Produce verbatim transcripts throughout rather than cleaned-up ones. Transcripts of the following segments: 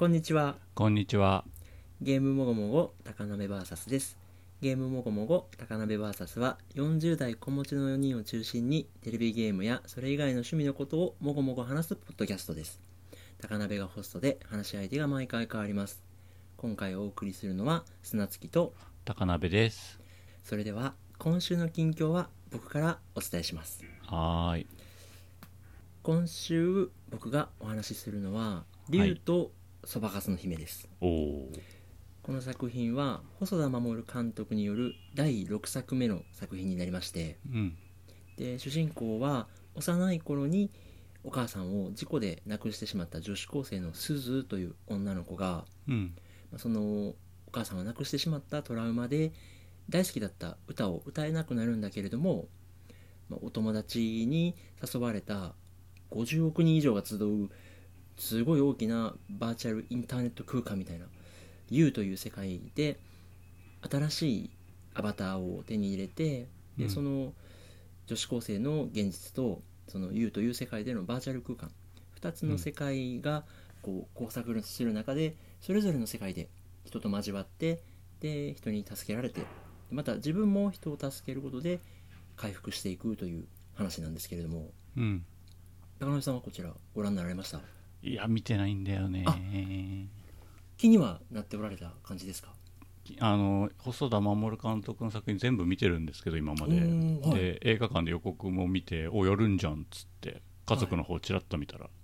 こんにちは。 こんにちは。 ゲームもごもご高鍋 ブイエス です。ゲームもごもご高鍋 ブイエス はよんじゅう代子持ちのよにんを中心にテレビゲームやそれ以外の趣味のことをもごもご話すポッドキャストです。高鍋がホストで話し相手が毎回変わります。今回お送りするのは砂月と高鍋です。 それでは今週の近況は僕からお伝えします。 はーい。 今週僕がお話しするのは竜とそばかすの姫です。 おお。 この作品は細田守監督によるだいろくさくめの作品になりまして、 うん。 で主人公は幼い頃にお母さんを事故で亡くしてしまった女子高生のすずという女の子が、 うん。 そのお母さんを亡くしてしまったトラウマで大好きだった歌を歌えなくなるんだけれども、お友達に誘われたごじゅうおくにん以上が集うすごい大きなバーチャルインターネット空間みたいな ユー という世界で新しいアバターを手に入れて、で、 うん、 その女子高生の現実とその ユー という世界でのバーチャル空間ふたつの世界がこう交錯する中で、それぞれの世界で人と交わって、で人に助けられて、また自分も人を助けることで回復していくという話なんですけれども、 うん。 高野さんはこちらご覧になられました？ いや、見てないんだよね。 あ、気にはなっておられた感じですか？ あの細田守監督の作品全部見てるんですけど今まで、 はい、 で映画館で予告も見て、おやるんじゃんっつって家族の方ちらっと見たら、はい、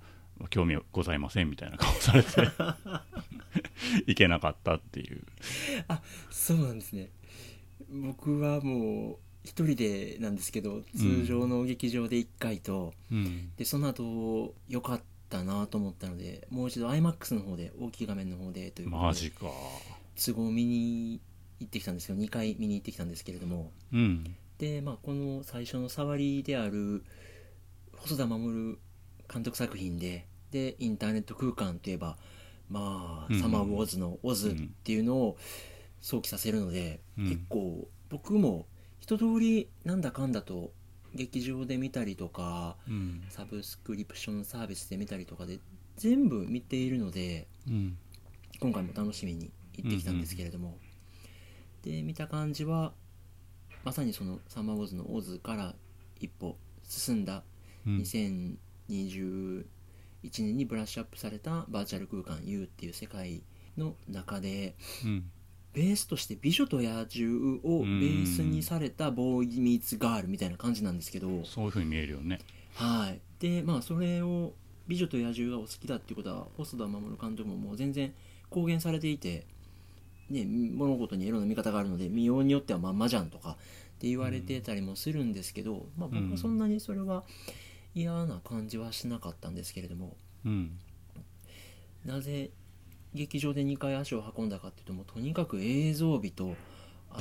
興味ございませんみたいな顔されていけなかったっていう。 あ、そうなんですね。僕はもう一人でなんですけど、通常の劇場でいっかいと、 うん、 でその後良かったなと思ったので、もう一度 アイマックス の方で、大きい画面の方でということで、 マジか。 都合見に行ってきたんですけど、にかい見に行ってきたんですけれども、 うん、 で、まあ、この最初の触りである細田守監督作品で、でインターネット空間といえば、まあ、 うん、 サマーウォーズのオズっていうのを想起させるので、 うん、 結構僕も一通りなんだかんだと劇場で見たりとか、 うん、 サブスクリプションサービスで見たりとかで全部見ているので、 うん、 今回も楽しみに行ってきたんですけれども、うんうん、で見た感じはまさにそのサマーウォーズのオズから一歩進んだにせんにじゅういちねんにブラッシュアップされたバーチャル空間 ユー っていう世界の中で、 うん、 ベースとして美女と野獣をベースにされたボーイミーツガールみたいな感じなんですけど、 そういう風に見えるよね。 はい。でまあそれを美女と野獣がお好きだっていうことは細田守監督ももう全然公言されていて、ね、物事にいろんな見方があるので見ようによってはまんまじゃんとかって言われてたりもするんですけど、うん、まあ、僕はそんなにそれは嫌な感じはしなかったんですけれども、 うん、 なぜ劇場でにかい足を運んだかっていうと、もうとにかく映像美と、あと、うん、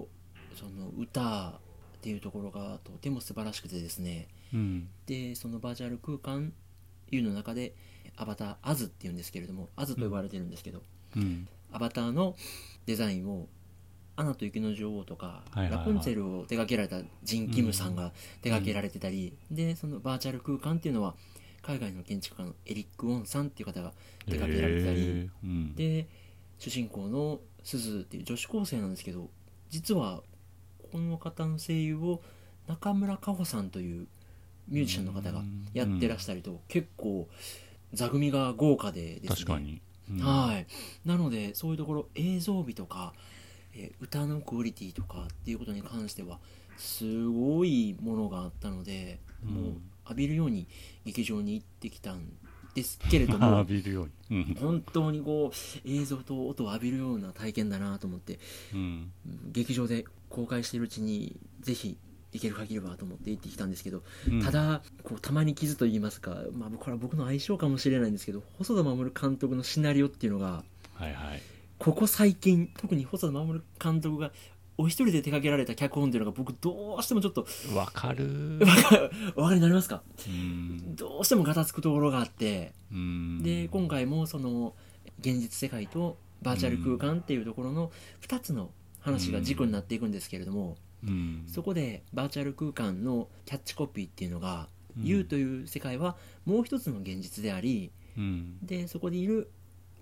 その歌っていうところがとても素晴らしくてですね、 うん、 でそのバーチャル空間 ユー の中でアバターアズっていうんですけれども、アズと呼ばれてるんですけど、 うん、 アバターのデザインをアナと雪の女王とか、 はいはいはい、 ラプンツェルを手掛けられたジン・キムさんが手掛けられてたり、うん、でそのバーチャル空間っていうのは海外の建築家のエリック・ウォンさんっていう方が手掛けられてたり、 うん、 で主人公のスズっていう女子高生なんですけど、実はこの方の声優を中村佳穂さんというミュージシャンの方がやってらしたりと、うん、結構座組が豪華でですね、 確かに、 うん、はいなのでそういうところ映像美とか、えー、歌のクオリティとかっていうことに関してはすごいものがあったので、うん、もう浴びるように劇場に行ってきたんですけれども浴びるように、うん、 本当にこう映像と音を浴びるような体験だなと思って、うん、劇場で公開しているうちにぜひ行ける限りはと思って行ってきたんですけど、うん、ただこうたまに傷と言いますか、まあ、これは僕の相性かもしれないんですけど、細田守監督のシナリオっていうのが、 はいはい、 ここ最近特に細田守監督がお一人で手掛けられた脚本っていうのが僕どうしてもちょっとわかるわかりになりますか？ うん、 どうしてもガタつくところがあって、 うん、 で今回もその現実世界とバーチャル空間っていうところのふたつの話が軸になっていくんですけれども、うん、そこでバーチャル空間のキャッチコピーっていうのが、うん、ユー という世界はもう一つの現実であり、うん、でそこでいる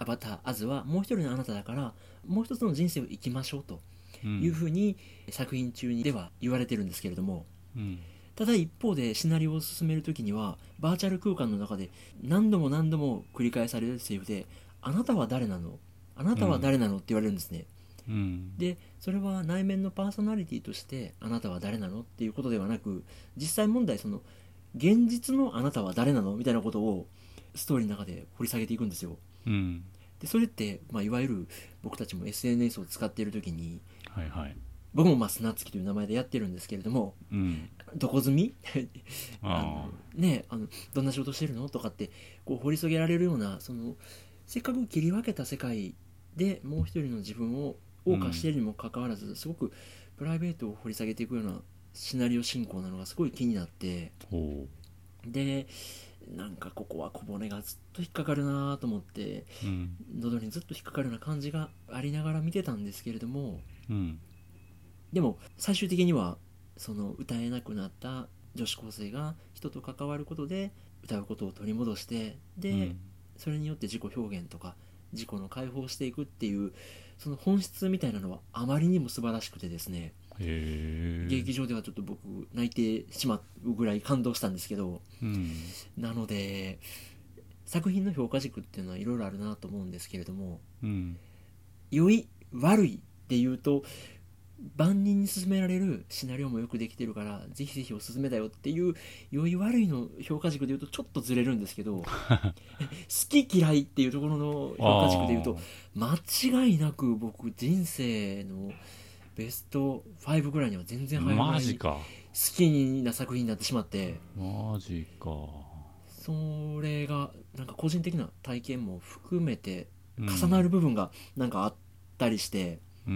アバターアズはもう一人のあなただからもう一つの人生を生きましょうというふうに作品中にでは言われてるんですけれども、 うん、 ただ一方でシナリオを進めるときにはバーチャル空間の中で何度も何度も繰り返されるセリフで、あなたは誰なの、あなたは誰なのって言われるんですね、 うん、 でそれは内面のパーソナリティとしてあなたは誰なのっていうことではなく、実際問題その現実のあなたは誰なのみたいなことをストーリーの中で掘り下げていくんですよ。 うん、 でそれって、まあ、いわゆる僕たちも エスエヌエス を使っているときに、 はいはい、 僕もまあ砂月という名前でやってるんですけれども、 うん、 どこ住みああの、ね、あのどんな仕事してるのとかってこう掘り下げられるような、そのせっかく切り分けた世界でもう一人の自分を謳歌しているにもかかわらず、うん、すごくプライベートを掘り下げていくようなシナリオ進行なのがすごい気になって、でなんかここは小骨がずっと引っかかるなと思って、うん、喉にずっと引っかかるような感じがありながら見てたんですけれども、うん、でも最終的にはその歌えなくなった女子高生が人と関わることで歌うことを取り戻して、で、うん、それによって自己表現とか自己の解放していくっていうその本質みたいなのはあまりにも素晴らしくてですね、 へ劇場ではちょっと僕泣いてしまうぐらい感動したんですけど、うん、なので作品の評価軸っていうのはいろいろあるなと思うんですけれども、うん、良い悪いっていうと万人に勧められるシナリオもよくできてるからぜひぜひおすすめだよっていう良い悪いの評価軸でいうとちょっとずれるんですけど好き嫌いっていうところの評価軸でいうと間違いなく僕人生のベストごぐらいには全然入らない好きな作品になってしまって、 マジか、 それがなんか個人的な体験も含めて重なる部分がなんかあったりして、うん、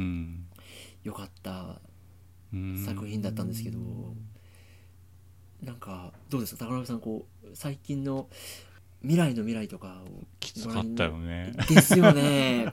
よかった作品だったんですけど、なんかどうですか高野さん、こう最近の未来の未来とかをきつかったよねですよね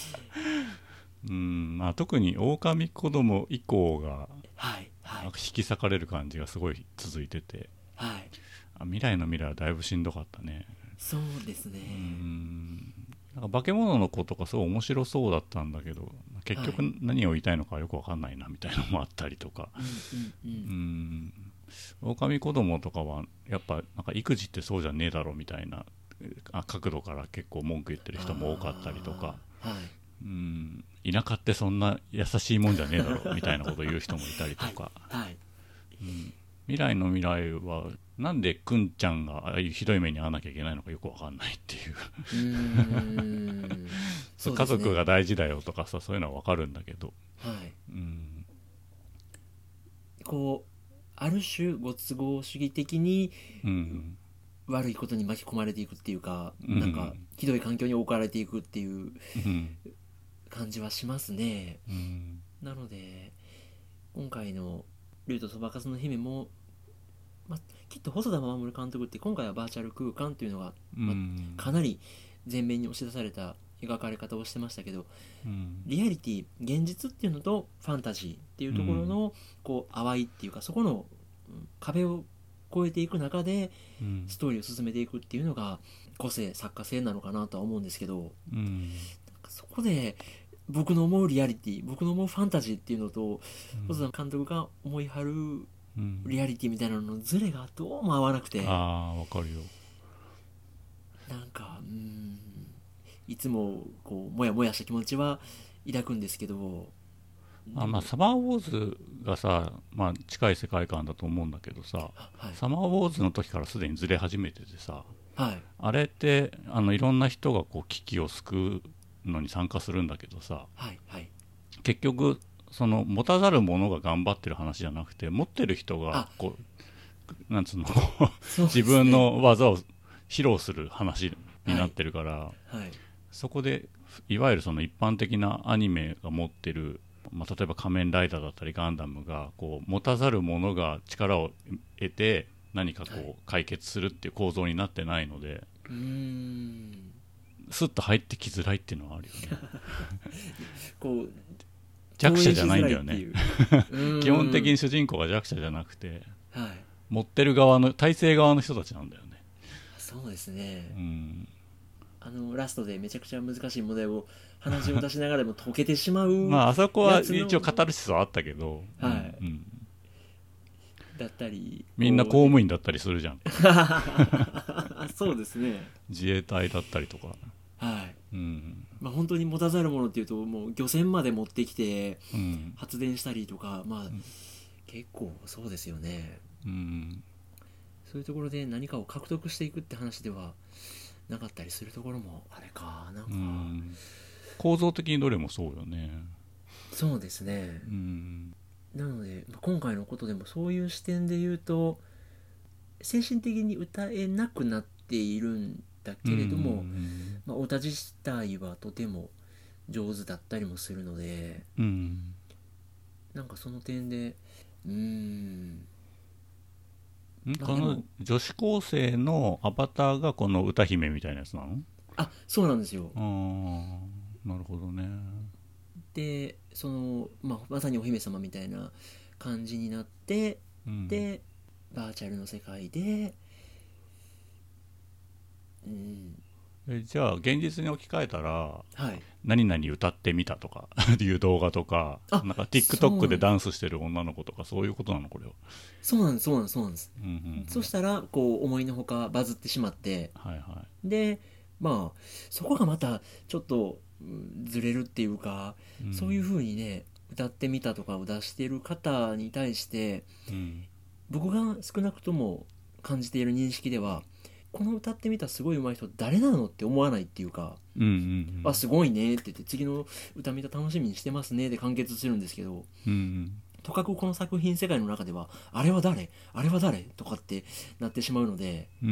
うんまあ、特に狼子供以降が、 はいはい、 引き裂かれる感じがすごい続いてて、 はい、 あ未来の未来はだいぶしんどかったね。 そうですね。 うんなんか化け物の子とかすごい面白そうだったんだけど結局何を言いたいのかよく分かんないなみたいなのもあったりとか、うん、うん、狼子供とかはやっぱなんか育児ってそうじゃねえだろみたいな角度から結構文句言ってる人も多かったりとか、はい、うん田舎ってそんな優しいもんじゃねえだろみたいなことを言う人もいたりとか、はいはい、うん、未来の未来はなんでくんちゃんがああいうひどい目に遭わなきゃいけないのかよく分かんないっていううーんそうですね、家族が大事だよとかさそういうのは分かるんだけど、はいうん、 こうある種ご都合主義的に、うん悪いことに巻き込まれていくっていうか、うん、なんかひどい環境に置かれていくっていう感じはしますね、うん、なので今回の竜とそばかすの姫も、まあ、きっと細田守監督って今回はバーチャル空間っていうのが、まあ、かなり前面に押し出された描かれ方をしてましたけど、うん、リアリティ現実っていうのとファンタジーっていうところの、うん、こう淡いっていうかそこの壁を越えていく中でストーリーを進めていくっていうのが個性作家性なのかなとは思うんですけど、うん、なんかそこで僕の思うリアリティ僕の思うファンタジーっていうのと細田監督が思いはるリアリティみたいなののズレがどうも合わなくて、 あーわかるよ、 なんかうんいつもこうモヤモヤした気持ちは抱くんですけど、 あまあ、サマーウォーズがさ、まあ、近い世界観だと思うんだけどさ、はい、サマーウォーズの時からすでにずれ始めててさ、はい、あれってあのいろんな人がこう危機を救うのに参加するんだけどさ、はいはい、結局その持たざる者が頑張ってる話じゃなくて持ってる人がこうなんつうの自分の技を披露する話になってるから、はいはい、そこでいわゆるその一般的なアニメが持ってるまあ、例えば仮面ライダーだったりガンダムがこう持たざる者が力を得て何かこう解決するっていう構造になってないので、はい、うーんスッと入ってきづらいっていうのはあるよねこう弱者じゃないんだよね基本的に主人公が弱者じゃなくて、はい、持ってる側の体制側の人たちなんだよね。 そうですね、 うん、 あのラストでめちゃくちゃ難しい問題を話を出しながらでも解けてしまうまああそこは一応カタルシスはあったけど、 はい、 うんうん、 だったりみんな公務員だったりするじゃんそうですね、 自衛隊だったりとか、 はい、 うん、 まあ本当に持たざるものっていうともう漁船まで持ってきて発電したりとか、うん、まあ、うん、結構そうですよね、うん、そういうところで何かを獲得していくって話ではなかったりするところもあれかなんか、うん、 構造的にどれもそうよね。 そうですね、うん、なので今回のことでもそういう視点で言うと精神的に歌えなくなっているんだけれども、うん、まあ、お歌自体はとても上手だったりもするので、うん、なんかその点でうーんこの女子高生のアバターがこの歌姫みたいなやつなの？ あ、そうなんですよ。 あ、なるほどね。 でその、まあ、まさにお姫様みたいな感じになって、うん、でバーチャルの世界で、 うん、えじゃあ現実に置き換えたら、 はい、 何々歌ってみたとかいう動画とか、なんか TikTok でダンスしてる女の子とかそういうことなのこれは？ そうなんですそうなんですそうなんです、うんうんうん、そしたらこう思いのほかバズってしまって、はいはい、でまあそこがまたちょっとずれるっていうか、うん、そういう風にね歌ってみたとかを出している方に対して、うん、僕が少なくとも感じている認識ではこの歌ってみたすごい上手い人誰なのって思わないっていうか、うんうんうん、あすごいねって言って次の歌見た楽しみにしてますねで完結するんですけど、うんうん、とかくこの作品世界の中ではあれは誰あれは誰とかってなってしまうので、うん、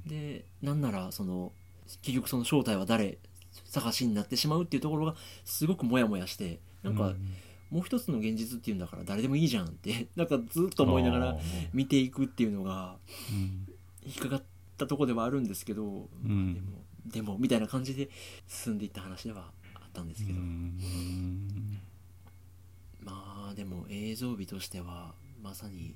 でなんならその結局その正体は誰探しになってしまうっていうところがすごくモヤモヤしてなんか、うん、もう一つの現実っていうんだから誰でもいいじゃんってなんかずっと思いながら見ていくっていうのが引っかかったところではあるんですけど、うん、でもでもみたいな感じで進んでいった話ではあったんですけど、うん、まあでも映像美としてはまさに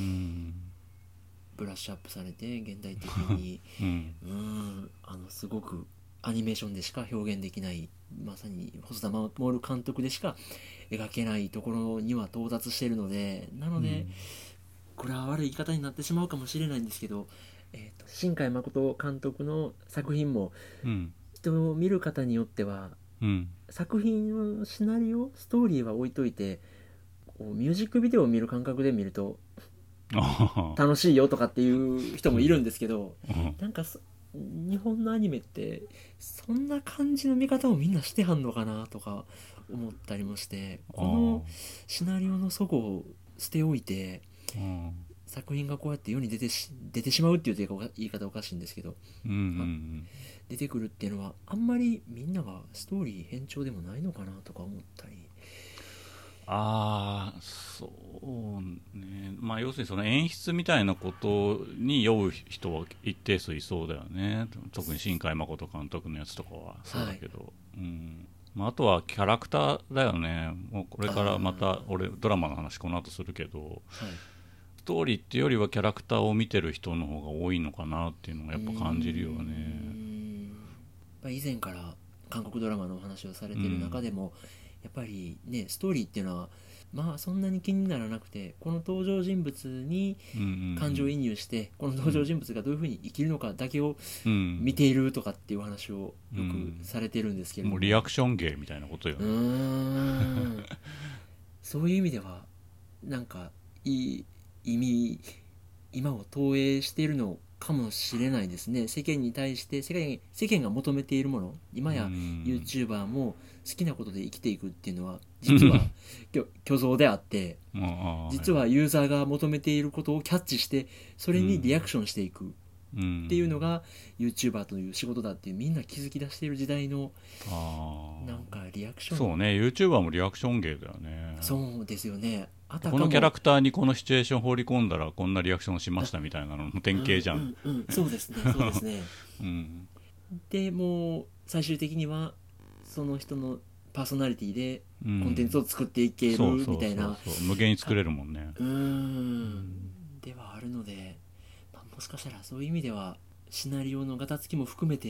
ブラッシュアップされて現代的に、うん、うんあのすごくアニメーションでしか表現できないまさに細田守監督でしか描けないところには到達しているのでなので、うん、これは悪い言い方になってしまうかもしれないんですけど、えーと、新海誠監督の作品も、うん、人を見る方によっては、うん、作品のシナリオストーリーは置いといてこうミュージックビデオを見る感覚で見ると楽しいよとかっていう人もいるんですけど、うん、なんか日本のアニメってそんな感じの見方をみんなしてはんのかなとか思ったりもしてこのシナリオの齟齬を捨ておいて、うん、作品がこうやって世に出てし、出てしまうっていう言い方おかしいんですけど、うんうんうん、出てくるっていうのはあんまりみんながストーリー偏重でもないのかなとか思ったり。 ああそうね、まあ要するにその演出みたいなことに酔う人は一定数いそうだよね。特に新海誠監督のやつとかはそうだけど、はいうんまあ、あとはキャラクターだよね。もうこれからまた俺ドラマの話この後するけど、はい、ストーリーっていうよりはキャラクターを見てる人の方が多いのかなっていうのがやっぱ感じるよね。 うん以前から韓国ドラマのお話をされている中でも、うんやっぱりねストーリーっていうのはまあそんなに気にならなくてこの登場人物に感情移入して、うんうんうん、この登場人物がどういうふうに生きるのかだけを見ているとかっていう話をよくされてるんですけれども、 もうリアクション芸みたいなことよね。うーんそういう意味ではなんかいい意味今を投影しているのかもしれないですね。世間に対して世間、世間が求めているもの今や YouTuber も好きなことで生きていくっていうのは実は虚像であって実はユーザーが求めていることをキャッチしてそれにリアクションしていくっていうのが YouTuber という仕事だっていうみんな気づき出している時代のなんかリアクションそうね YouTuber もリアクション芸だよね。 そうですよね。あたかもこのキャラクターにこのシチュエーション放り込んだらこんなリアクションしましたみたいなのの典型じゃん、うんうんうん、そうですねそうですね、うん、でもう最終的にはその人のパーソナリティでコンテンツを作っていけるみたいな無限に作れるもんねうーん、うん、ではあるので、まあ、もしかしたらそういう意味ではシナリオのガタつきも含めて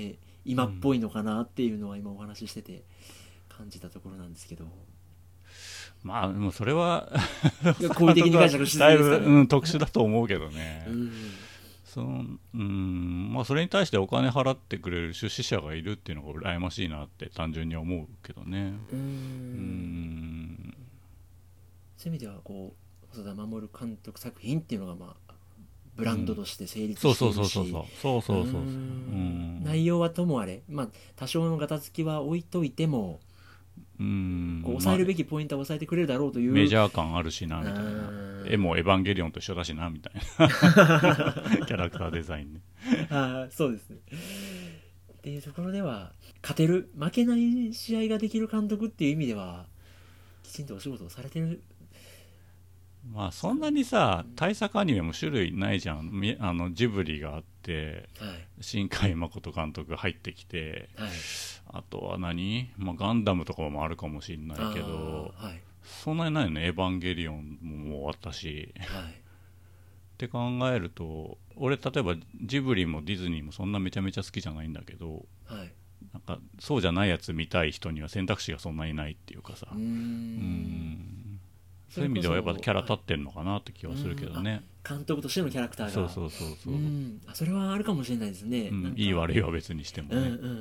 今っぽいのかなっていうのは今お話ししてて感じたところなんですけど、 まあでもそれは好意的に解釈してだいぶ、うん、特殊だと思うけどね、 うんそのうんまあ、それに対してお金払ってくれる出資者がいるっていうのが羨ましいなって単純に思うけどね。 うんうんそういう意味ではこう細田守監督作品っていうのがまあブランドとして成立そうしているし、 そうそうそうそうそうそうそう内容はともあれ、まあ、多少のガタつきは置いといてもうんこう抑えるべきポイントは抑えてくれるだろうという、 まあ、メジャー感あるしなみたいな、絵もエヴァンゲリオンと一緒だしなみたいなキャラクターデザインねあそうですねっていうところでは勝てる負けない試合ができる監督っていう意味ではきちんとお仕事をされてる。 まあそんなにさ大作アニメも種類ないじゃん。みあのジブリがあって、はい、新海誠監督が入ってきて、はい、あとは何、まあ、ガンダムとかもあるかもしれないけど、はい、そんなにないよね。エヴァンゲリオンももう終わったし、はい、って考えると俺例えばジブリもディズニーもそんなめちゃめちゃ好きじゃないんだけど、はい、なんかそうじゃないやつ見たい人には選択肢がそんなにないっていうかさ、うーんうんそういう意味ではやっぱキャラ立ってんのかなって気はするけどね。 監督としてのキャラクターがそうそうそうそう。 うんあそれはあるかもしれないですね。 うん、いい悪いは別にしてもね。うんうんうんうん、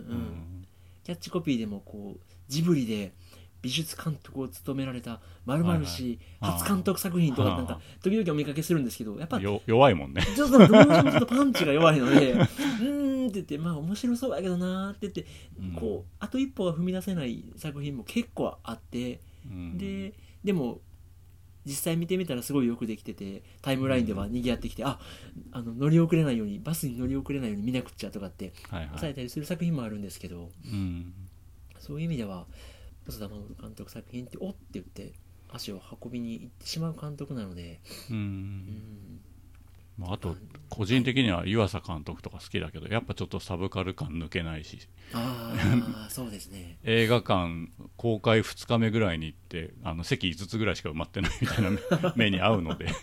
キャッチコピーでもこうジブリで美術監督を務められた〇〇氏初監督作品とかなんか時々お見かけするんですけど、やっぱ弱いもんね。 ちょっとどうしてもちょっとパンチが弱いのでうーんって言ってまあ面白そうやけどなーって言って、うん、こうあと一歩が踏み出せない作品も結構あって、うん、ででも実際見てみたらすごいよくできててタイムラインでは賑わってきて、うん、ああの乗り遅れないようにバスに乗り遅れないように見なくっちゃとかって抑えたりする作品もあるんですけど、はいはい、そういう意味では細田守監督作品っておって言って足を運びに行ってしまう監督なので、うんうんまあ、あと個人的には湯浅監督とか好きだけどやっぱちょっとサブカル感抜けないし、 ああそうですね映画館公開ふつかめぐらいに行ってあの席いつつぐらいしか埋まってないみたいな 目, 目に合うので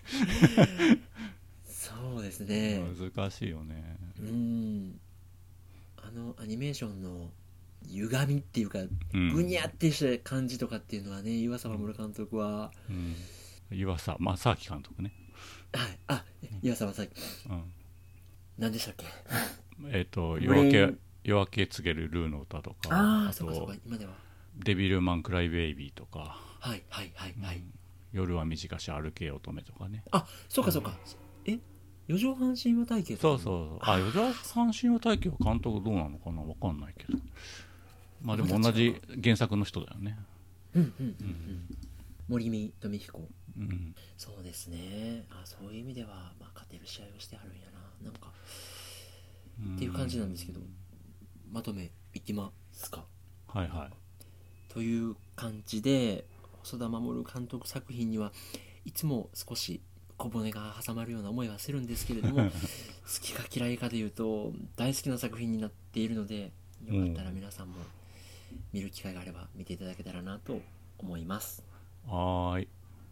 そうですね難しいよね。 うんあのアニメーションの歪みっていうか、うん、ぐにゃってした感じとかっていうのはね湯浅守監督は、 うん、湯浅正明監督ね。 はいあ湯浅正明、うん、何でしたっけえっ、ー、と夜明け夜明け告げるルーの歌とかああそうかそうか今ではデビルマンクライベイビーとかはいはいはいはい、うん、 夜は短し歩けよ乙女とかね。 あそうかそうか、うん、え四畳半神話体系とかそうそうあ四畳半神話体系は監督どうなのかな分かんないけどまあでも同じ原作の人だよね。 うんうんうん、うん、森見富彦、うん、そうですねあそういう意味では、まあ、勝てる試合をしてあるんやななんかっていう感じなんですけどまとめいきますか。 はいはいという感じで細田守監督作品にはいつも少し小骨が挟まるような思いはするんですけれども好きか嫌いかでいうと大好きな作品になっているのでよかったら皆さんも見る機会があれば見ていただけたらなと思います。 はい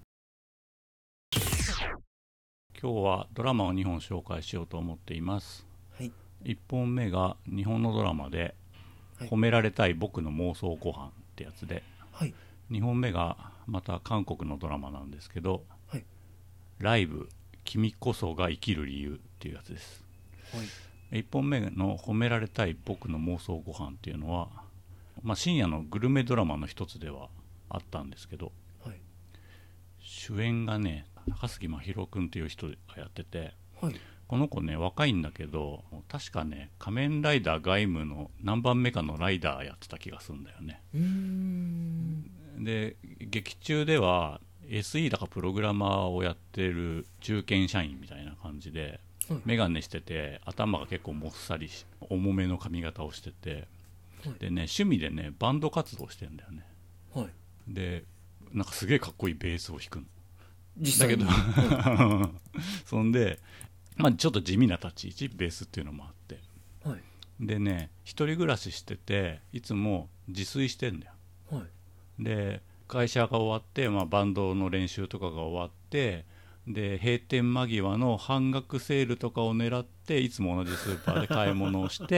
今日はドラマをにほん紹介しようと思っています、はい、いっぽんめが日本のドラマで、はい、褒められたい僕の妄想ご飯ってやつで、はい、にほんめがまた韓国のドラマなんですけど、はい、ライブ君こそが生きる理由っていうやつです、はい、いっぽんめの褒められたい僕の妄想ご飯っていうのは、まあ、深夜のグルメドラマの一つではあったんですけど、はい、主演がね高杉真宙君っていう人がやってて、はい、この子ね若いんだけど確かね仮面ライダーガイムの何番目かのライダーやってた気がするんだよね。うーんで劇中では エスイー だかプログラマーをやってる中堅社員みたいな感じで、はい、メガネしてて頭が結構もっさりし重めの髪型をしてて、はい、でね趣味でねバンド活動してんだよね、はい、でなんかすげえかっこいいベースを弾くのだけどそんで、まあ、ちょっと地味な立ち位置ベースっていうのもあって、はい、でね一人暮らししてていつも自炊してんだよ、はい、で会社が終わって、まあ、バンドの練習とかが終わってで閉店間際の半額セールとかを狙っていつも同じスーパーで買い物をして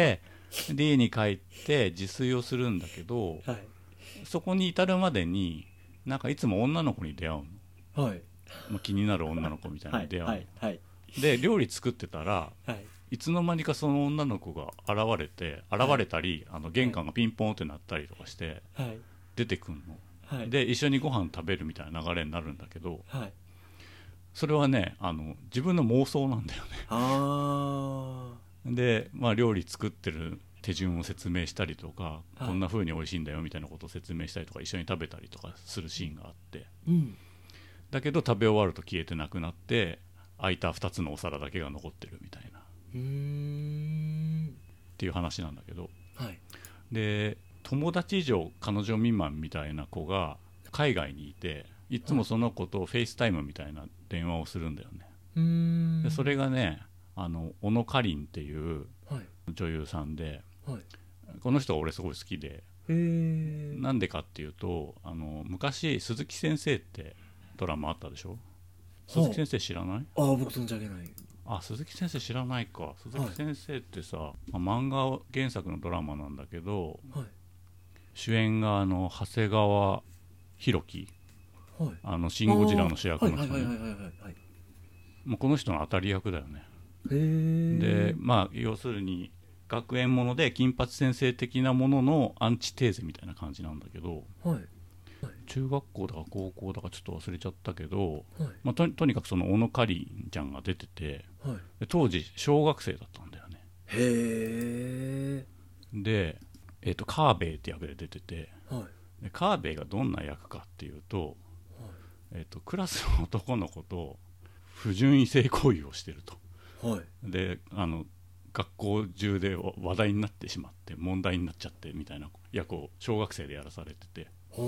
で家に帰って自炊をするんだけど、はい、そこに至るまでになんかいつも女の子に出会うの、はい、まあ、気になる女の子みたいなのに出会うの、はいはいはい、で料理作ってたら、はい、いつの間にかその女の子が現れて現れたり、はい、あの玄関がピンポンってなったりとかして出てくんの、はい、で一緒にご飯食べるみたいな流れになるんだけど、はい、それはねあの自分の妄想なんだよね。あで、まあ、料理作ってる手順を説明したりとか、はい、こんな風に美味しいんだよみたいなことを説明したりとか一緒に食べたりとかするシーンがあって、うん、だけど食べ終わると消えてなくなって空いたふたつのお皿だけが残ってるみたいなうーんっていう話なんだけど、はい、で友達以上彼女未満みたいな子が海外にいていつもその子とフェイスタイムみたいな電話をするんだよね、うーんでそれがねあの小野かりんっていう女優さんで、はい、この人が俺すごい好きで、なんでかっていうとあの昔鈴木先生ってドラマあったでしょ。鈴木先生知らない？ああ僕存じ上げない。 あ鈴木先生知らないか。鈴木先生ってさ、はい、まあ、漫画原作のドラマなんだけど、はい、主演があの長谷川博己、はい、あのシン・ゴジラの主役の人ね。もうこの人の当たり役だよね。でまあ要するに学園もので金八先生的なもののアンチテーゼみたいな感じなんだけど、はい、中学校だか高校だかちょっと忘れちゃったけど、はいまあ、と, とにかくその小野かりんちゃんが出てて、はい、で当時小学生だったんだよね。へーで、えーと、カーベイって役で出てて、はい、でカーベイがどんな役かっていうと、はいえーと、クラスの男の子と不純異性行為をしてると。はい、であの学校中で話題になってしまって問題になっちゃってみたいな役を小学生でやらされてて、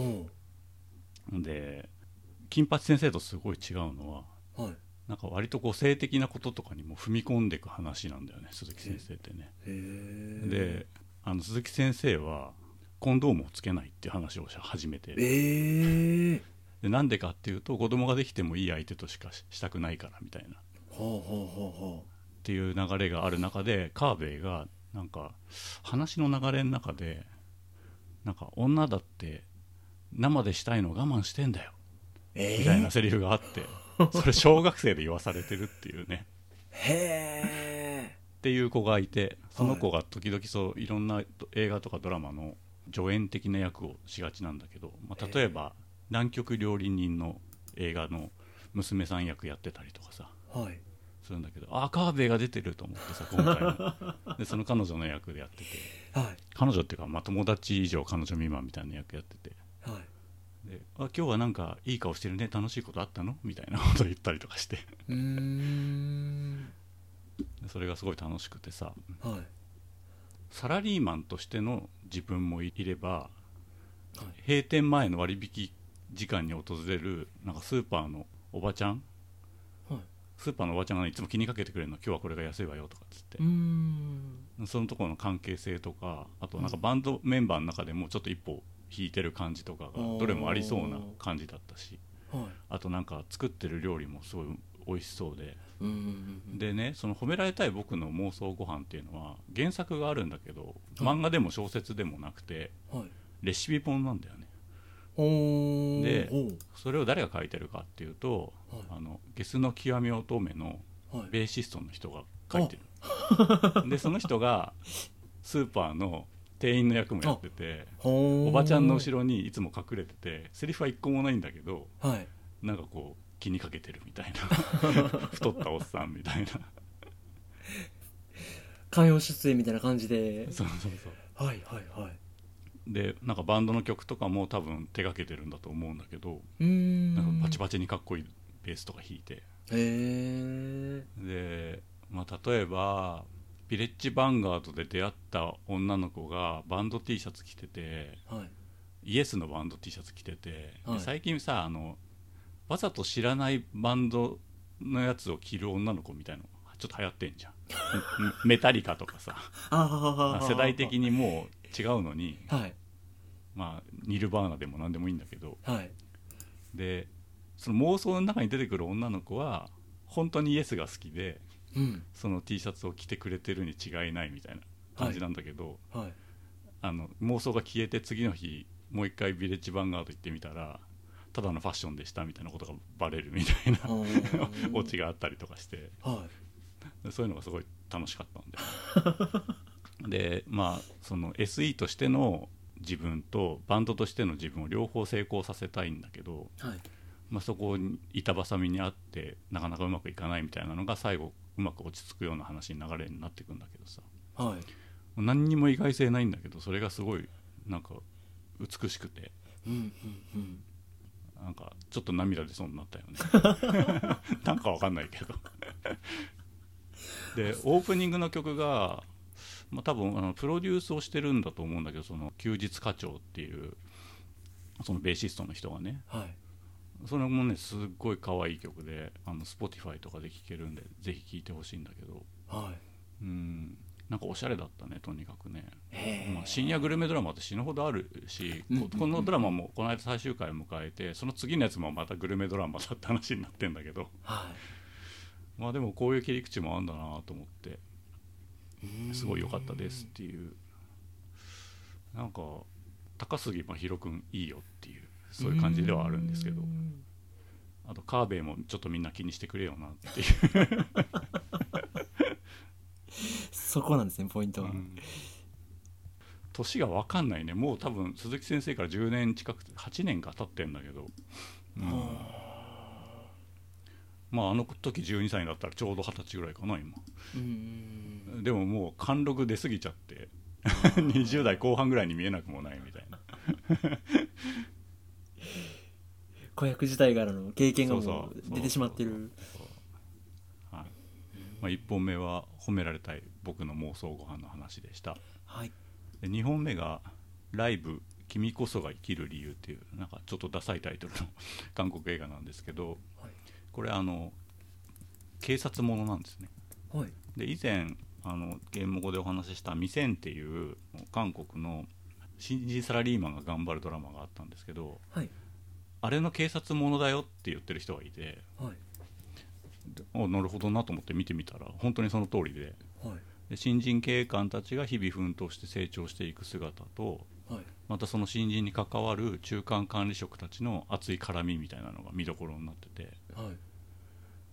で金八先生とすごい違うのは、はい、なんか割とこう性的なこととかにも踏み込んでいく話なんだよね鈴木先生ってね。へであの鈴木先生はコンドームをつけないっていう話を始めて、でなんでかっていうと子供ができてもいい相手としかしたくないからみたいなほうほうほうほうっていう流れがある中でカーベイがなんか話の流れの中でなんか女だって生でしたいのを我慢してんだよ、えー、みたいなセリフがあってそれ小学生で言わされてるっていうねへーっていう子がいてその子が時々そういろんな映画とかドラマの助演的な役をしがちなんだけど、まあ、例えば南極料理人の映画の娘さん役やってたりとかさ、はいするんだけどあカーベイが出てると思ってさ今回でその彼女の役でやってて、はい、彼女っていうか、まあ、友達以上彼女未満みたいな役やってて、はい、であ今日はなんかいい顔してるね楽しいことあったのみたいなこと言ったりとかしてうーんそれがすごい楽しくてさ、はい、サラリーマンとしての自分もいれば、はい、閉店前の割引時間に訪れるなんかスーパーのおばちゃんスーパーのおばちゃんがいつも気にかけてくれるの今日はこれが安いわよとかっつってうーんそのところの関係性とかあとなんかバンドメンバーの中でもちょっと一歩引いてる感じとかがどれもありそうな感じだったし、はい、あとなんか作ってる料理もすごい美味しそうでうんでねその褒められたい僕の妄想ご飯っていうのは原作があるんだけど漫画でも小説でもなくて、はい、レシピ本なんだよね。でそれを誰が書いてるかっていうと、はい、あのゲスの極み乙女のベーシストの人が書いてる、はい、でその人がスーパーの店員の役もやってておばちゃんの後ろにいつも隠れててセリフは一個もないんだけど、はい、なんかこう気にかけてるみたいな太ったおっさんみたいな観葉出演みたいな感じでそうそうそうはいはいはいでなんかバンドの曲とかも多分手がけてるんだと思うんだけどうーんなんかバチバチにかっこいいベースとか弾いてへえで、まあ、例えばヴィレッジヴァンガードで出会った女の子がバンド T シャツ着てて、はい、イエスのバンド T シャツ着てて、はい、で最近さあのわざと知らないバンドのやつを着る女の子みたいなのちょっと流行ってんじゃんメタリカとかさ世代的にもう違うのに、はい、まあニルバーナでも何でもいいんだけど、はい、でその妄想の中に出てくる女の子は本当にイエスが好きで、うん、その T シャツを着てくれてるに違いないみたいな感じなんだけど、 はいはい、 あの妄想が消えて次の日もう一回ビレッジヴァンガード行ってみたらただのファッションでしたみたいなことがバレるみたいなオチがあったりとかして、 はい、 そういうのがすごい楽しかったんででまあその エスイー としての自分とバンドとしての自分を両方成功させたいんだけど、 はい、 まあ、そこに板挟みにあってなかなかうまくいかないみたいなのが最後うまく落ち着くような話に流れになっていくんだけどさ、 はい、 何にも意外性ないんだけどそれがすごいなんか美しくて、 うんうんうん、 なんかちょっと涙出そうになったよねなんかわかんないけどでオープニングの曲が、まあ、多分あのプロデュースをしてるんだと思うんだけどその休日課長っていうそのベーシストの人がね、 はい、 それもねすっごい可愛い曲であの Spotify とかで聴けるんでぜひ聴いてほしいんだけど、 はい、 うんなんかおしゃれだったねとにかくね、まあ、深夜グルメドラマって死ぬほどあるし、うんうんうん、このドラマもこの間最終回を迎えてその次のやつもまたグルメドラマだって話になってんだけど、 はい、 まあでもこういう切り口もあるんだなと思ってすごい良かったですっていう、なんか高杉真宙くんいいよっていうそういう感じではあるんですけど、あとカーベイもちょっとみんな気にしてくれよなっていうそこなんですねポイントは、うん、 年が分かんないねもう多分鈴木先生からじゅうねん近くはちねんか経ってんだけど、うん、まああの時じゅうにさいだったらちょうどはたちぐらいかな今、うんでももう貫禄出過ぎちゃってにじゅう代後半ぐらいに見えなくもないみたいな子役時代からの経験がもう出てしまってる。 いっぽんめは褒められたい僕の妄想ご飯の話でした、 はい、 でにほんめがライブ君こそが生きる理由っていうなんかちょっとダサいタイトルの韓国映画なんですけど、はい、これあの警察ものなんですね、はい、で以前あのゲーム語でお話しした「ミセン」っていう韓国の新人サラリーマンが頑張るドラマがあったんですけど、はい、あれの警察ものだよって言ってる人がいて、はい、あなるほどなと思って見てみたら本当にその通り で,、はい、で新人警官たちが日々奮闘して成長していく姿と、はい、またその新人に関わる中間管理職たちの熱い絡みみたいなのが見どころになってて、はい、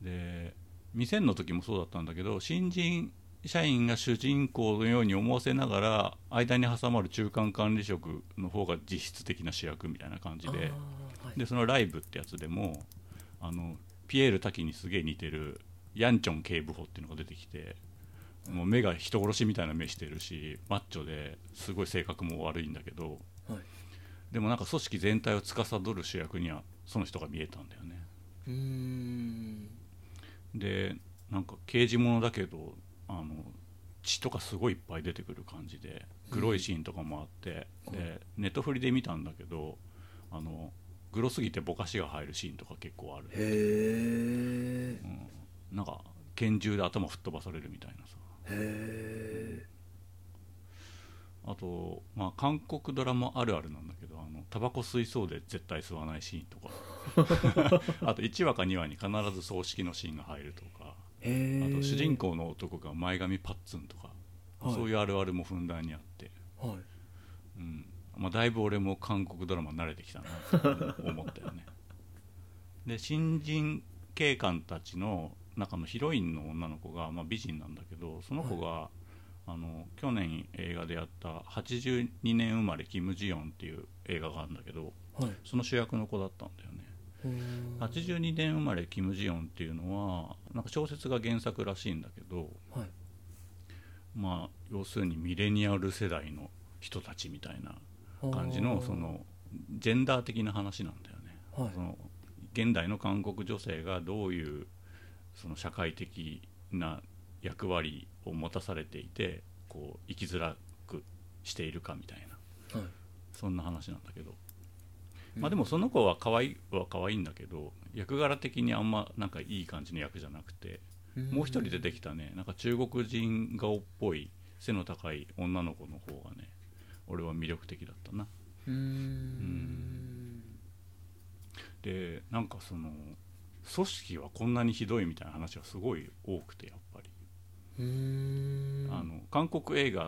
で店の時もそうだったんだけど新人社員が主人公のように思わせながら間に挟まる中間管理職の方が実質的な主役みたいな感じで、はい、でそのライブってやつでもあのピエール滝にすげえ似てるヤンチョン警部補っていうのが出てきて、もう目が人殺しみたいな目してるしマッチョですごい性格も悪いんだけど、はい、でもなんか組織全体を司る主役にはその人が見えたんだよね。うーんでなんか刑事物だけどあの血とかすごいいっぱい出てくる感じでグロいシーンとかもあって、うん、でネットフリで見たんだけどあのグロすぎてぼかしが入るシーンとか結構ある。へー、うん、なんか拳銃で頭吹っ飛ばされるみたいなさ。へー、あと、まあ、韓国ドラマあるあるなんだけどあのタバコ吸いそうで絶対吸わないシーンとかあといちわかにわに必ず葬式のシーンが入るとか、あと主人公の男が前髪パッツンとか、はい、そういうあるあるもふんだんにあって、はい、うんまあ、だいぶ俺も韓国ドラマ慣れてきたなと思ったよねで新人警官たちの中のヒロインの女の子が、まあ、美人なんだけどその子が、はい、あの去年映画でやったはちじゅうにねん生まれキム・ジヨンっていう映画があるんだけど、はい、その主役の子だったんだよね。はちじゅうにねん生まれキム・ジヨンっていうのはなんか小説が原作らしいんだけど、はい、まあ要するにミレニアル世代の人たちみたいな感じのそのジェンダー的な話なんだよね、はい、その現代の韓国女性がどういうその社会的な役割を持たされていてこう生きづらくしているかみたいな、はい、そんな話なんだけど、まあでもその子は可愛いは可愛いんだけど役柄的にあんまなんかいい感じの役じゃなくて、もう一人出てきたねなんか中国人顔っぽい背の高い女の子の方がね俺は魅力的だったな。うーんうんでなんかその組織はこんなにひどいみたいな話はすごい多くてやっぱりうーんあの韓国映画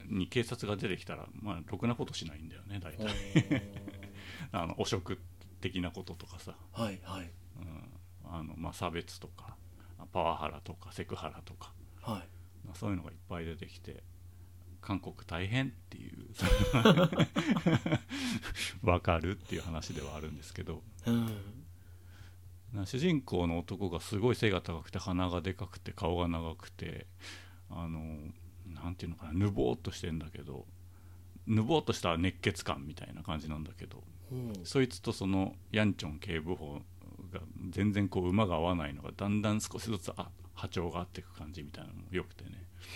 に警察が出てきたら、まあ、ろくなことしないんだよね大体あの汚職的なこととかさ、 はいはい、 うん、あのまあ、差別とかパワハラとかセクハラとか、 はい、 そういうのがいっぱい出てきて韓国大変っていう分かるっていう話ではあるんですけど、 うん、 主人公の男がすごい背が高くて鼻がでかくて顔が長くて、あのなんていうのかな、ぬぼーっとしてんだけど、ぬぼーっとした熱血感みたいな感じなんだけど、うん、そいつとそのヤンチョン警部補が全然こう馬が合わないのがだんだん少しずつあ波長が合っていく感じみたいなのも良くてね。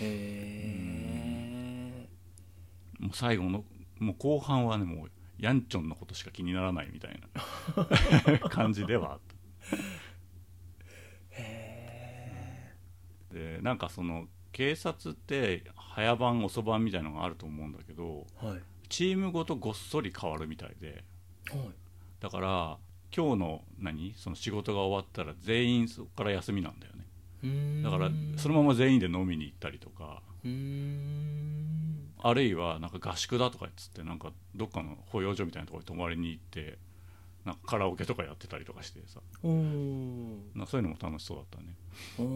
へー、もう最後のもう後半はね、もうヤンチョンのことしか気にならないみたいな感じではあった。 へー、でなんかその警察って早番遅番みたいなのがあると思うんだけど、 はい、 チームごとごっそり変わるみたいで、 はい、 だから今日の何その仕事が終わったら全員そこから休みなんだよね。 うーん、 だからそのまま全員で飲みに行ったりとか、 うーん、 あるいはなんか合宿だとかっつってなんかどっかの保養所みたいなところに泊まりに行ってなんかカラオケとかやってたりとかしてさ、 おー、 なそういうのも楽しそうだったね。 おー、 うん、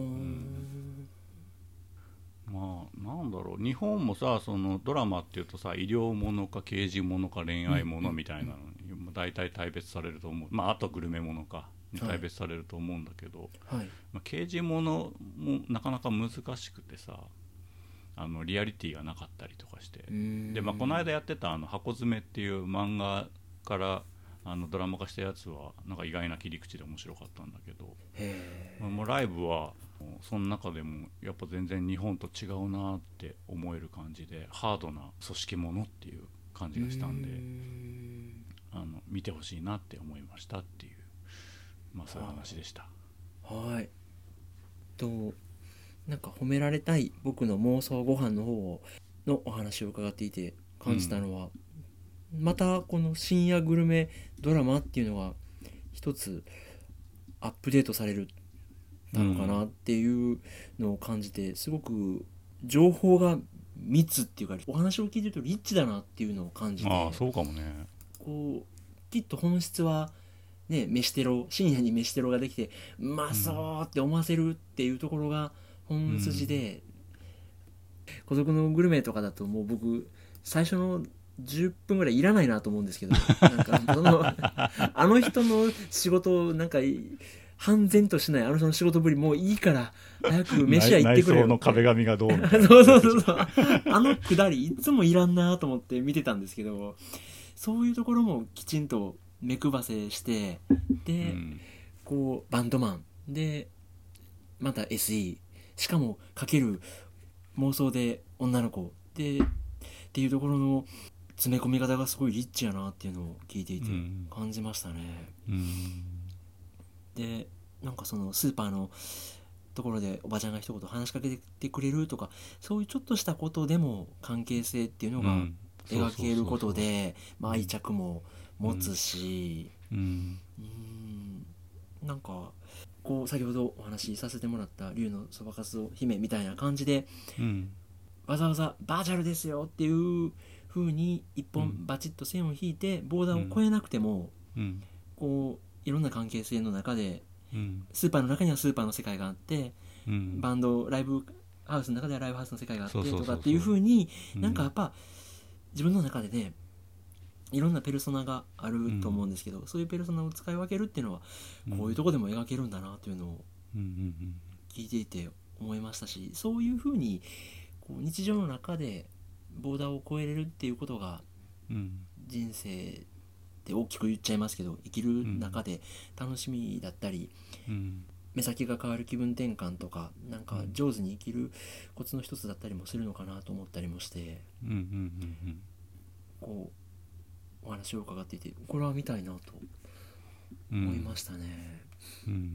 まあなんだろう、日本もさそのドラマっていうとさ医療ものか刑事ものか恋愛ものみたいなのに大体大別されると思う、まああとグルメものかに大別されると思うんだけど、 はい、 まあ、刑事ものもなかなか難しくてさ、あのリアリティがなかったりとかして、で、まあ、この間やってたあの箱詰めっていう漫画からあのドラマ化したやつはなんか意外な切り口で面白かったんだけど、 へー、 まあ、もうライブはその中でもやっぱ全然日本と違うなって思える感じでハードな組織ものっていう感じがしたんで、んあの見てほしいなって思いましたっていう、まあそういう話でした。 はい。となんか褒められたい僕の妄想ご飯の方のお話を伺っていて感じたのは、うん、またこの深夜グルメドラマっていうのが一つアップデートされるなのかなっていうのを感じて、すごく情報が密っていうかお話を聞いてるとリッチだなっていうのを感じて、 ああそうかもね。 こうきっと本質はね、飯テロ深夜に飯テロができてうまそうって思わせるっていうところが本筋で、うん、孤独のグルメとかだともう僕最初のじゅっぷんぐらいいらないなと思うんですけどなんかそのあの人の仕事なんか半然としないあの人の仕事ぶりもういいから早く飯屋行ってくれよ内装の壁紙がどうみたいなそうそうそうそうあのくだりいつもいらんなと思って見てたんですけど、そういうところもきちんと目配せしてで、うん、こうバンドマンでまた エスイー しかもかける妄想で女の子でっていうところの詰め込み方がすごいリッチやなっていうのを聞いていて感じましたね、うん、でなんかそのスーパーのところでおばちゃんが一言話しかけてくれるとかそういうちょっとしたことでも関係性っていうのが描けることで愛着も持つし、うんうん、うんなんかこう先ほどお話しさせてもらった竜のそばかすを姫みたいな感じで、うん、わざわざバーチャルですよっていう風に一本バチッと線を引いてボーダーを越えなくても、うん、こういろんな関係性の中で、うん、スーパーの中にはスーパーの世界があって、うん、バンドライブハウスの中ではライブハウスの世界があってとかっていう風になんかやっぱ自分の中でねいろんなペルソナがあると思うんですけど、うん、そういうペルソナを使い分けるっていうのはこういうとこでも描けるんだなというのを聞いていて思いましたし、そういうふうにこう日常の中でボーダーを越えれるっていうことが人生って大きく言っちゃいますけど生きる中で楽しみだったり、うん、目先が変わる気分転換とかなんか上手に生きるコツの一つだったりもするのかなと思ったりもして、うんうんうんうん、こうお話を伺っていてこれは見たいなと思いましたね、うんうんうんうん、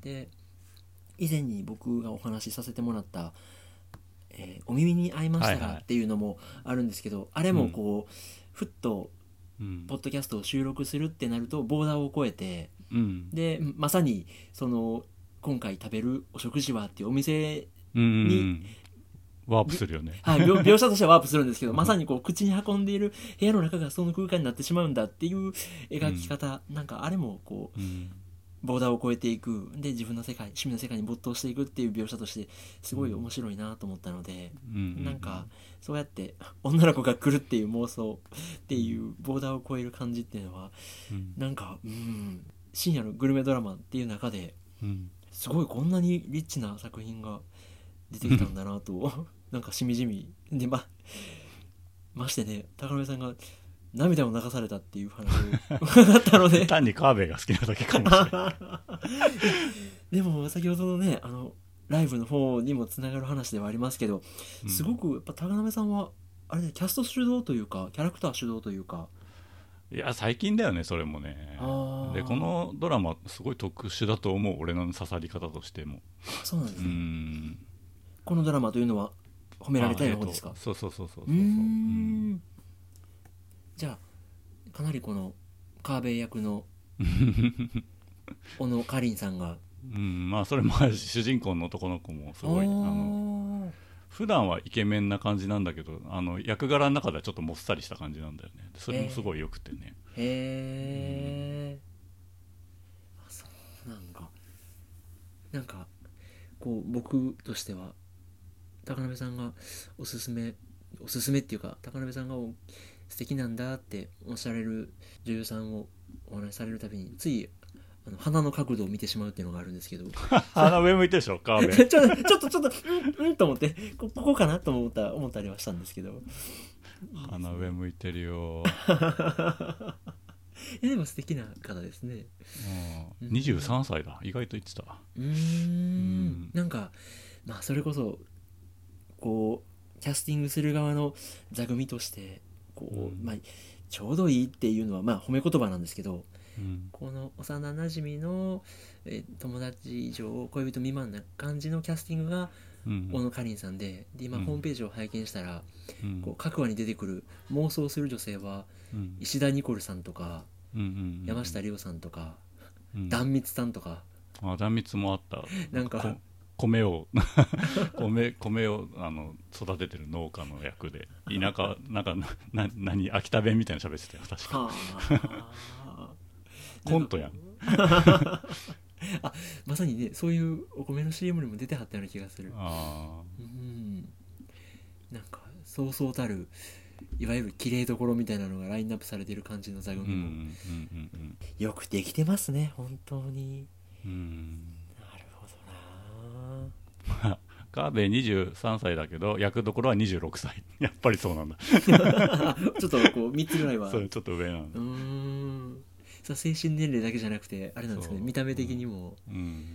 で以前に僕がお話しさせてもらった、えー、お耳に合いましたらっていうのもあるんですけど、はいはい、あれもこう、うん、ふっとポッドキャストを収録するってなるとボーダーを越えて、うん、でまさにその今回食べるお食事はっていうお店にワープするよね、 はい、描, 描写としてはワープするんですけどまさにこう口に運んでいる部屋の中がその空間になってしまうんだっていう描き方、うん、なんかあれもこう、うん、ボーダーを越えていくで自分の世界趣味の世界に没頭していくっていう描写としてすごい面白いなと思ったので、うん、なんかそうやって女の子が来るっていう妄想っていうボーダーを越える感じっていうのは、うん、なんか、うん、深夜のグルメドラマっていう中で、うん、すごいこんなにリッチな作品が出てきたんだなとなんかしみじみで ま, ましてね高鍋さんが涙を流されたっていう話を伺ったので単に川辺が好きなだけかもしれないでも先ほどのねあのライブの方にもつながる話ではありますけど、すごくやっぱ高鍋さんはあれ、ね、キャスト主導というかキャラクター主導というか、 いや最近だよねそれもね。でこのドラマすごい特殊だと思う、俺の刺さり方としても。 そうなんですね。うん、このドラマというのは褒められたいのですか。 そうそうそうそうそうそう。うーん、 じゃあかなりこの川辺役の小野かりんさんがうん、まあそれも主人公の男の子もすごいあの普段はイケメンな感じなんだけど、あの役柄の中ではちょっともっさりした感じなんだよね。それもすごいよくてね。 へえ、うん、あ、そうなんかなんかこう僕としては高鍋さんがおすすめおすすめっていうか高鍋さんが素敵なんだっておっしゃられる女優さんをお話しされるたびについあの鼻の角度を見てしまうっていうのがあるんですけど鼻上向いてるでしょ川辺ちょちょっとちょっとうんうんと思ってここかなと思った思ったりはしたんですけど、 鼻上向いてるよでも素敵な方ですね。 うん、にじゅうさんさいだ、意外と言ってた。 うーん、うん、なんかまあそれこそこうキャスティングする側の座組としてこう、うん、まあちょうどいいっていうのはまあ褒め言葉なんですけど、うん、この幼なじみのえ友達以上恋人未満な感じのキャスティングが小野かりんさんで、で今ホームページを拝見したら、うん、こう各話に出てくる妄想する女性は、うん、石田ニコルさんとか、うんうんうん、山下理央さんとか、うん、壇蜜さんとか、 あ、壇蜜もあった。 なんか米を米, 米をあの育ててる農家の役で田舎なんかな何秋田弁みたいな喋ってたよ確かコントやんあ、まさにねそういうお米の シーエム にも出てはったような気がする。 あ、 うん、なんかそうそうたるいわゆる綺麗どころみたいなのがラインナップされている感じの座組も、うんうんうんうん、よくできてますね本当に。うん、 川辺にじゅうさんさいだけど役どころはにじゅうろくさいやっぱりそうなんだちょっとこうみっつぐらいはそうちょっと上なんだ。 うーん、さ精神年齢だけじゃなくてあれなんですかね、見た目的にも、うん、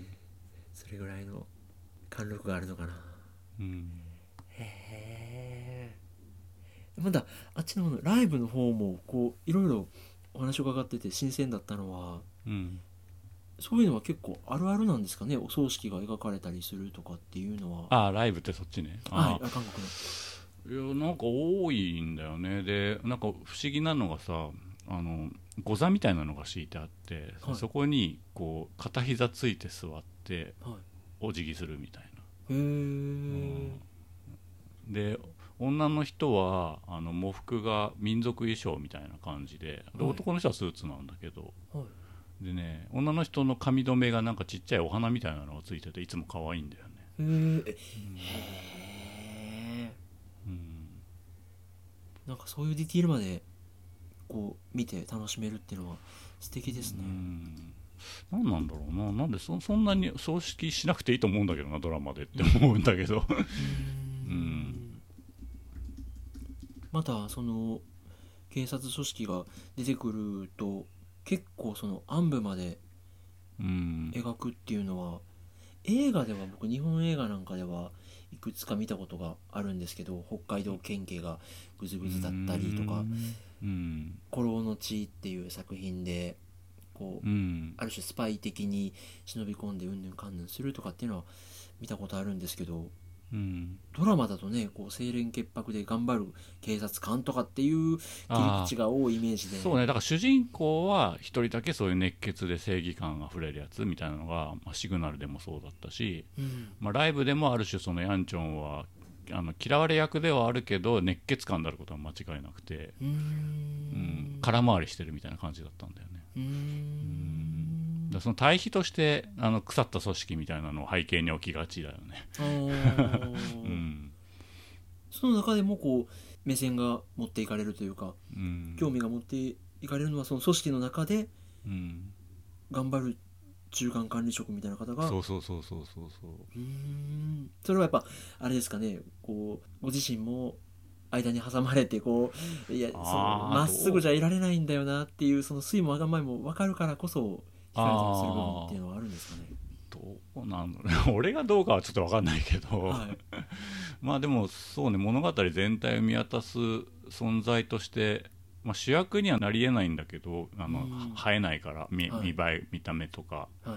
それぐらいの貫禄があるのかな、うん、へえ。まだあっちの方のライブの方もこういろいろお話を伺ってて新鮮だったのは、うん、そういうのは結構あるあるなんですかね、お葬式が描かれたりするとかっていうのは。 ああライブってそっちね。 はい、あ、韓国の。いやなんか多いんだよね。でなんか不思議なのがさ、あの御座みたいなのが敷いてあって、はい、そこにこう片膝ついて座って、はい、お辞儀するみたいな。へー、うん、で女の人はあの喪服が民族衣装みたいな感じで、で男の人はスーツなんだけど、はい、でね女の人の髪留めがなんかちっちゃいお花みたいなのがついてていつも可愛いんだよね。へー、うん、へー、うん、なんかそういうディティールまでこう見て楽しめるっていうのは素敵ですね。うん、 何なんだろうな、なんで そ, そんなに葬式しなくていいと思うんだけどなドラマでって思うんだけどうん、うん、 またその警察組織が出てくると結構その暗部まで描くっていうのは、うん、映画では僕日本映画なんかではいくつか見たことがあるんですけど、北海道県警がグズグズだったりとか、うん、孤狼の血っていう作品でこう、うん、ある種スパイ的に忍び込んでうんぬんかんぬんするとかっていうのは見たことあるんですけど、うん、ドラマだとねこう清廉潔白で頑張る警察官とかっていう切り口が多いイメージで。 そうね、だから主人公は一人だけそういう熱血で正義感あふれるやつみたいなのが、まあ、シグナルでもそうだったし、うん、まあ、ライブでもある種そのヤンチョンはあの嫌われ役ではあるけど熱血感であることは間違いなくて、 うーん、うん、空回りしてるみたいな感じだったんだよね。 ーん、うーん、 だその対比としてあの腐った組織みたいなのを背景に置きがちだよね。うん、 その中でもこう目線が持っていかれるというか、 うん、 興味が持っていかれるのはその組織の中で頑張る中間管理職みたいな方が、 そうそうそうそうそうそう、 うーん、それはやっぱあれですかね、こうご自身も間に挟まれてこういやそのまっすぐじゃいられないんだよなっていうその酸いもあがまいも分かるからこそ惹かれたりする部分っていうのはあるんですかね。 どうなんだろうね俺がどうかはちょっと分かんないけど、はい、まあでもそうね、物語全体を見渡す存在として、まあ、主役にはなりえないんだけど、あの生えないから見、はい、見栄え見た目とか、はい、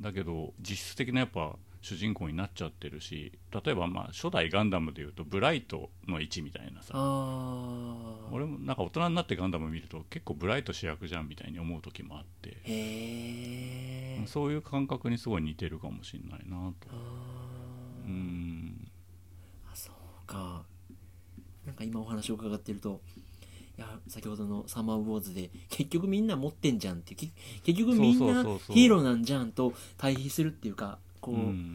だけど実質的なやっぱ主人公になっちゃってるし、例えばまあ初代ガンダムでいうとブライトの位置みたいなさ、あ俺もなんか大人になってガンダム見ると結構ブライト主役じゃんみたいに思う時もあって、へそういう感覚にすごい似てるかもしれないなと。あうん、あそうか。なんか今お話を伺ってると、いや先ほどのサマーウォーズで結局みんな持ってんじゃんっていう、結局みんなヒーローなんじゃんと対比するっていうか、こう、うん、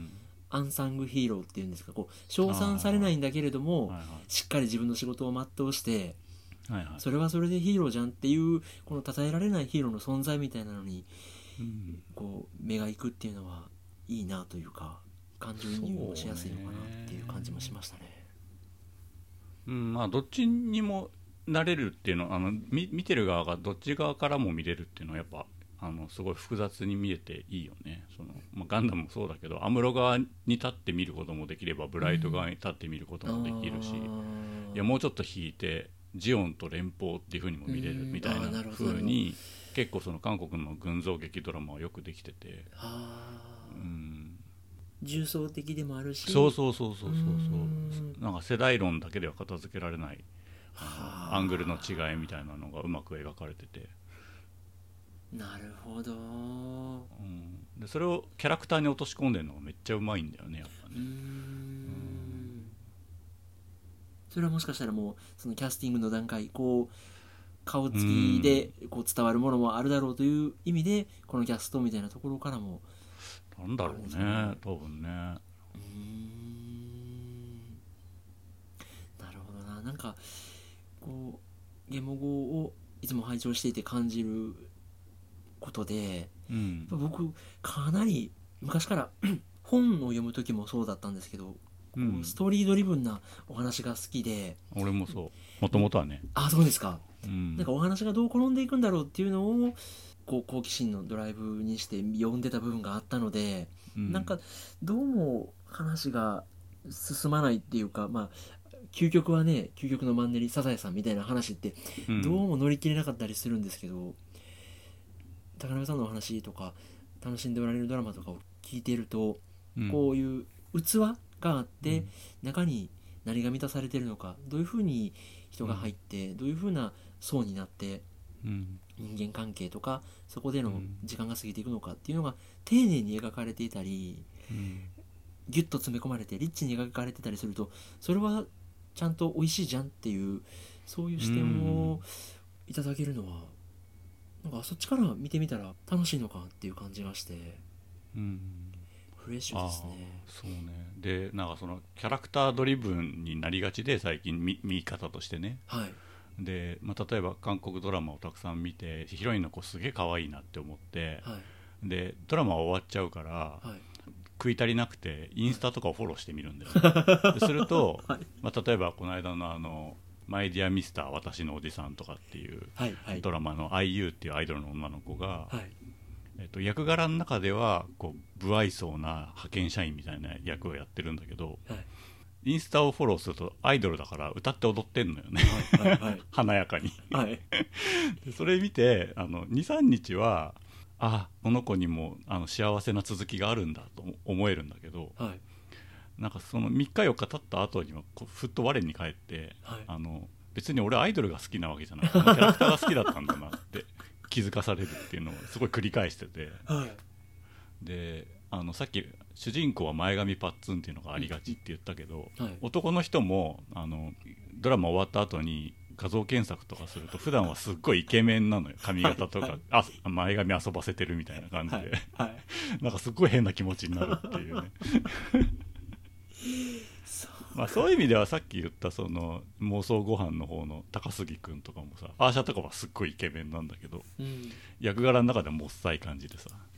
アンサングヒーローっていうんですか、こう称賛されないんだけれども、はいはい、しっかり自分の仕事を全うして、はいはい、それはそれでヒーローじゃんっていうこの称えられないヒーローの存在みたいなのに、うん、こう目がいくっていうのはいいなというか、感情移入もしやすいのかなっていう感じもしましたね。 うん、まあどっちにもなれるっていうのは、あの 見, 見てる側がどっち側からも見れるっていうのはやっぱあのすごい複雑に見えていいよね。その、まあ、ガンダムもそうだけどアムロ側に立って見ることもできればブライト側に立って見ることもできるし、うん、いやもうちょっと引いてジオンと連邦っていう風にも見れるみたいな風に、結構その韓国の群像劇ドラマはよくできてて、 うん、重層的でもあるし、 そうそうそうそうそうそう、なんか世代論だけでは片付けられないあのアングルの違いみたいなのがうまく描かれてて、 なるほど、うん、 でそれをキャラクターに落とし込んでるのがめっちゃうまいんだよね、やっぱね。うーん、うん、 それはもしかしたらもうそのキャスティングの段階、こう顔つきでこう伝わるものもあるだろうという意味でこのキャストみたいなところからもなんだろうね、多分ね。うーん、なるほどな。なんかこうゲモ語をいつも拝聴していて感じることで、うん、僕かなり昔から本を読む時もそうだったんですけど、うん、ストーリードリブンなお話が好きで。 俺もそう、もともとはね。 あ、そうですか、うん、なんかお話がどう転んでいくんだろうっていうのをこう好奇心のドライブにして読んでた部分があったので、うん、なんかどうも話が進まないっていうか、まあ究極はね、究極のマンネリサザエさんみたいな話ってどうも乗り切れなかったりするんですけど、うん、高鍋さんのお話とか楽しんでおられるドラマとかを聞いていると、うん、こういう器があって、うん、中に何が満たされているのか、どういうふうに人が入って、うん、どういうふうな層になって、うん、人間関係とかそこでの時間が過ぎていくのかっていうのが丁寧に描かれていたり、うん、ギュッと詰め込まれてリッチに描かれてたりすると、それはちゃんと美味しいじゃんっていう、そういう視点をいただけるのは、なんかそっちから見てみたら楽しいのかっていう感じがして、うん、フレッシュですね。 そうね。でなんかそのキャラクタードリブンになりがちで最近 見, 見方としてね、はい、で、まあ、例えば韓国ドラマをたくさん見てヒロインの子すげえ可愛いなって思って、はい、でドラマは終わっちゃうから、はい、食い足りなくてインスタとかをフォローしてみるんだよね、はい、ですると、はい、まあ、例えばこの間のあのマイディアミスター私のおじさんとかっていうドラマの アイユー っていうアイドルの女の子が、はい、えっと、役柄の中ではこう不愛想な派遣社員みたいな役をやってるんだけど、はい、インスタをフォローするとアイドルだから歌って踊ってんのよね、はいはいはい、華やかに、はい、でそれ見てあの にさんにちはあこの子にもあの幸せな続きがあるんだと思えるんだけど、はい、なんかそのみっかよっか経った後にはこうふっと我に返って、はい、あの別に俺アイドルが好きなわけじゃなくてキャラクターが好きだったんだなって気づかされるっていうのをすごい繰り返してて、はい、であのさっき主人公は前髪パッツンっていうのがありがちって言ったけど、 はい、 男の人もあのドラマ終わった後に画像検索とかすると普段はすっごいイケメンなのよ、髪型とか、はいはい、あ前髪遊ばせてるみたいな感じで、はいはい、なんかすっごい変な気持ちになるっていうねまあそういう意味ではさっき言ったその妄想ご飯の方の高杉君とかもさ、アーシャとかはすっごいイケメンなんだけど、うん、役柄の中ではもっさい感じでさ、うん、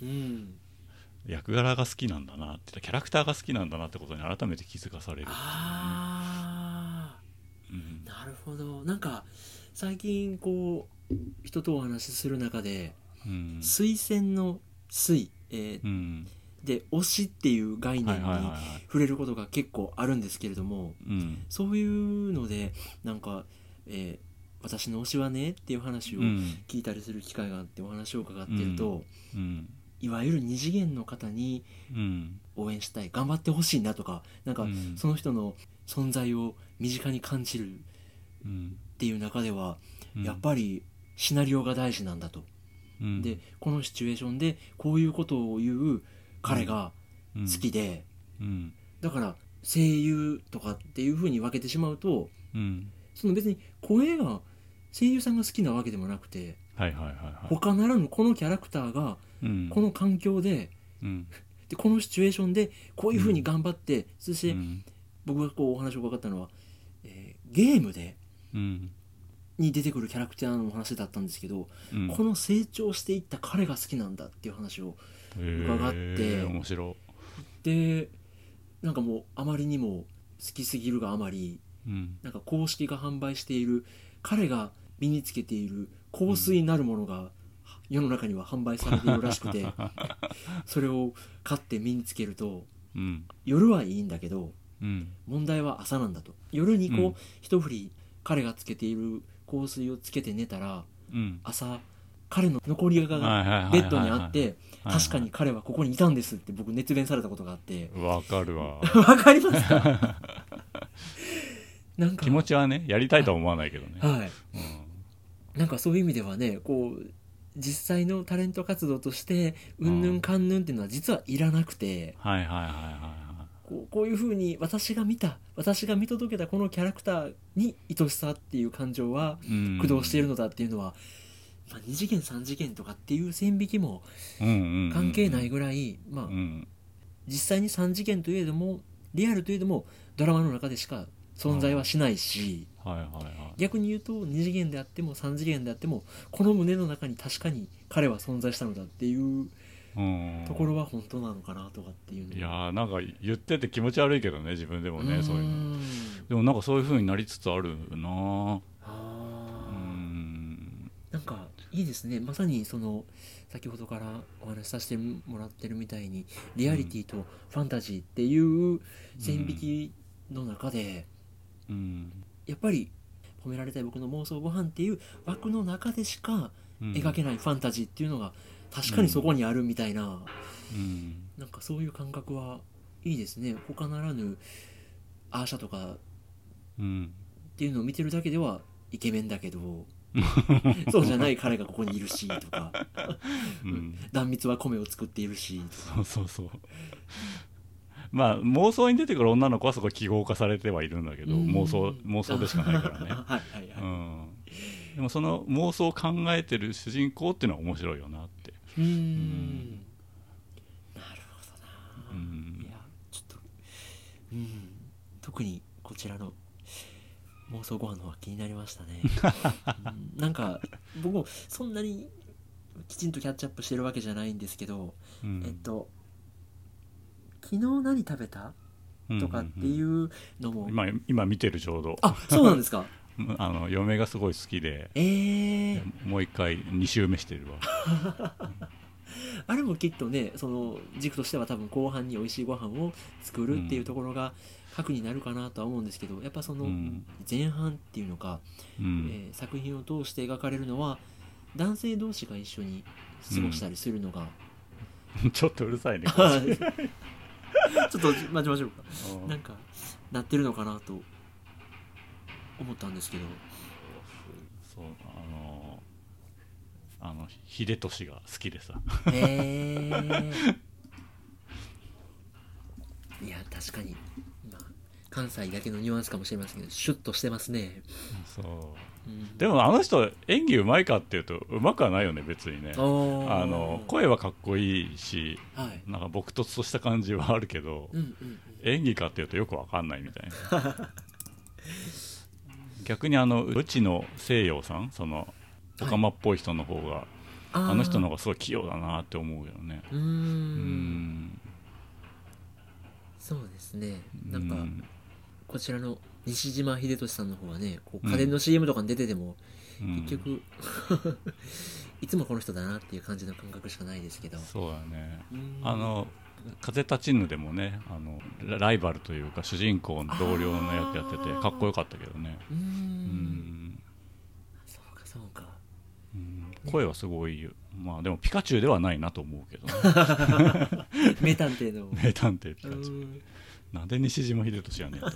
役柄が好きなんだなってキャラクターが好きなんだなってことに改めて気づかされるっていうね。 あー、うん、なるほど。なんか最近こう人とお話しする中で、うん、推薦の推、えーうんで推しっていう概念に触れることが結構あるんですけれども、うん、そういうのでなんか、えー、私の推しはねっていう話を聞いたりする機会があってお話を伺っていると、うんうん、いわゆる二次元の方に応援したい、頑張ってほしいなとか、なんかその人の存在を身近に感じるっていう中では、やっぱりシナリオが大事なんだと、うん、でこのシチュエーションでこういうことを言う彼が好きで、うんうん、だから声優とかっていう風に分けてしまうと、うん、その別に声が声優さんが好きなわけでもなくて、はいはいはいはい、他ならぬこのキャラクターがこの環境で、うん、でこのシチュエーションでこういう風に頑張って、うん、そして、うん、僕がこうお話を伺ったのは、えー、ゲームで、うん、に出てくるキャラクターのお話だったんですけど、うん、この成長していった彼が好きなんだっていう話を伺って、 えー、面白でなんかもうあまりにも好きすぎるがあまり、うん、なんか公式が販売している彼が身につけている香水なるものが世の中には販売されているらしくて、うん、それを買って身につけると、うん、夜はいいんだけど、うん、問題は朝なんだと。夜にこう、うん、一振り彼がつけている香水をつけて寝たら、うん、朝彼の残りがベッドにあって確かに彼はここにいたんですって僕熱弁されたことがあって。 わかるわわかりますかなんか気持ちはねやりたいとは思わないけどね、はい、はいうん、なんかそういう意味ではねこう実際のタレント活動としてうんぬんかんぬんっていうのは実はいらなくて、 はいはいはいはい、 こう、こういう風に私が見た私が見届けたこのキャラクターに愛しさっていう感情は駆動しているのだっていうのは、まあ、に次元さん次元とかっていう線引きも関係ないぐらい、まあ、実際にさん次元といえどもリアルといえどもドラマの中でしか存在はしないし、はいはいはい、逆に言うとに次元であってもさん次元であってもこの胸の中に確かに彼は存在したのだっていうところは本当なのかなとかっていうの。 いやーなんか言ってて気持ち悪いけどね自分でもね、そういうのでもなんかそういう風になりつつあるなあ。 うん、なんかいいですね。まさにその先ほどからお話しさせてもらってるみたいにリアリティとファンタジーっていう線引きの中で、うん、やっぱり褒められたい僕の妄想ご飯っていう枠の中でしか描けないファンタジーっていうのが確かにそこにあるみたいな、うん、なんかそういう感覚はいいですね。他ならぬアーシャとかっていうのを見てるだけではイケメンだけどそうじゃない彼がここにいるしとか、うん、壇蜜は米を作っているしとか、そうそうそうまあ妄想に出てくる女の子はそこ記号化されてはいるんだけど、妄想妄想でしかないからねはいはい、はい、うん、でもその妄想を考えてる主人公っていうのは面白いよなって。うーん、うん、 なるほどな、うん、いやちょっと、うん、特にこちらの妄想ご飯の方が気になりましたね、うん、なんか僕もそんなにきちんとキャッチアップしてるわけじゃないんですけど、うん、えっと昨日何食べたとかっていうのも、 うんうんうん、今, 今見てるちょうど。 あ、そうなんですかあの嫁がすごい好きで、えー、もう一回に周目してるわあれもきっとねその軸としては多分後半に美味しいご飯を作るっていうところが核になるかなとは思うんですけど、やっぱその前半っていうのか、うんえー、作品を通して描かれるのは男性同士が一緒に過ごしたりするのが、 うん、ちょっとうるさいねちょっと待ちましょうかなんかなってるのかなと思ったんですけど、 そうあのあの秀俊が好きでさへいや確かに、まあ、関西だけのニュアンスかもしれませんけどシュッとしてますね。 そう、うん、でもあの人演技うまいかっていうとうまくはないよね別にね。あの声はかっこいいし、はい、なんか朴訥とした感じはあるけど、うんうんうん、演技かっていうとよくわかんないみたいな逆にあの内野聖陽さん、そのオカマっぽい人の方が、はい、あ, あの人の方がすごい器用だなって思うよね。うーん、うーん、 そうですね。なんかこちらの西島秀俊さんの方はね、こう家電の シーエム とかに出てても、うん、結局いつもこの人だなっていう感じの感覚しかないですけど。 そうだね。あの風立ちぬでもね、あのライバルというか主人公の同僚の役やっててかっこよかったけどね。うーん、うーん、 そうかそうか、 うん、声はすごいよ。まあでもピカチュウではないなと思うけど、ね、 名探偵の名探偵ピカチュウ、なんで西島秀俊やねんと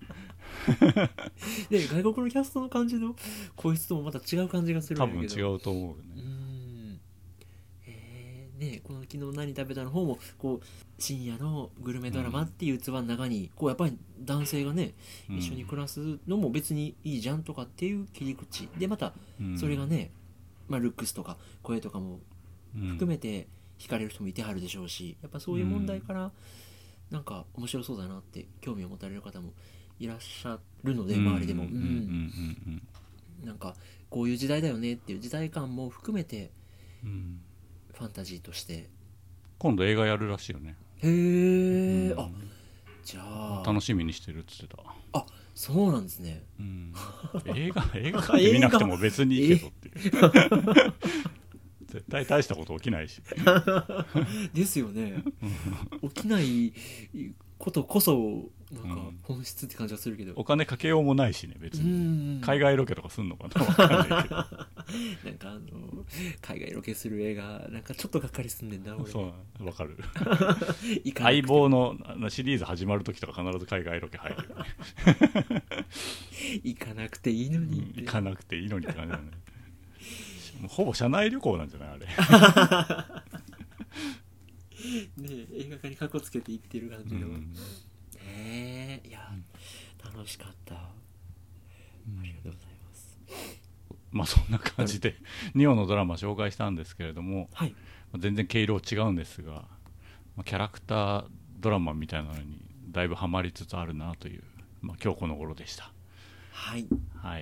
で外国のキャストの感じの声質もまた違う感じがするんだけど、 多分違うと思うよね。うーん、えー、ね、この昨日何食べたの方もこう深夜のグルメドラマっていう器の中に、こうやっぱり男性がね、うん、一緒に暮らすのも別にいいじゃんとかっていう切り口で、またそれがね、まあ、ルックスとか声とかも含めて惹かれる人もいてはるでしょうし、やっぱそういう問題からなんか面白そうだなって興味を持たれる方もいらっしゃるので、周りでもなんかこういう時代だよねっていう時代感も含めて、うん、ファンタジーとして今度映画やるらしいよね。 へえ、うん、あ、じゃあ楽しみにしてるって言ってた。 あ、そうなんですね、うん、 映画映画館で見なくても別にいいけどっていう絶対大したこと起きないしですよね起きないことこそなんか本質って感じがするけど、うん、 お金かけようもないしね別に。海外ロケとかすんのかな分かんないけどなんかあの海外ロケする映画なんかちょっとがっかりすんねんな俺。 そう分かる相棒のシリーズ始まる時とか必ず海外ロケ入るよね行かなくていいのに、 うん、行かなくていいのにって感じだねもうほぼ社内旅行なんじゃないあれねえ、映画館にカッコつけて行ってる感じの、うん、へえ、いや、うん、楽しかった、うん、ありがとうございます。 まあそんな感じでにわのドラマ紹介したんですけれども、はい、全然毛色違うんですが、まあ、キャラクタードラマみたいなのにだいぶハマりつつあるなという、まあ、今日この頃でした。 はい、 はい、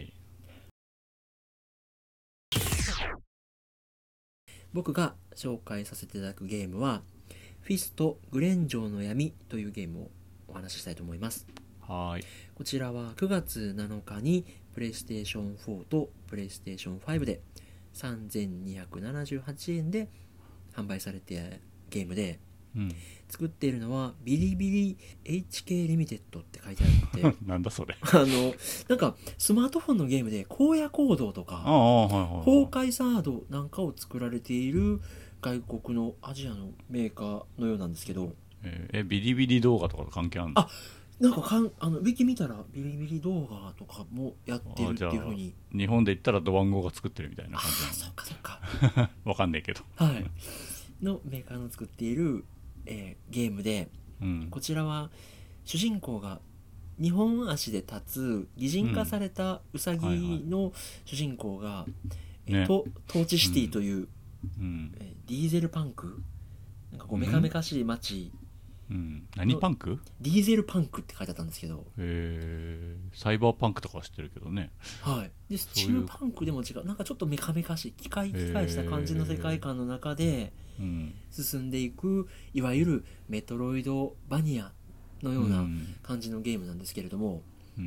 僕が紹介させていただくゲームはフィストグレンジョーの闇というゲームをお話ししたいと思います。 はい、 こちらはくがつなのかにプレイステーションフォーとプレイステーションファイブでさんぜんにひゃくななじゅうはちえんで販売されているゲームで、うん、作っているのはビリビリ エイチケー リミテッドって書いてあってなんだそれあのなんかスマートフォンのゲームで荒野行動とか崩壊サードなんかを作られている外国のアジアのメーカーのようなんですけど、 えー、えビリビリ動画とかと関係あるの？ あ、なんかかんあのウィキ見たらビリビリ動画とかもやってるっていうふうに。 日本で言ったらドワンゴが作ってるみたいな感じなの？ あ、そっかそっかわかんないけど、 はい、のメーカーの作っている、えー、ゲームで、うん、こちらは主人公がにほん足で立つ擬人化されたウサギの主人公が、うん、はいはい、えー、ト, トーチシティという、うん、えー、ディーゼルパンクなんかこうメカメカしい街、 うん、何パンク？ ディーゼルパンクって書いてあったんですけど、 へー、サイバーパンクとかは知ってるけどね。 はい、でスチームパンクでも違う、なんかちょっとメカメカしい機械機械した感じの世界観の中で進んでいく、いわゆるメトロイドバニアのような感じのゲームなんですけれども、うん、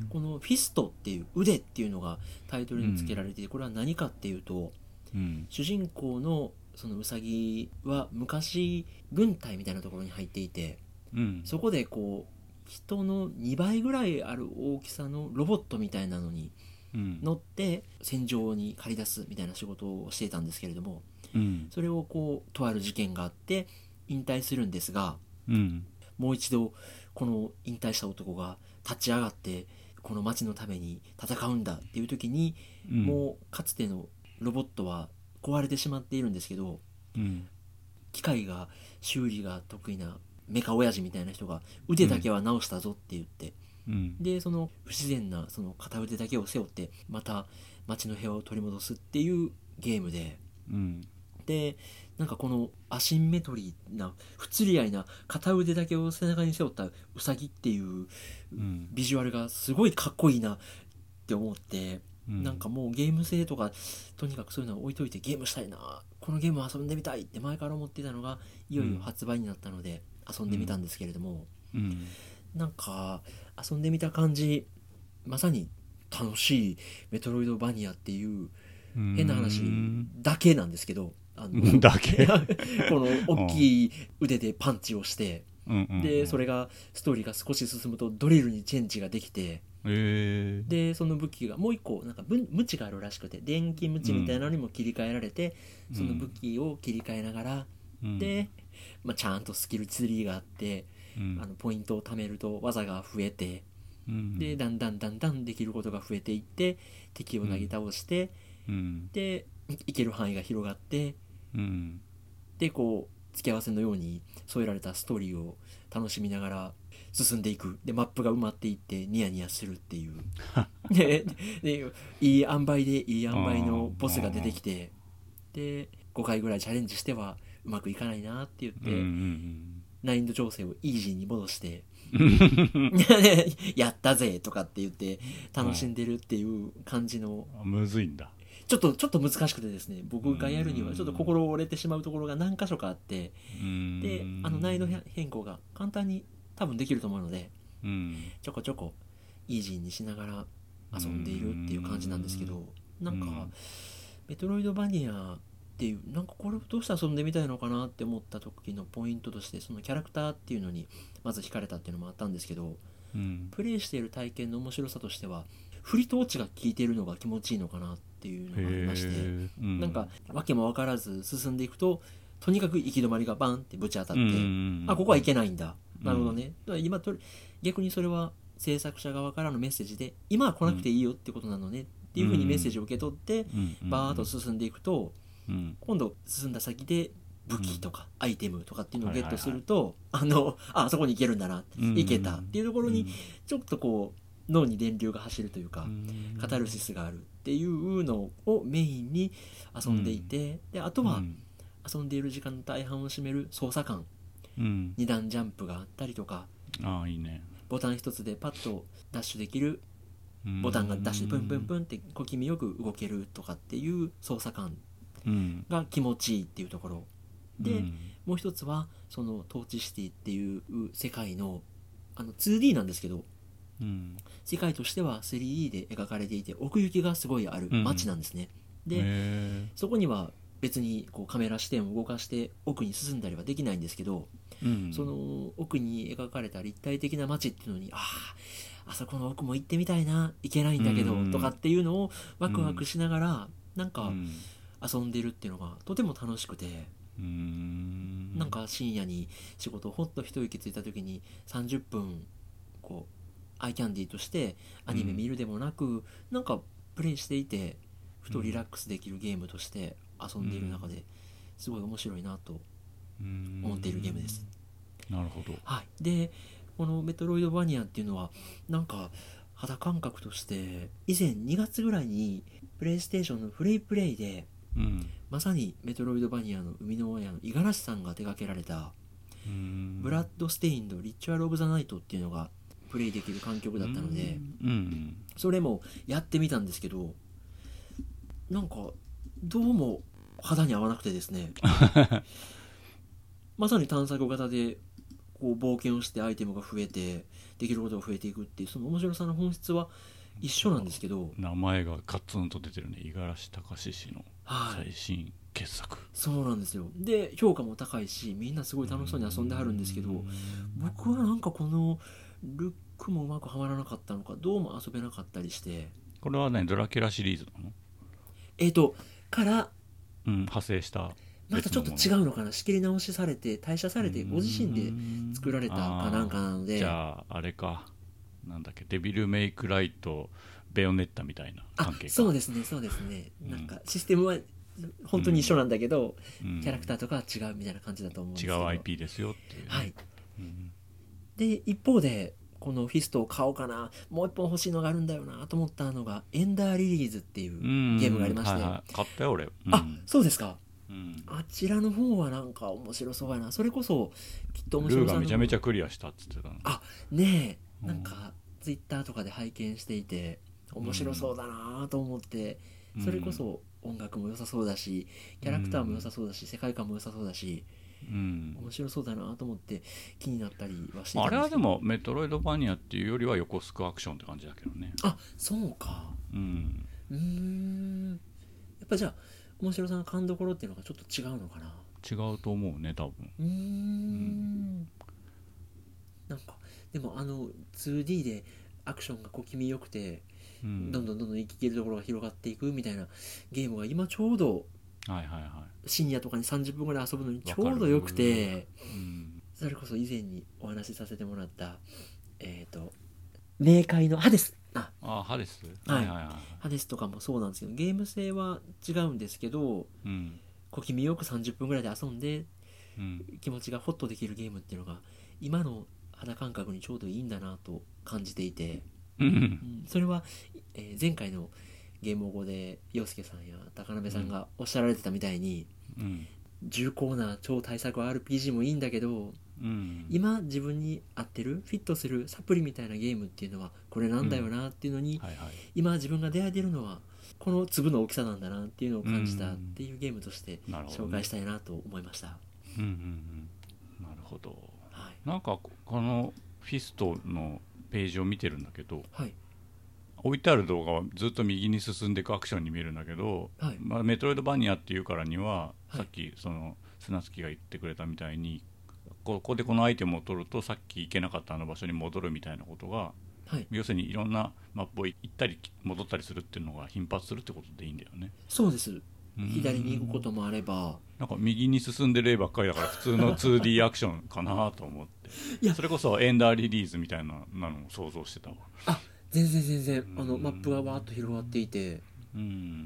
このフィストっていう腕っていうのがタイトルに付けられていて、これは何かっていうと、うん、主人公のそのウサギは昔軍隊みたいなところに入っていて、うん、そこでこう人のにばいぐらいある大きさのロボットみたいなのに乗って戦場に駆り出すみたいな仕事をしていたんですけれども、うん、それをこうとある事件があって引退するんですが、うん、もう一度この引退した男が立ち上がってこの町のために戦うんだっていう時に、うん、もうかつてのロボットは壊れてしまっているんですけど、うん、機械が修理が得意なメカ親父みたいな人が腕だけは直したぞって言って、うん、でその不自然なその片腕だけを背負ってまた街の平和を取り戻すっていうゲームで、うん、でなんかこのアシンメトリーな不釣り合いな片腕だけを背中に背負ったウサギっていうビジュアルがすごいかっこいいなって思って、うん、なんかもうゲーム性とかとにかくそういうのを置いといてゲームしたいな、このゲームを遊んでみたいって前から思っていたのがいよいよ発売になったので遊んでみたんですけれども、うんうん、なんか遊んでみた感じまさに楽しいメトロイドバニアっていう変な話だけなんですけど、あのだけこの大きい腕でパンチをして、うんうんうん、でそれがストーリーが少し進むとドリルにチェンジができて、えー、でその武器がもう一個なんかムチがあるらしくて電気ムチみたいなのにも切り替えられて、うん、その武器を切り替えながら、うん、で、まあ、ちゃんとスキルツリーがあって、うん、あのポイントを貯めると技が増えて、うん、でだんだんだんだんできることが増えていって敵を投げ倒して、うん、でいける範囲が広がって、うん、でこう付け合わせのように添えられたストーリーを楽しみながら進んでいく。でマップが埋まっていってニヤニヤするっていうででいい塩梅でいい塩梅のボスが出てきて、でごかいぐらいチャレンジしてはうまくいかないなって言って、うんうんうん、難易度調整をイージーに戻してやったぜとかって言って楽しんでるっていう感じの、 むずいんだ。 ちょっとちょっと難しくてですね、僕がやるにはちょっと心折れてしまうところが何箇所かあって、であの難易度変更が簡単に多分できると思うので、ちょこちょこイージーにしながら遊んでいるっていう感じなんですけど、なんかメトロイドバニアっていうなんかこれどうして遊んでみたいのかなって思った時のポイントとして、そのキャラクターっていうのにまず惹かれたっていうのもあったんですけど、うん、プレイしている体験の面白さとしては振りトーチが効いているのが気持ちいいのかなっていうのがありまして、うん、なんか訳も分からず進んでいくととにかく行き止まりがバンってぶち当たって、うん、あここはいけないんだ、うん、なるほどね、だから今と逆にそれは制作者側からのメッセージで今は来なくていいよってことなのねっていう風にメッセージを受け取って、うん、バーッと進んでいくと、うん、今度進んだ先で武器とかアイテムとかっていうのをゲットすると、あのあそこに行けるんだな、うん、行けたっていうところにちょっとこう脳に電流が走るというか、うん、カタルシスがあるっていうのをメインに遊んでいて、うん、であとは遊んでいる時間の大半を占める操作感、うん、に段ジャンプがあったりとか、 あいいね、 ボタン一つでパッとダッシュできるボタンがダッシュプンプンプンって小気味よく動けるとかっていう操作感が気持ちいいっていうところで、うん、もう一つはそのトーチシティっていう世界のあの ツーディー なんですけど、うん、世界としては スリーディー で描かれていて奥行きがすごいある街なんですね、うん、でそこには別にこうカメラ視点を動かして奥に進んだりはできないんですけど、うん、その奥に描かれた立体的な街っていうのにあああそこの奥も行ってみたいな行けないんだけど、うん、とかっていうのをワクワクしながらなんか遊んでるっていうのがとても楽しくて、うーんなんか深夜に仕事をほっと一息ついた時にさんじゅっぷんこうアイキャンディーとしてアニメ見るでもなく、うん、なんかプレイしていてふとリラックスできるゲームとして遊んでいる中ですごい面白いなと思っているゲームです。 なるほど、 はい、でこのメトロイドバニアっていうのはなんか肌感覚として以前にがつぐらいにプレイステーションのフレイプレイで、うん、まさにメトロイドバニアの生みの親の五十嵐さんが手掛けられたブラッドステインドリチュアルオブザナイトっていうのがプレイできる環境だったので、うん、それもやってみたんですけどなんかどうも肌に合わなくてですねまさに探索型でこう冒険をしてアイテムが増えてできることが増えていくっていうその面白さの本質は一緒なんですけど、 名前がガツンと出てるね、五十嵐隆氏の最新傑作、 はい、そうなんですよ。で評価も高いしみんなすごい楽しそうに遊んではるんですけど僕はなんかこのルックもうまくはまらなかったのかどうも遊べなかったりして。 これはねドラキュラシリーズなのえっ、ー、とから、 うん、派生したまたちょっと違うのかな、仕切り直しされて退社されてご自身で作られたかなんかなので、 じゃああれかなんだっけデビルメイクライトベヨネッタみたいな関係か。 そうですねそうですね、うん、なんかシステムは本当に一緒なんだけど、うん、キャラクターとかは違うみたいな感じだと思うんですけど、 違う アイピー ですよっていう、ね、 はいうん、 で一方でこのフィストを買おうかな、もう一本欲しいのがあるんだよなと思ったのがエンダーリリーズっていうゲームがありまして、 はいはい、買ったよ俺、うん、 あ、そうですか、 うん、 あちらの方はなんか面白そうやな。それこそきっと面白ルーがめちゃめちゃクリアしたっつってたの。 あ、ねえ、なんかツイッターとかで拝見していて面白そうだなと思って、うん、それこそ音楽も良さそうだしキャラクターも良さそうだし、うん、世界観も良さそうだし、うん、面白そうだなと思って気になったりはしてたんですけど、 あれはでもメトロイドバニアっていうよりは横スクアクションって感じだけどね。 あ、そうか、うん、うーん、やっぱじゃあ面白さの勘どころっていうのがちょっと違うのかな。 違うと思うね多分。 うーん、うん、なんかでもあの ツーディー でアクションが小気味よくて、うん、どんどんどんどん生き切るところが広がっていくみたいなゲームが今ちょうど深夜とかにさんじゅっぷんぐらい遊ぶのにちょうどよくて、うん、それこそ以前にお話しさせてもらったえっ、ー、と冥界のハデス、 ああハデス、 はいはいはいはい、ハデスとかもそうなんですけどゲーム性は違うんですけど、うん、小気味よくさんじゅっぷんぐらいで遊んで、うん、気持ちがホッとできるゲームっていうのが今の肌感覚にちょうどいいんだなと感じていて、うん、それは、えー、前回のゲーム語で陽介さんや高鍋さんがおっしゃられてたみたいに、うん、重厚な超大作 アールピージー もいいんだけど、うん、今自分に合ってるフィットするサプリみたいなゲームっていうのはこれなんだよなっていうのに、うんはいはい、今自分が出会えてるのはこの粒の大きさなんだなっていうのを感じたっていうゲームとして紹介したいなと思いました。 うんうんうん、なるほど、はい、なんかこのフィストのページを見てるんだけど、はい、置いてある動画はずっと右に進んでいくアクションに見えるんだけど、はいまあ、メトロイドバニアっていうからには、はい、さっきその砂月が言ってくれたみたいにここでこのアイテムを取るとさっき行けなかったあの場所に戻るみたいなことが、はい、要するにいろんなマップを行ったり戻ったりするっていうのが頻発するってことでいいんだよね。 そうです。左に行くこともあればなんか右に進んで例ばっかりだから普通の ツーディー アクションかなと思っていやそれこそエンダーリリースみたいなのを想像してたわ。 あ、全然全然あのマップがわーっと広がっていて、うん、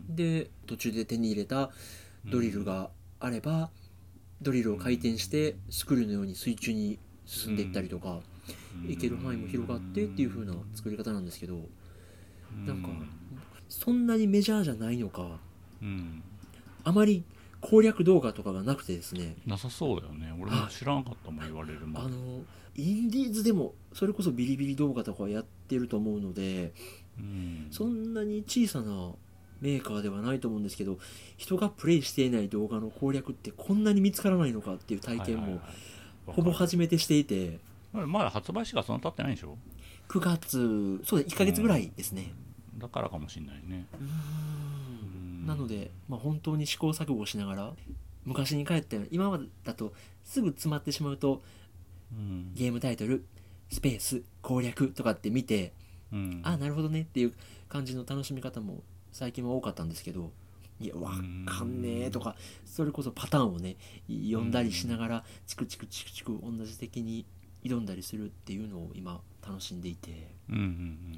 で途中で手に入れたドリルがあれば、ドリルを回転してスクリューのように水中に進んでいったりとか、行ける範囲も広がってっていう風な作り方なんですけど、なんかそんなにメジャーじゃないのか、うん、あまり攻略動画とかがなくてですね。 なさそうだよね。俺も知らなかったもん言われるもん。 あのインディーズでもそれこそビリビリ動画とかやってると思うので、うん、そんなに小さなメーカーではないと思うんですけど、人がプレイしていない動画の攻略ってこんなに見つからないのかっていう体験もほぼ初めてしていて、 まだ発売しかそんな経ってないでしょ。 くがつ、そうだいっかげつぐらいですね、 うん、だからかもしれないね。うーん、なので、まあ、本当に試行錯誤しながら昔に帰ったような、今までだとすぐ詰まってしまうと、うん、ゲームタイトルスペース攻略とかって見て、うん、あ、なるほどねっていう感じの楽しみ方も最近は多かったんですけど、いやわかんねえとか、それこそパターンをね読んだりしながらチクチクチクチク同じ敵に挑んだりするっていうのを今楽しんでいて、うんうんうん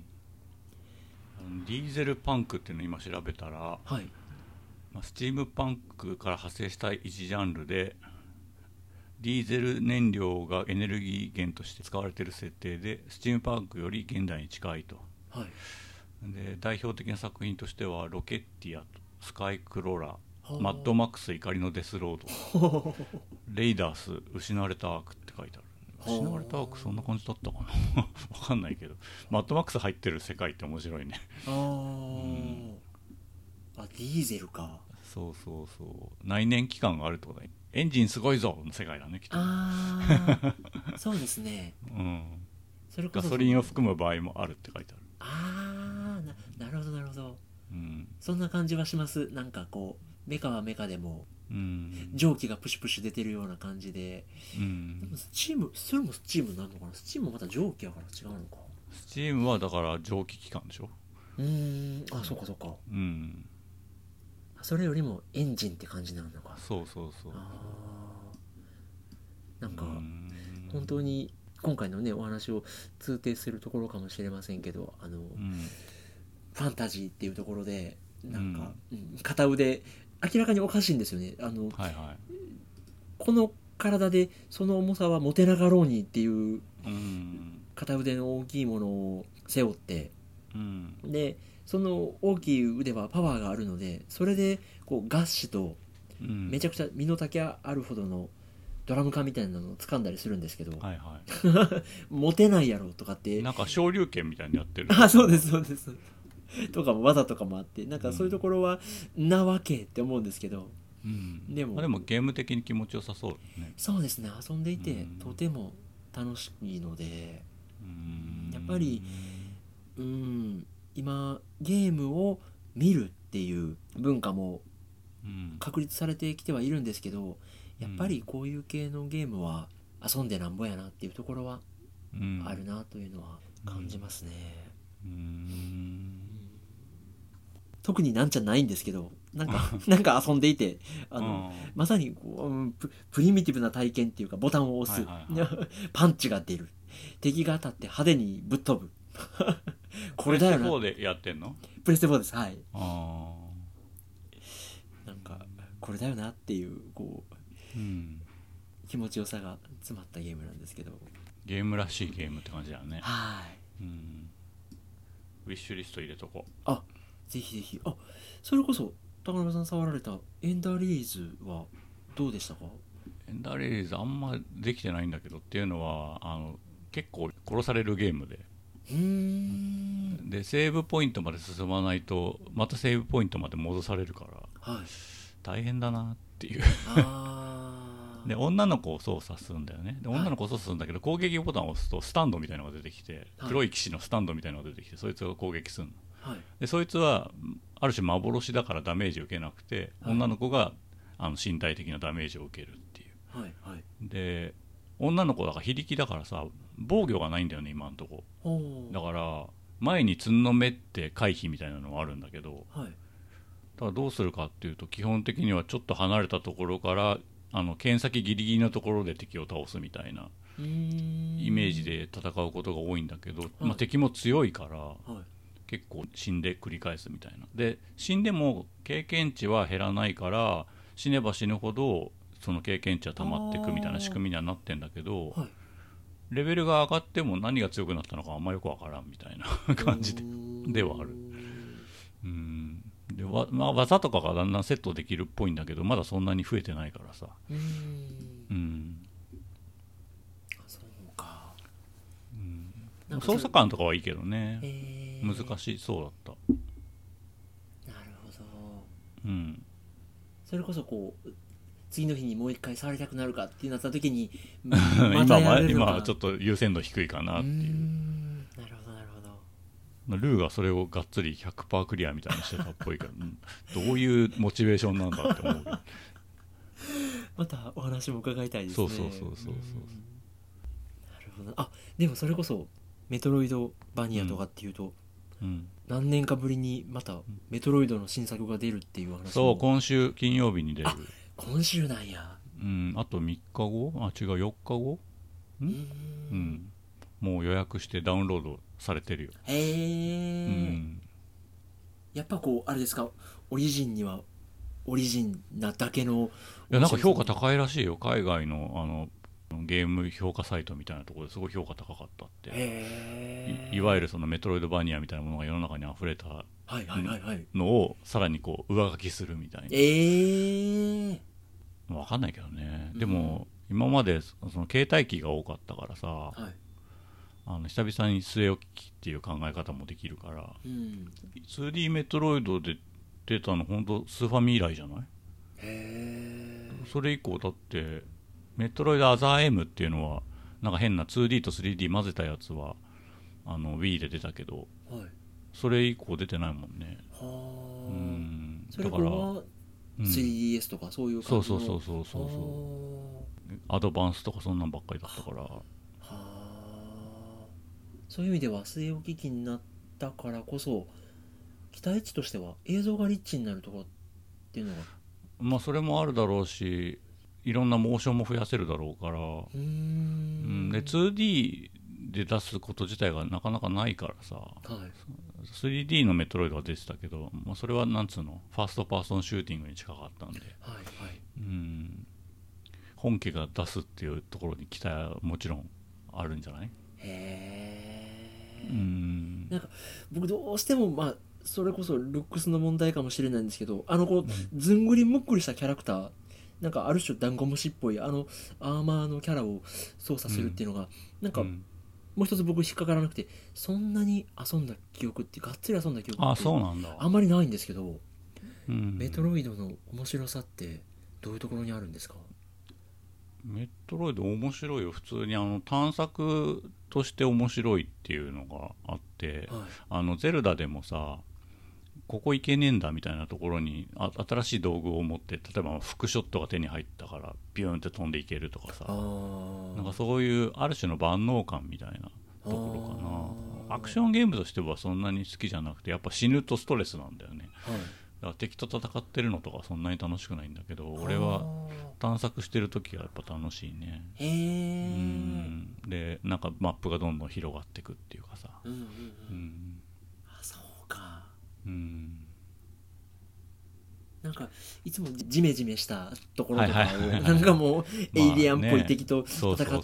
、ディーゼルパンクっていうのを今調べたら、はい、まあ、スチームパンクから派生した一ジャンルでディーゼル燃料がエネルギー源として使われている設定でスチームパンクより現代に近いと、はい、で代表的な作品としてはロケッティアとスカイクローラー、マッドマックス怒りのデスロードレイダース失われたアークって書いてある。失われたアークそんな感じだったかなわかんないけど、マッドマックス入ってる世界って面白いねあ、うん、 あ、ディーゼルか。 そうそうそう、内燃機関があるってことだね。エンジンすごいぞの世界だねきっと。 あそうですね、うん、 それこそガソリンを含む場合もあるって書いてある。 ああ、 な, なるほどなるほど、うん、そんな感じはします。なんかこうメカはメカでも、うん、蒸気がプシュプシュ出てるような感じで、うん、でもスチーム、それもスチームなのかな。スチームはまた蒸気やから違うのか。 スチームはだから蒸気機関でしょ。 うーん、あ、そうかそうか、うん、それよりもエンジンって感じなのか。 そうそうそう。あ、 なんか本当に今回のねお話を通底するところかもしれませんけど、あの、うん、ファンタジーっていうところでなんか、うんうん、片腕明らかにおかしいんですよね。あの、はいはい、この体でその重さは持てなかろうにっていう片腕の大きいものを背負って、うん、でその大きい腕はパワーがあるので、それでこうガッシュとめちゃくちゃ身の丈あるほどのドラム缶みたいなのを掴んだりするんですけど、はいはい、持てないやろとかってなんか昇竜拳みたいにやってるあそうですそうですとかも技とかもあって、なんかそういうところはなわけって思うんですけど、 うん、でも、まあ、でもゲーム的に気持ちよさそうですね。 そうですね、遊んでいてとても楽しいので、うんやっぱりうん今ゲームを見るっていう文化も確立されてきてはいるんですけど、やっぱりこういう系のゲームは遊んでなんぼやなっていうところはあるなというのは感じますね。うんうん特になんちゃないんですけど、なんかなんか遊んでいてあの、うん、まさにこう プ, プリミティブな体験っていうか、ボタンを押す、はいはいはい、パンチが出る、敵が当たって派手にぶっ飛ぶこれだよな。 プレステフォーでやってんの？ プレステフォーです。はい。あなんかこれだよなっていうこう、うん、気持ちよさが詰まったゲームなんですけど、 ゲームらしいゲームって感じだよね。 はい、 うん、ウィッシュリスト入れとこう。 あぜひぜひ。あそれこそ高山さん触られたエンダーリリーズはどうでしたか？ エンダーリリーズあんまできてないんだけど、っていうのはあの結構殺されるゲームで、うーんでセーブポイントまで進まないとまたセーブポイントまで戻されるから、はい、大変だなっていうあで女の子を操作するんだよね。で女の子を操作するんだけど、はい、攻撃ボタンを押すとスタンドみたいなのが出てきて、はい、黒い騎士のスタンドみたいなのが出てきて、そいつが攻撃するの、はい、でそいつはある種幻だからダメージを受けなくて、はい、女の子があの身体的なダメージを受けるっていう、はいはい、で女の子だから非力だからさ、防御がないんだよね今のとこ。だから前につんのめって回避みたいなのはあるんだけど、はい、だからどうするかっていうと、基本的にはちょっと離れたところからあの剣先ギリギリのところで敵を倒すみたいなイメージで戦うことが多いんだけど、はい、まあ、敵も強いから、はい、結構死んで繰り返すみたいな。で死んでも経験値は減らないから、死ねば死ぬほどその経験値は溜まっていくみたいな仕組みにはなってんだけど、はい、レベルが上がっても何が強くなったのかあんまよくわからんみたいな感じでではある。うんでわ、まあ、技とかがだんだんセットできるっぽいんだけど、まだそんなに増えてないからさ。うんうんそうか、うん、捜査官とかはいいけどね、難しそうだった。 なるほど、うん、それこそこう次の日にもう一回触りたくなるかってなった時にまたやれるか今はちょっと優先度低いかなっていう。うーんなるほどなるほど。ルーがそれをがっつり ひゃくパーセント クリアみたいにしてたっぽいけど、うん、どういうモチベーションなんだって思うまたお話も伺いたいですね。 そうそうそうそうそう。なるほど。あでもそれこそメトロイドバニアとかっていうと、うん、何年かぶりにまたメトロイドの新作が出るっていう話も。 そう今週金曜日に出る。 今週なんや。 うん、あとみっかご、あ違うよっかご、ん、うん、もう予約してダウンロードされてるよ。へえ、 うん、やっぱこうあれですか、オリジンにはオリジンなだけの。 いやなんか評価高いらしいよ。海外のあのゲーム評価サイトみたいなところですごい評価高かったって。へ い, いわゆるそのメトロイドバニアみたいなものが世の中に溢れたのをさらにこう上書きするみたいな。えー分かんないけどね、うん、でも今までその携帯機が多かったからさ、はい、あの久々に据え置き機っていう考え方もできるから、うん、ツーディー メトロイドで出たの本当スーファミ以来じゃない？へー。それ以降だってメトロイドアザー M っていうのはなんか変な ツーディー と スリーディー 混ぜたやつはあの Wii で出たけど、はい、それ以降出てないもんね。はー、うん、 それからスリーディーエス とかそういう感じの、 そうそうそうそうそうアドバンスとかそんなんばっかりだったから、はあ、そういう意味では据え置き機になったからこそ期待値としては映像がリッチになるとかっていうのが、 まあそれもあるだろうし、いろんなモーションも増やせるだろうから、うーん、うん、で ツーディー で出すこと自体がなかなかないからさ、はい、スリーディー のメトロイドは出てたけど、まあ、それはなんつうのファーストパーソンシューティングに近かったんで、はいはい、うん、 本家が出すっていうところに期待はもちろんあるんじゃない？へえ。 うん、 なんか僕どうしてもまあそれこそルックスの問題かもしれないんですけど、あのこう、うん、ずんぐりむっくりしたキャラクター、なんかある種ダンゴムシっぽいあのアーマーのキャラを操作するっていうのが、うん、なんか、うん、もう一つ僕引っかからなくて、そんなに遊んだ記憶ってがっつり遊んだ記憶ってあんまりないんですけど、うん、メトロイドの面白さってどういうところにあるんですか？ メトロイド面白いよ。普通にあの探索として面白いっていうのがあって、はい、あのゼルダでもさ、ここ行けねえんだみたいなところにあ新しい道具を持って、例えばフックショットが手に入ったからビューンって飛んでいけるとかさ、なんかそういうある種の万能感みたいなところかな。アクションゲームとしてはそんなに好きじゃなくて、やっぱ死ぬとストレスなんだよね、はい、だから敵と戦ってるのとかそんなに楽しくないんだけど、俺は探索してる時はやっぱ楽しいね。へー。うん、でなんかマップがどんどん広がっていくっていうかさ、うんうんうんうん、 あ、そうか。 うん、 なんかいつもジメジメしたところとかをなんかもうエイリアンっぽい敵と戦って、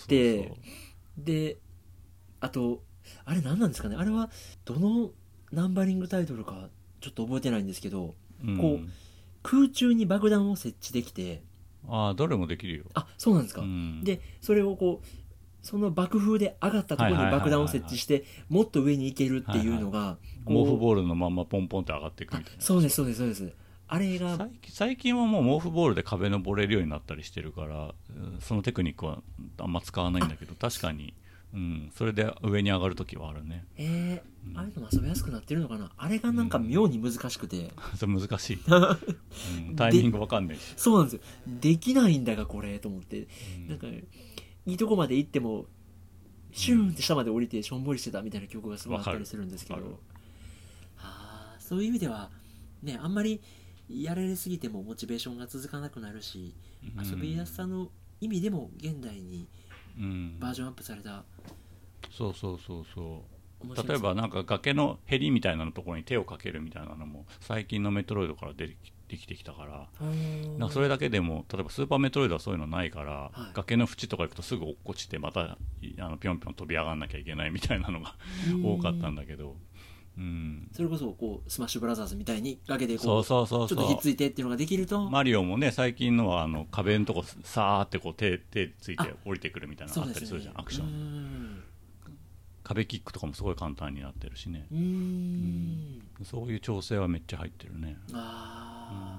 であとあれ何なんですかね、あれはどのナンバリングタイトルかちょっと覚えてないんですけど、うん、こう空中に爆弾を設置できて、 ああどれもできるよ。 あ、そうなんですか、うん、でそれをこうその爆風で上がったところに爆弾を設置してもっと上に行けるっていうのが、はいはい、 毛布ボールのまんまポンポンって上がっていくみたいな。 そうですそうですそうです。あれが最近、最近はもう毛布ボールで壁登れるようになったりしてるから、そのテクニックはあんま使わないんだけど、確かに、うん、それで上に上がるときはあるね。 えーうん、ああいうのも遊びやすくなってるのかな。あれがなんか妙に難しくて、うん、 それ難しい、うん、タイミングわかんないし。 そうなんですよ、できないんだがこれと思って、うん、なんかいいとこまで行ってもシューンって下まで降りてしょんぼりしてたみたいな記憶がすごいあったりするんですけど、はあ、そういう意味ではね、あんまりやられすぎてもモチベーションが続かなくなるし、うん、遊びやすさの意味でも現代にバージョンアップされた、うん、 そうそうそうそう。例えばなんか崖のへりみたいなのところに手をかけるみたいなのも最近のメトロイドから出てきてきたから、なんかそれだけでも例えばスーパーメトロイドはそういうのないから、はい、崖の縁とか行くとすぐ落っこちてまたあのピョンピョン飛び上がんなきゃいけないみたいなのが多かったんだけど、うん、 それこそこうスマッシュブラザーズみたいに崖でこうちょっとひっついてっていうのができると、 マリオもね最近のはあの壁のとこさーってこう 手, 手ついて降りてくるみたいなのがあったりするじゃん、ね、アクション、うん、壁キックとかもすごい簡単になってるしね、うーん、うん、そういう調整はめっちゃ入ってるね。あ、 うん、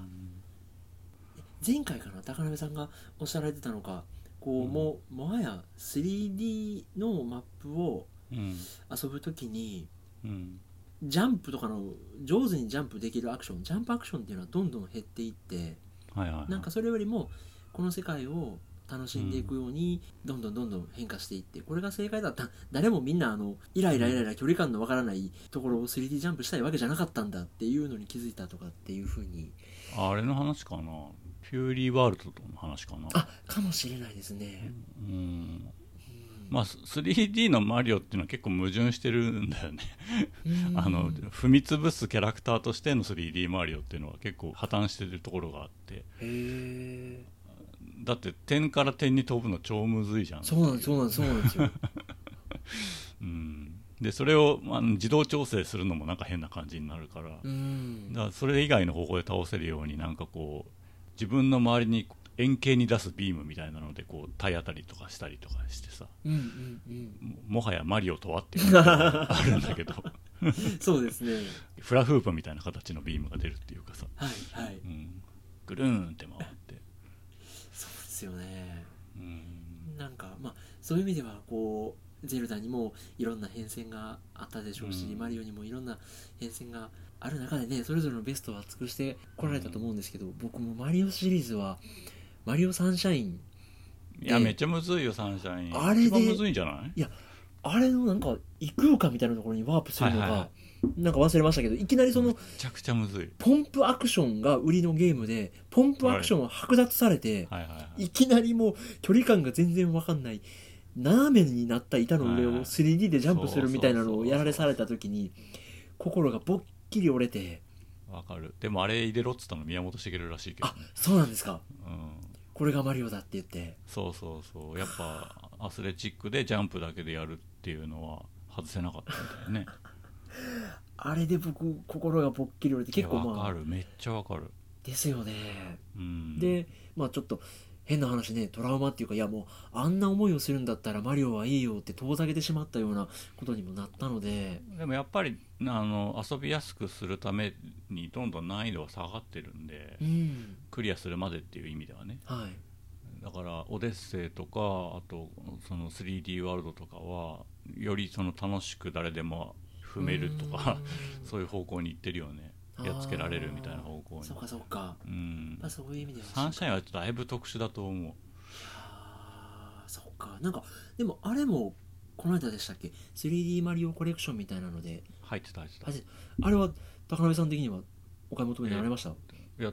前回かな高鍋さんがおっしゃられてたのか、こう、うん、もうもはや スリーディー のマップを遊ぶときに、うん、ジャンプとかの上手にジャンプできるアクション、ジャンプアクションっていうのはどんどん減っていって、はいはいはい、なんかそれよりもこの世界を楽しんでいくようにどんどんどんどん変化していって、これが正解だった。誰もみんなあのイライライライラ距離感のわからないところを スリーディー ジャンプしたいわけじゃなかったんだっていうのに気づいたとかっていう風に。 あれの話かな、フューリーワールドの話かな。 あ、かもしれないですね。 うん、うん、まあ スリーディー のマリオっていうのは結構矛盾してるんだよねあの踏み潰すキャラクターとしての スリーディー マリオっていうのは結構破綻してるところがあって、へー、だって点から点に飛ぶの超むずいじゃん。 そうなんですそうなんですそうなんですよ、 うん、でそれを、まあ、自動調整するのもなんか変な感じになるから、うん、だからそれ以外の方法で倒せるようになんかこう自分の周りに円形に出すビームみたいなのでこう体当たりとかしたりとかしてさ、うんうんうん、も, もはやマリオとはっていうのがあるんだけどそうですね、 フラフープみたいな形のビームが出るっていうかさ、 はいはい、うん、 ぐるーんって回ってそうですよね、うん、なんかまあそういう意味ではこうゼルダにもいろんな変遷があったでしょうし、うん、マリオにもいろんな変遷がある中でね、それぞれのベストは尽くしてこられたと思うんですけど、うん、僕もマリオシリーズはマリオサンシャイン、 いやめっちゃむずいよサンシャイン、あれで一番むずいんじゃない？ いやあれのなんか異空間みたいなところにワープするのが、はいはいはい、なんか忘れましたけど、いきなりそのめちゃくちゃむずいポンプアクションが売りのゲームで、ポンプアクションは剥奪されて、はいはいはいはい、いきなりもう距離感が全然わかんない斜めになった板の上を スリーディー でジャンプするみたいなのをやられされた時に心がぼっきり折れて。 わかる。でもあれ入れろっつったの宮本茂らしいけど、ね、 あ、そうなんですか、 うん、 これがマリオだって言って。 そうそうそう、やっぱアスレチックでジャンプだけでやるっていうのは外せなかったみたいね。 あれで僕心がぽっきり折れて、結構まあわかる、めっちゃわかるですよね、 うん、 でまあちょっと変な話ね、トラウマっていうか、いやもうあんな思いをするんだったらマリオはいいよって遠ざけてしまったようなことにもなったので。 でもやっぱりあの遊びやすくするためにどんどん難易度は下がってるんで、 うん、 クリアするまでっていう意味ではね、 はい、 だからオデッセイとかあとその スリーディー ワールドとかはよりその楽しく誰でも踏めるとかそういう方向に行ってるよね。やっつけられるみたいな方向に。 そうかそうか、うん、まあ、そういう意味ではサンシャインはだいぶ特殊だと思う。いやそうか、なんかでもあれもこの間でしたっけ スリーディー マリオコレクションみたいなので入ってた入ってた。 あれは高鍋さん的にはお買い求めになられました？ やって、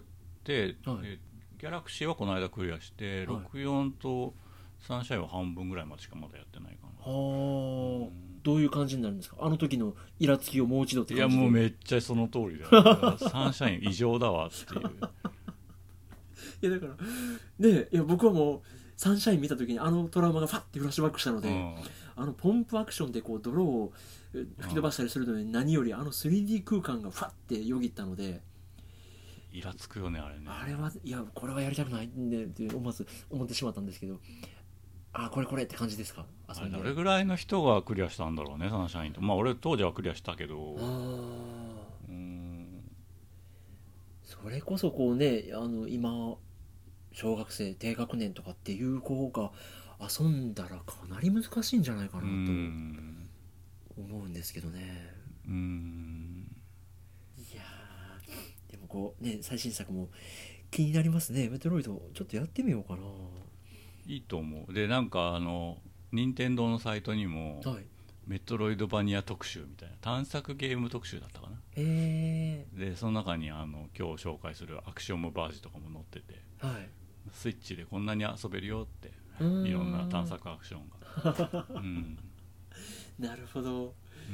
はい、ギャラクシーはこの間クリアして、はい、ろくじゅうよんとサンシャインは半分ぐらいまでしかまだやってないかな。 はあ、うん、どういう感じになるんですか、あの時のイラつきをもう一度って感じで。 いやもうめっちゃその通りだよサンシャイン異常だわっていういやだからね、いや僕はもうサンシャイン見た時にあのトラウマがファッてフラッシュバックしたので、うん、あのポンプアクションでこう泥を吹き飛ばしたりするのに何よりあの スリーディー 空間がファッてよぎったので、 イラつくよねあれね。 あれはいやこれはやりたくないんでって思わず思ってしまったんですけど、あこれこれって感じですか。 あれどれぐらいの人がクリアしたんだろうねサンシャインと。まあ俺当時はクリアしたけど、 あうんそれこそこうね、あの今小学生低学年とかっていう子が遊んだらかなり難しいんじゃないかなと思うんですけどね。うーんいやでもこうね最新作も気になりますね。メトロイドちょっとやってみようかな。 いいと思う。でなんかあの任天堂のサイトにも、はい、メトロイドバニア特集みたいな探索ゲーム特集だったかな。へー。でその中にあの今日紹介するアクションバージとかも載ってて、はい、スイッチでこんなに遊べるよっていろんな探索アクションが、うん、なるほど、うん、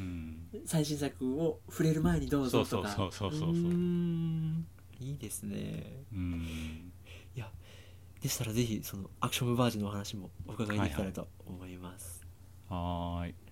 最新作を触れる前にどうぞとか。そうそうそうそうそう。うーんいいですね。うんいやでしたらぜひそのアクションバージのお話もお伺いできたらと思います。はいはい、はーい。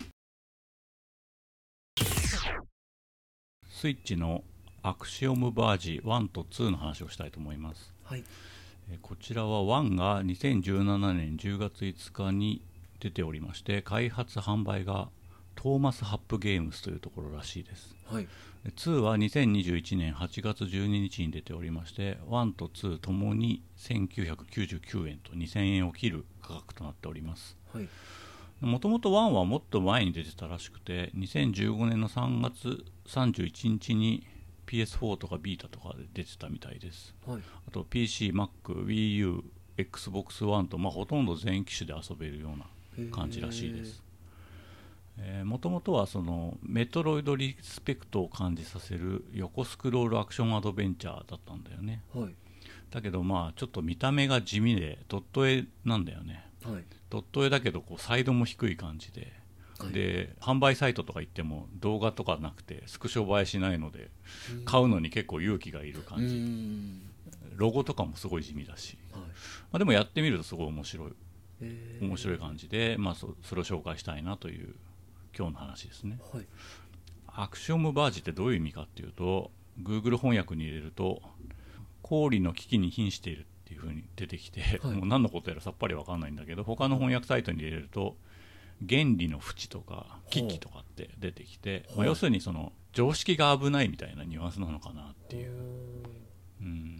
スイッチのアクシオムバージワンとツーの話をしたいと思います。はい、えこちらはワンがにせんじゅうななねんじゅうがついつかに出ておりまして、開発販売がトーマスハップゲームズというところらしいです。はい、ツーはにせんにじゅういちねんはちがつじゅうににちに出ておりまして、ワンとツーともにせんきゅうひゃくきゅうじゅうきゅうえんとにせんえんを切る価格となっております。もともとワンはもっと前に出てたらしくて、にせんじゅうごねんのさんがつさんじゅういちにちに ピーエスフォー とかビータとかで出てたみたいです。はい、あと ピーシー、Mac、Wii U、Xbox One と、まあ、ほとんど全機種で遊べるような感じらしいです。もともとはそのメトロイドリスペクトを感じさせる横スクロールアクションアドベンチャーだったんだよね。はい、だけどまあちょっと見た目が地味でドット絵なんだよね。はい、ドット絵だけどこうサイドも低い感じで、はい、で販売サイトとか行っても動画とかなくてスクショ映えしないので買うのに結構勇気がいる感じ。ロゴとかもすごい地味だし、はい、まあ、でもやってみるとすごい面白い面白い感じで、まあ、そ, それを紹介したいなという今日の話ですね。はい、アクションバージってどういう意味かっていうと、 Google 翻訳に入れると氷の危機に瀕しているっていう風に出てきて、はい、もう何のことやらさっぱり分かんないんだけど、他の翻訳サイトに入れると原理の淵とか危機とかって出てきて、まあ、要するにその常識が危ないみたいなニュアンスなのかなっていう、うん、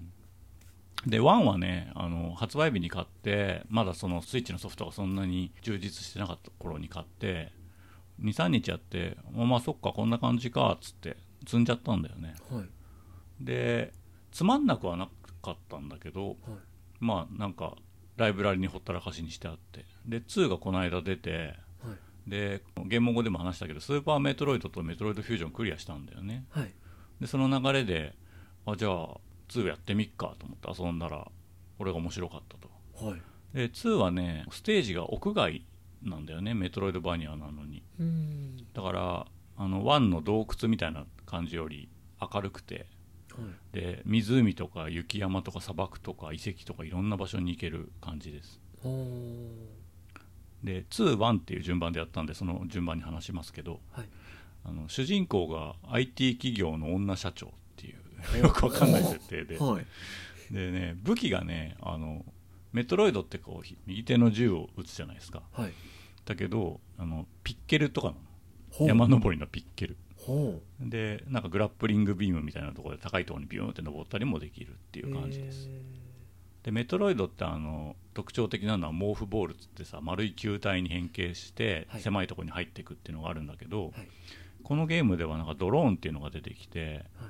でワンはね、あの発売日に買って、まだそのスイッチのソフトがそんなに充実してなかった頃に買って、にさんにちやって、まあそっかこんな感じかっつって積んじゃったんだよね。はい、でつまんなくはなかったんだけど、はい、まあなんかライブラリにほったらかしにしてあって、でツーがこの間出て、はい、でゲーム語でも話したけどスーパーメトロイドとメトロイドフュージョンクリアしたんだよね。はい、でその流れであじゃあツーやってみっかと思って遊んだらこれが面白かったと。はい、でツーはねステージが屋外なんだよね、メトロイドバニアなのに。うんだからあのワンの洞窟みたいな感じより明るくてで湖とか雪山とか砂漠とか遺跡とかいろんな場所に行ける感じです。でに、いちっていう順番でやったんでその順番に話しますけど、はい、あの主人公が アイティー 企業の女社長っていうよくわかんない設定で、はい、でね武器がねあのメトロイドってこう右手の銃を撃つじゃないですか、はい、だけどあのピッケルとかなの、山登りのピッケルでなんかグラップリングビームみたいなところで高いところにビューンって登ったりもできるっていう感じです。でメトロイドってあの特徴的なのはモーフボールっつってさ丸い球体に変形して狭いところに入っていくっていうのがあるんだけど、はい、このゲームではなんかドローンっていうのが出てきて、はい、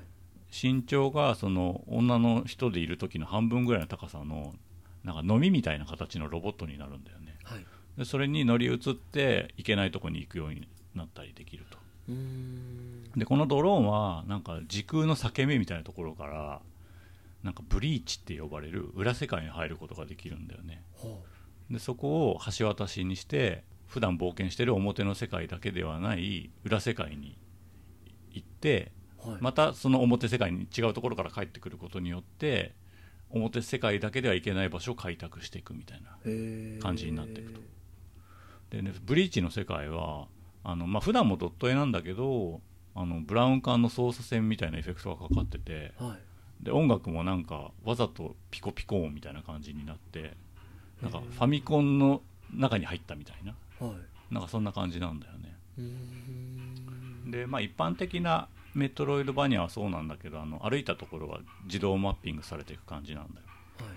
身長がその女の人でいる時の半分ぐらいの高さのなんかノミみたいな形のロボットになるんだよね、はい、でそれに乗り移って行けないところに行くようになったりできると。うーんでこのドローンはなんか時空の裂け目みたいなところからなんかブリーチって呼ばれる裏世界に入ることができるんだよね。でそこを橋渡しにして普段冒険してる表の世界だけではない裏世界に行って、はい、またその表世界に違うところから帰ってくることによって表世界だけでは行けない場所を開拓していくみたいな感じになっていくと。で、ね、ブリーチの世界はあの、まあ、普段もドット絵なんだけどあのブラウン管の操作線みたいなエフェクトがかかってて、はい、で音楽もなんかわざとピコピコ音みたいな感じになってなんかファミコンの中に入ったみたいな、はい、なんかそんな感じなんだよね。うーんで、まあ、一般的なメトロイドバニアはそうなんだけどあの歩いたところは自動マッピングされていく感じなんだよ、はい、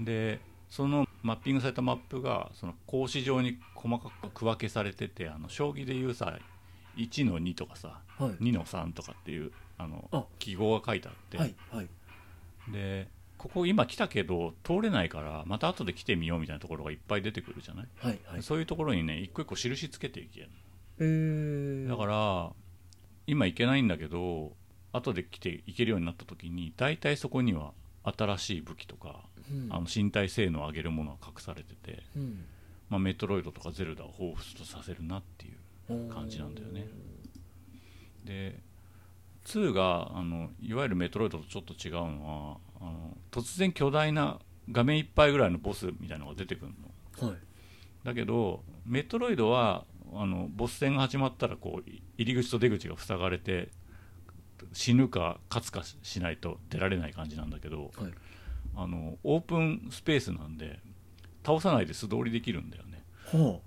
でそのマッピングされたマップがその格子状に細かく区分けされててあの将棋でいうさいちのにとかさ、はい、にのさんとかっていうあのあ記号が書いてあって、はいはい、でここ今来たけど通れないからまた後で来てみようみたいなところがいっぱい出てくるじゃない、はいはい、そういうところにね一個一個印つけていける、えー、だから今行けないんだけど後で来て行けるようになった時に大体そこには新しい武器とか、うん、あの身体性能を上げるものが隠されてて、うんまあ、メトロイドとかゼルダを彷彿とさせるなっていう感じなんだよね。でにがあのいわゆるメトロイドとちょっと違うのはあの突然巨大な画面いっぱいぐらいのボスみたいなのが出てくるの、はい、だけどメトロイドはあのボス戦が始まったらこう入り口と出口が塞がれて死ぬか勝つかしないと出られない感じなんだけど、はい、あのオープンスペースなんで倒さないで素通りできるんだよね、は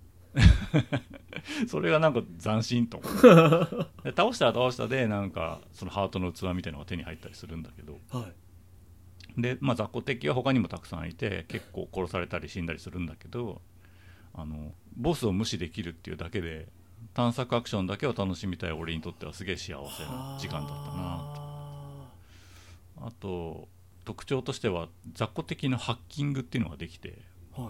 あ、それがなんか斬新と思う倒したら倒したでなんかそのハートの器みたいなのが手に入ったりするんだけど、はい、で、まあ、雑魚敵は他にもたくさんいて結構殺されたり死んだりするんだけどあのボスを無視できるっていうだけで探索アクションだけを楽しみたい俺にとってはすげえ幸せな時間だったなと。あと特徴としては雑魚敵のハッキングっていうのができて、はい、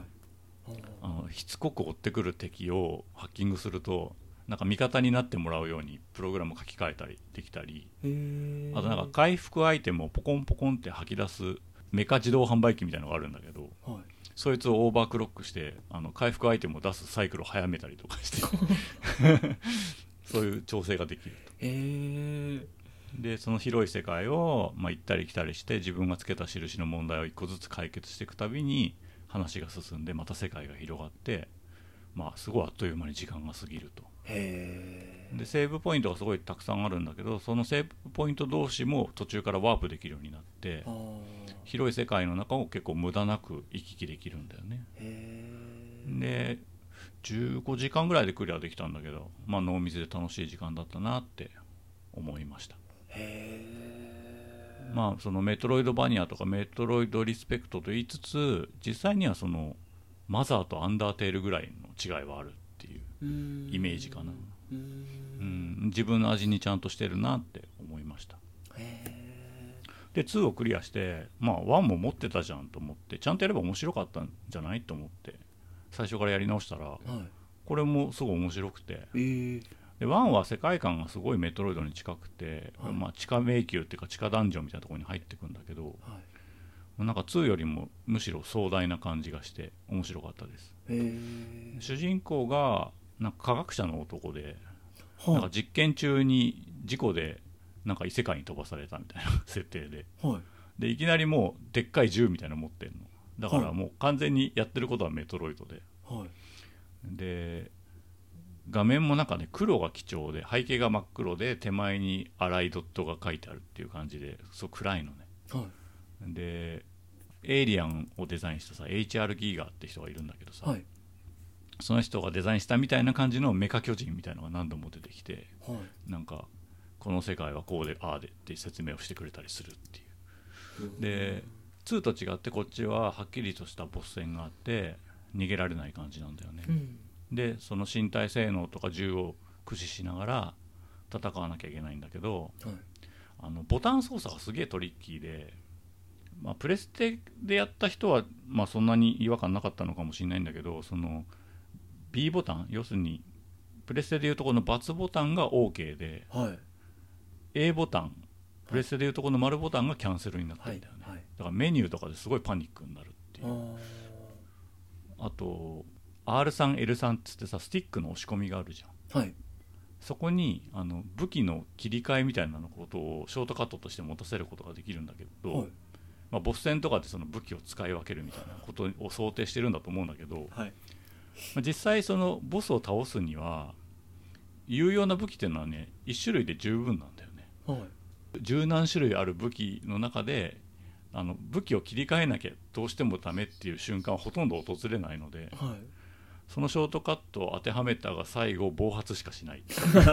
あのしつこく追ってくる敵をハッキングするとなんか味方になってもらうようにプログラム書き換えたりできたりあとなんか回復アイテムをポコンポコンって吐き出すメカ自動販売機みたいなのがあるんだけど、はい、そいつをオーバークロックしてあの回復アイテムを出すサイクルを早めたりとかしてそういう調整ができると。へーでその広い世界を、まあ、行ったり来たりして自分がつけた印の問題を一個ずつ解決していくたびに話が進んでまた世界が広がって、まあ、すごいあっという間に時間が過ぎると。へでセーブポイントがすごいたくさんあるんだけどそのセーブポイント同士も途中からワープできるようになって広い世界の中を結構無駄なく行き来できるんだよね。へでじゅうごじかんぐらいでクリアできたんだけど、まあ、ノーミスで楽しい時間だったなって思いました。へまあそのメトロイドバニアとかメトロイドリスペクトと言いつつ実際にはそのマザーとアンダーテールぐらいの違いはあるっていうイメージかな。うーんうん自分の味にちゃんとしてるなって思いました。へでにをクリアしてまあいちも持ってたじゃんと思ってちゃんとやれば面白かったんじゃないと思って最初からやり直したら、はい、これもすごい面白くて、えー、でいちは世界観がすごいメトロイドに近くて、はいまあ、地下迷宮っていうか地下ダンジョンみたいなところに入ってくんだけど、はい、なんかによりもむしろ壮大な感じがして面白かったです。えー、主人公がなんか科学者の男で、はあ、なんか実験中に事故でなんか異世界に飛ばされたみたいな設定で、 はい、 でいきなりもうでっかい銃みたいなの持ってんのだからもう完全にやってることはメトロイドで、 はい、 で画面もなんかね黒が基調で背景が真っ黒で手前に粗いドットが書いてあるっていう感じでそう暗いのね、 はい、 でエイリアンをデザインしたさ エイチアール ギーガーって人がいるんだけどさ、 はい、 その人がデザインしたみたいな感じのメカ巨人みたいなのが何度も出てきて、 はい、 なんかこの世界はこうでああでって説明をしてくれたりするっていう。でにと違ってこっちははっきりとしたボス戦があって逃げられない感じなんだよね、うん、でその身体性能とか銃を駆使しながら戦わなきゃいけないんだけど、はい、あのボタン操作がすげえトリッキーで、まあ、プレステでやった人は、まあ、そんなに違和感なかったのかもしれないんだけど、その B ボタン、要するにプレステでいうとこの×ボタンが OK で、はい、A ボタンプレステでいうとこの丸ボタンがキャンセルになってるんだよね、はいはい、だからメニューとかですごいパニックになるっていう。 あ, あと アールスリー、エルスリー っつってさスティックの押し込みがあるじゃん、はい、そこにあの武器の切り替えみたいなことをショートカットとして持たせることができるんだけど、はい、まあ、ボス戦とかでその武器を使い分けるみたいなことを想定してるんだと思うんだけど、はい、まあ、実際そのボスを倒すには有用な武器っていうのはねいち種類で十分なんだよね、はい、十何種類ある武器の中であの武器を切り替えなきゃどうしてもダメっていう瞬間はほとんど訪れないので、はい、そのショートカットを当てはめたが最後暴発しかしない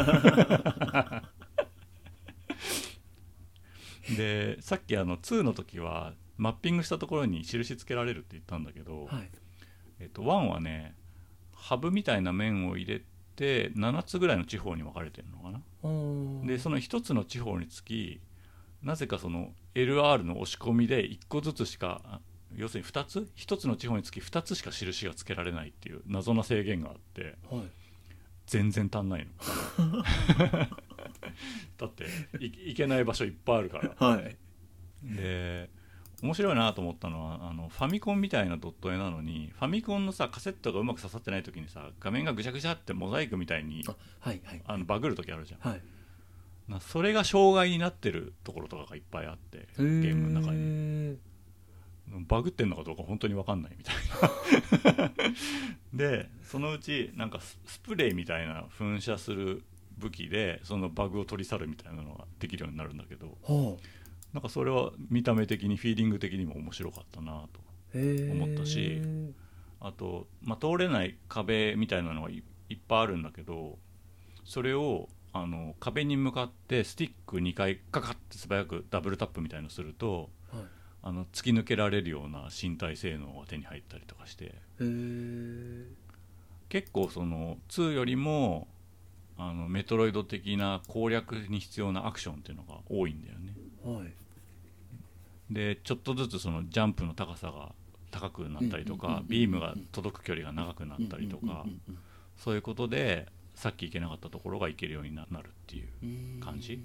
でさっきあのにの時はマッピングしたところに印つけられるって言ったんだけど、はい、えっと、いちはねハブみたいな面を入れてななつぐらいの地方に分かれてるのかな。でそのひとつの地方につきなぜかその エルアール の押し込みでいっこずつしか、要するにふたつひとつの地方につきふたつしか印がつけられないっていう謎な制限があって、はい、全然足んないのだって い, いけない場所いっぱいあるから、はい、で面白いなと思ったのはあのファミコンみたいなドット絵なのにファミコンのさカセットがうまく刺さってない時にさ画面がぐちゃぐちゃってモザイクみたいにあ、はいはい、あのバグる時あるじゃん、はい、なそれが障害になってるところとかがいっぱいあってゲームの中にバグってんのかどうか本当に分かんないみたいなでそのうちなんかスプレーみたいな噴射する武器でそのバグを取り去るみたいなのができるようになるんだけど、はあ、なんかそれは見た目的にフィーリング的にも面白かったなと思ったし、あと、まあ、通れない壁みたいなのが い, いっぱいあるんだけどそれをあの壁に向かってスティックにかいカカッて素早くダブルタップみたいのすると、はい、あの突き抜けられるような身体性能が手に入ったりとかして、へ結構そのによりもあのメトロイド的な攻略に必要なアクションっていうのが多いんだよね、はい、でちょっとずつそのジャンプの高さが高くなったりとかビームが届く距離が長くなったりとかそういうことでさっき行けなかったところが行けるようになるっていう感じ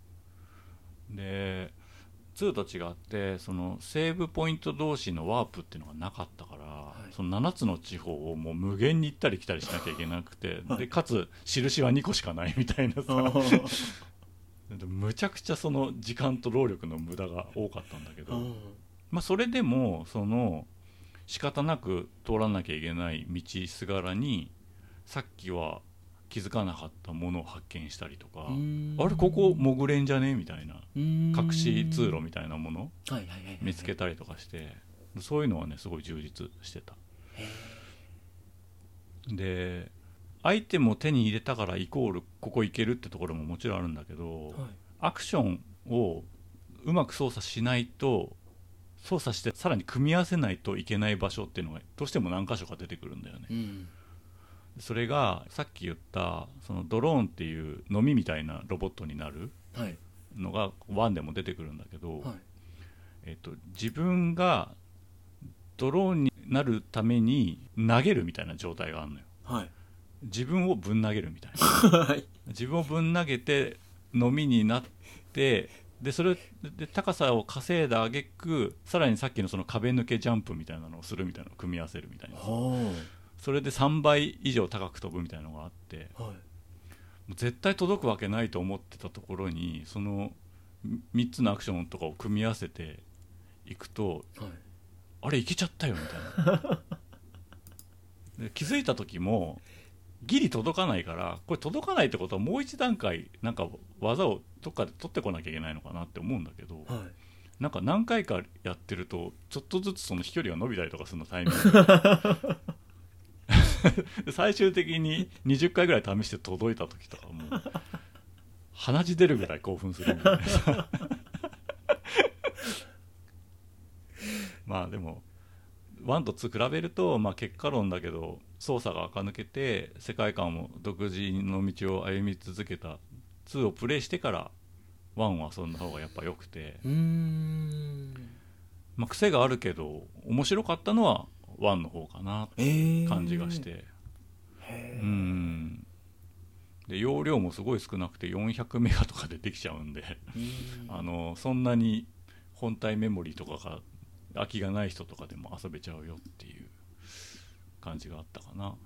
でにと違ってそのセーブポイント同士のワープっていうのがなかったから、はい、そのななつの地方をもう無限に行ったり来たりしなきゃいけなくて、はい、でかつ印はにこしかないみたいなさむちゃくちゃその時間と労力の無駄が多かったんだけど、まあ、それでもその仕方なく通らなきゃいけない道すがらにさっきは気づかなかったものを発見したりとか、あれここ潜れんじゃねみたいな隠し通路みたいなもの見つけたりとかして、そういうのはねすごい充実してた。でアイテムを手に入れたからイコールここ行けるってところももちろんあるんだけど、はい、アクションをうまく操作しないと操作してさらに組み合わせないといけない場所っていうのがどうしても何箇所か出てくるんだよね、うん、それがさっき言ったそのドローンっていうのみみたいなロボットになるのがワンでも出てくるんだけど、はい、えっと、自分がドローンになるために投げるみたいな状態があるのよ、はい、自分をぶん投げるみたいな、はい、自分をぶん投げてのみになってでそれで高さを稼いだ挙句さらにさっきのその壁抜けジャンプみたいなのをするみたいなのを組み合わせるみたいな、それでさんばい以上高く飛ぶみたいなのがあって、はい、もう絶対届くわけないと思ってたところにそのみっつのアクションとかを組み合わせていくと、はい、あれいけちゃったよみたいなで気づいた時もギリ届かないから、これ届かないってことはもう一段階なんか技をどっかで取ってこなきゃいけないのかなって思うんだけど、はい、なんか何回かやってるとちょっとずつその飛距離が伸びたりとかするのタイミングで最終的ににじゅっかいぐらい試して届いた時とかもう鼻血出るぐらい興奮するみたいなまあでもワンとツー比べると、まあ、結果論だけど操作が垢抜けて世界観も独自の道を歩み続けたツーをプレイしてからワンを遊んだ方がやっぱ良くて、うーん、まあ、癖があるけど面白かったのはワンの方かなって感じがして、へー、うーんで容量もすごい少なくてよんひゃくメガとかでできちゃうんであのそんなに本体メモリーとかが空きがない人とかでも遊べちゃうよっていう感じがあったかな。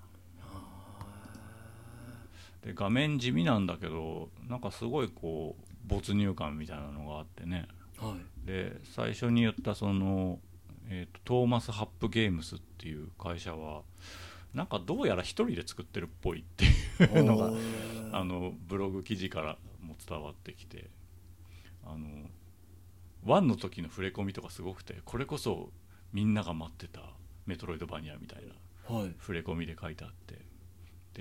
で画面地味なんだけどなんかすごいこう没入感みたいなのがあってね、はい、で最初に言ったその、えーと、トーマス・ハップゲームスっていう会社はなんかどうやら一人で作ってるっぽいっていうのがあのブログ記事からも伝わってきて、あのワンの時の触れ込みとかすごくて、これこそみんなが待ってたメトロイドバニアみたいな触れ込みで書いてあって、はい、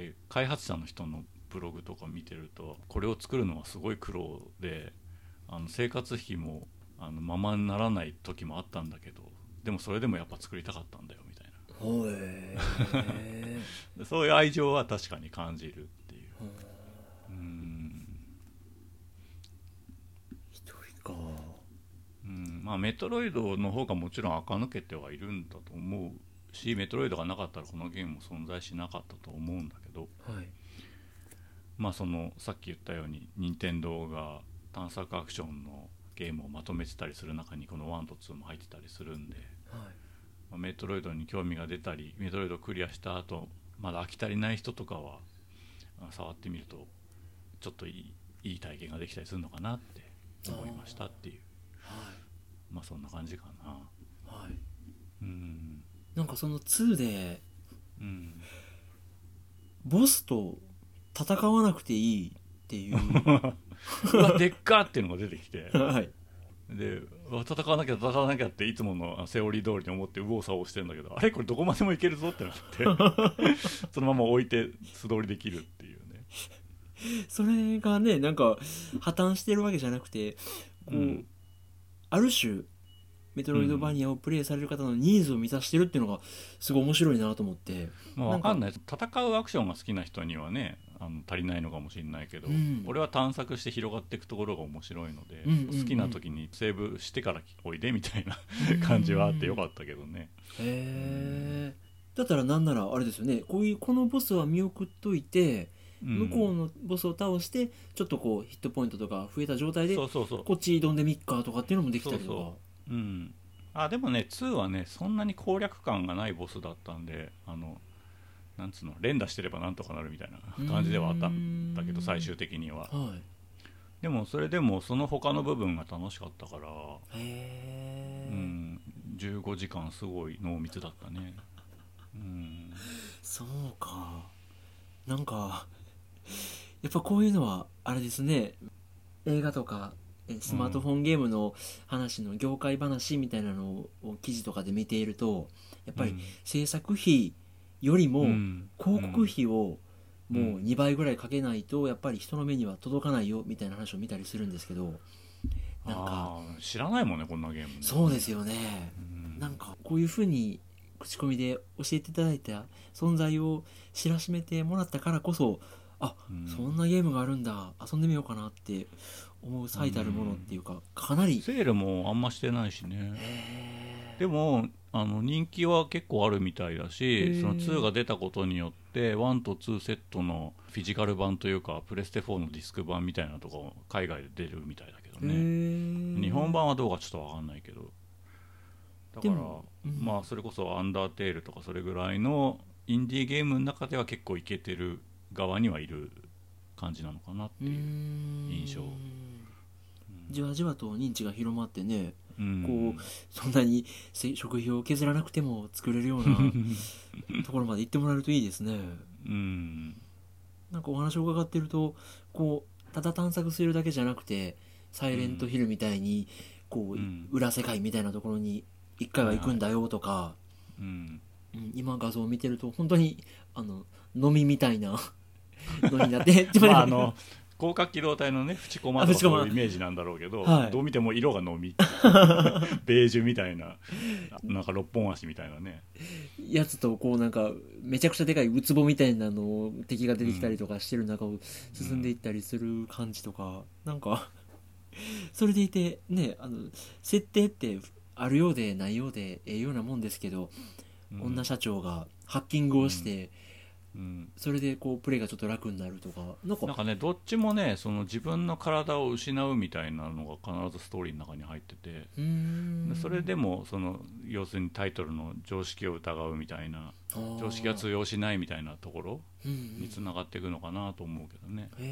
で開発者の人のブログとか見てるとこれを作るのはすごい苦労で、あの生活費もあのままにならない時もあったんだけど、でもそれでもやっぱ作りたかったんだよみたいなそういう愛情は確かに感じるっていう。うーん一人か。 うんまあ、メトロイドの方がもちろん垢抜けてはいるんだと思うし、メトロイドがなかったらこのゲームも存在しなかったと思うんだけど、はい、まあそのさっき言ったように任天堂が探索アクションのゲームをまとめてたりする中にこのワンとツーも入ってたりするんで、はいまあ、メトロイドに興味が出たりメトロイドをクリアした後まだ飽き足りない人とかは触ってみるとちょっといい、いい体験ができたりするのかなって思いましたっていう、はい、まあそんな感じかな。はい、 うんなんかそのツーで、うん、ボスと戦わなくていいっていううわでっかっていうのが出てきて、 はい、 で戦わなきゃ戦わなきゃっていつものセオリー通りに思って右往左往してるんだけど、あれこれどこまでもいけるぞってなってそのまま置いて素通りできるっていうねそれがねなんか破綻してるわけじゃなくてこう、うん、ある種メトロイドバニアをプレイされる方のニーズを満たしてるっていうのがすごい面白いなと思って、 まあ、分かんない戦うアクションが好きな人にはねあの足りないのかもしれないけど、うん、俺は探索して広がっていくところが面白いので、うんうんうん、好きな時にセーブしてからおいでみたいな感じはあってよかったけどね。 へー、だったらなんならあれですよね、こういうこのボスは見送っといて向こうのボスを倒してちょっとこうヒットポイントとか増えた状態でこっち挑んでみっかとかっていうのもできたりとか。そうそううん、あでもねツーはねそんなに攻略感がないボスだったんで、あのなんつうの連打してればなんとかなるみたいな感じではあったんだけど最終的には、はい、でもそれでもその他の部分が楽しかったから、へー、うん、じゅうごじかんすごい濃密だったね。うん、 そうか。なんかやっぱこういうのはあれですね、映画とかスマートフォンゲームの話の業界話みたいなのを記事とかで見ているとやっぱり制作費よりも広告費をもうにばいぐらいかけないとやっぱり人の目には届かないよみたいな話を見たりするんですけど、 なんか知らないもんねこんなゲーム、ね、 そうですよね、うん、なんかこういう風に口コミで教えていただいた存在を知らしめてもらったからこそあ、うん、そんなゲームがあるんだ遊んでみようかなって思う最たるものっていうか、うん、かなりセールもあんましてないしね。でもあの人気は結構あるみたいだし、そのツーが出たことによってワンとツーセットのフィジカル版というかプレステフォーのディスク版みたいなとこ海外で出るみたいだけどね。日本版はどうかちょっと分かんないけど、だから、うん、まあそれこそアンダーテールとかそれぐらいのインディーゲームの中では結構イケてる側にはいる感じなのかなっていう印象。うんじわじわと認知が広まってね、うん、こうそんなに食費を削らなくても作れるようなところまで行ってもらえるといいですね。うん、なんかお話を伺ってるとこうただ探索するだけじゃなくてサイレントヒルみたいにこう、うん、裏世界みたいなところに一回は行くんだよとか、はいはいうんうん、今画像を見てると本当にあの飲みみたいなのになってまああの広角機動隊のね縁駒とかそういうイメージなんだろうけど、はい、どう見ても色が飲みベージュみたいななんか六本足みたいなねやつとこうなんかめちゃくちゃでかいウツボみたいなの敵が出てきたりとかしてる中を進んでいったりする感じとか、うん、なんかそれでいてねあの設定ってあるようでないようでええようなもんですけど、うん、女社長がハッキングをして、うんうん、それでこうプレイがちょっと楽になるとかなんか、なんかねどっちもねその自分の体を失うみたいなのが必ずストーリーの中に入っててうーんでそれでもその要するにタイトルの常識を疑うみたいな常識が通用しないみたいなところにつながっていくのかなと思うけどね、うんうん、へ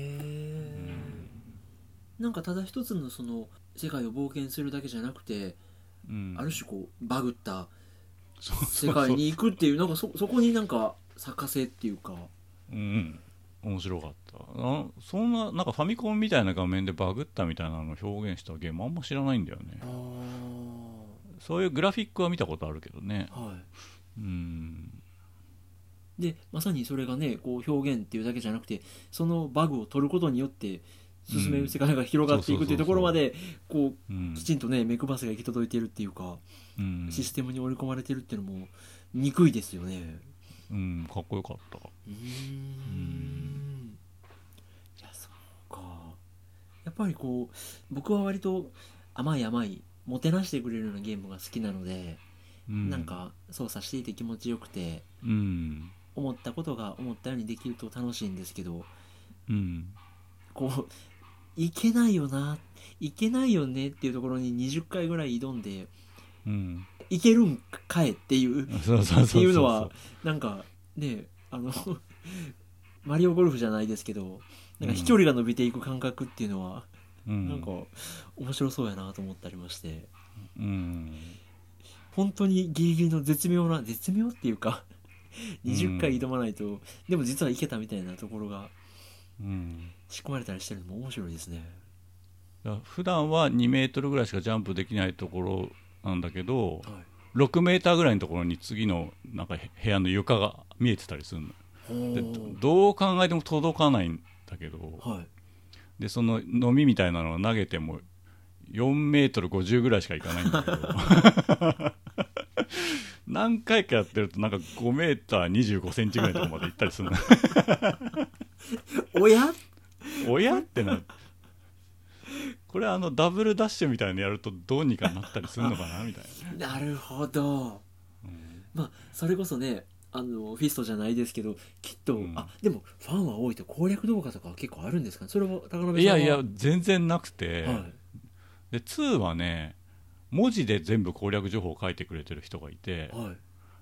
ーなんかただ一つのその世界を冒険するだけじゃなくて、うん、ある種こうバグった世界に行くっていうなんか そ, そこになんか咲かせっていうかうん面白かったあそんななんかファミコンみたいな画面でバグったみたいなのを表現したゲームあんま知らないんだよね。あそういうグラフィックは見たことあるけどね、はい、 うんでまさにそれがねこう表現っていうだけじゃなくてそのバグを取ることによって進める世界が広がっていくっていうところまでこう、うん、きちんとね目配せが行き届いているっていうか、うん、システムに織り込まれてるっていうのも憎いですよね。 うんかっこよかった。うーんいやそうかやっぱりこう僕は割と甘い甘いもてなしてくれるようなゲームが好きなので、うん、なんか操作していて気持ちよくて、うん、思ったことが思ったようにできると楽しいんですけど、うん、こういけないよないけないよねっていうところににじゅっかいぐらい挑んで、うん、いけるんかえっていうっていうのはなんかねあのマリオゴルフじゃないですけどなんか飛距離が伸びていく感覚っていうのは、うん、なんか面白そうやなと思ったりまして、うん、本当にギリギリの絶妙な絶妙っていうかにじゅっかい挑まないと、うん、でも実はいけたみたいなところが、うん、仕込まれたりしてるのも面白いですね。 普段はにメートルぐらいしかジャンプできないところなんだけど、はい、ろくメーターぐらいのところに次のなんか部屋の床が見えてたりするのでどう考えても届かないんだけど、はい、でその飲みみたいなのを投げてもよんメートルごじゅうぐらいしかいかないんだけど何回かやってるとなんかごメーターにじゅうごセンチぐらいのところまで行ったりするのおやおやってなこれあのダブルダッシュみたいなのやるとどうにかなったりするのかなみたいななるほど、うん、まあそれこそねあのフィストじゃないですけどきっと、うん、あでもファンは多いと攻略動画とかは結構あるんですかね。それは高鍋さんはいやいや全然なくて、はい、でにはね文字で全部攻略情報を書いてくれてる人がいて、はい、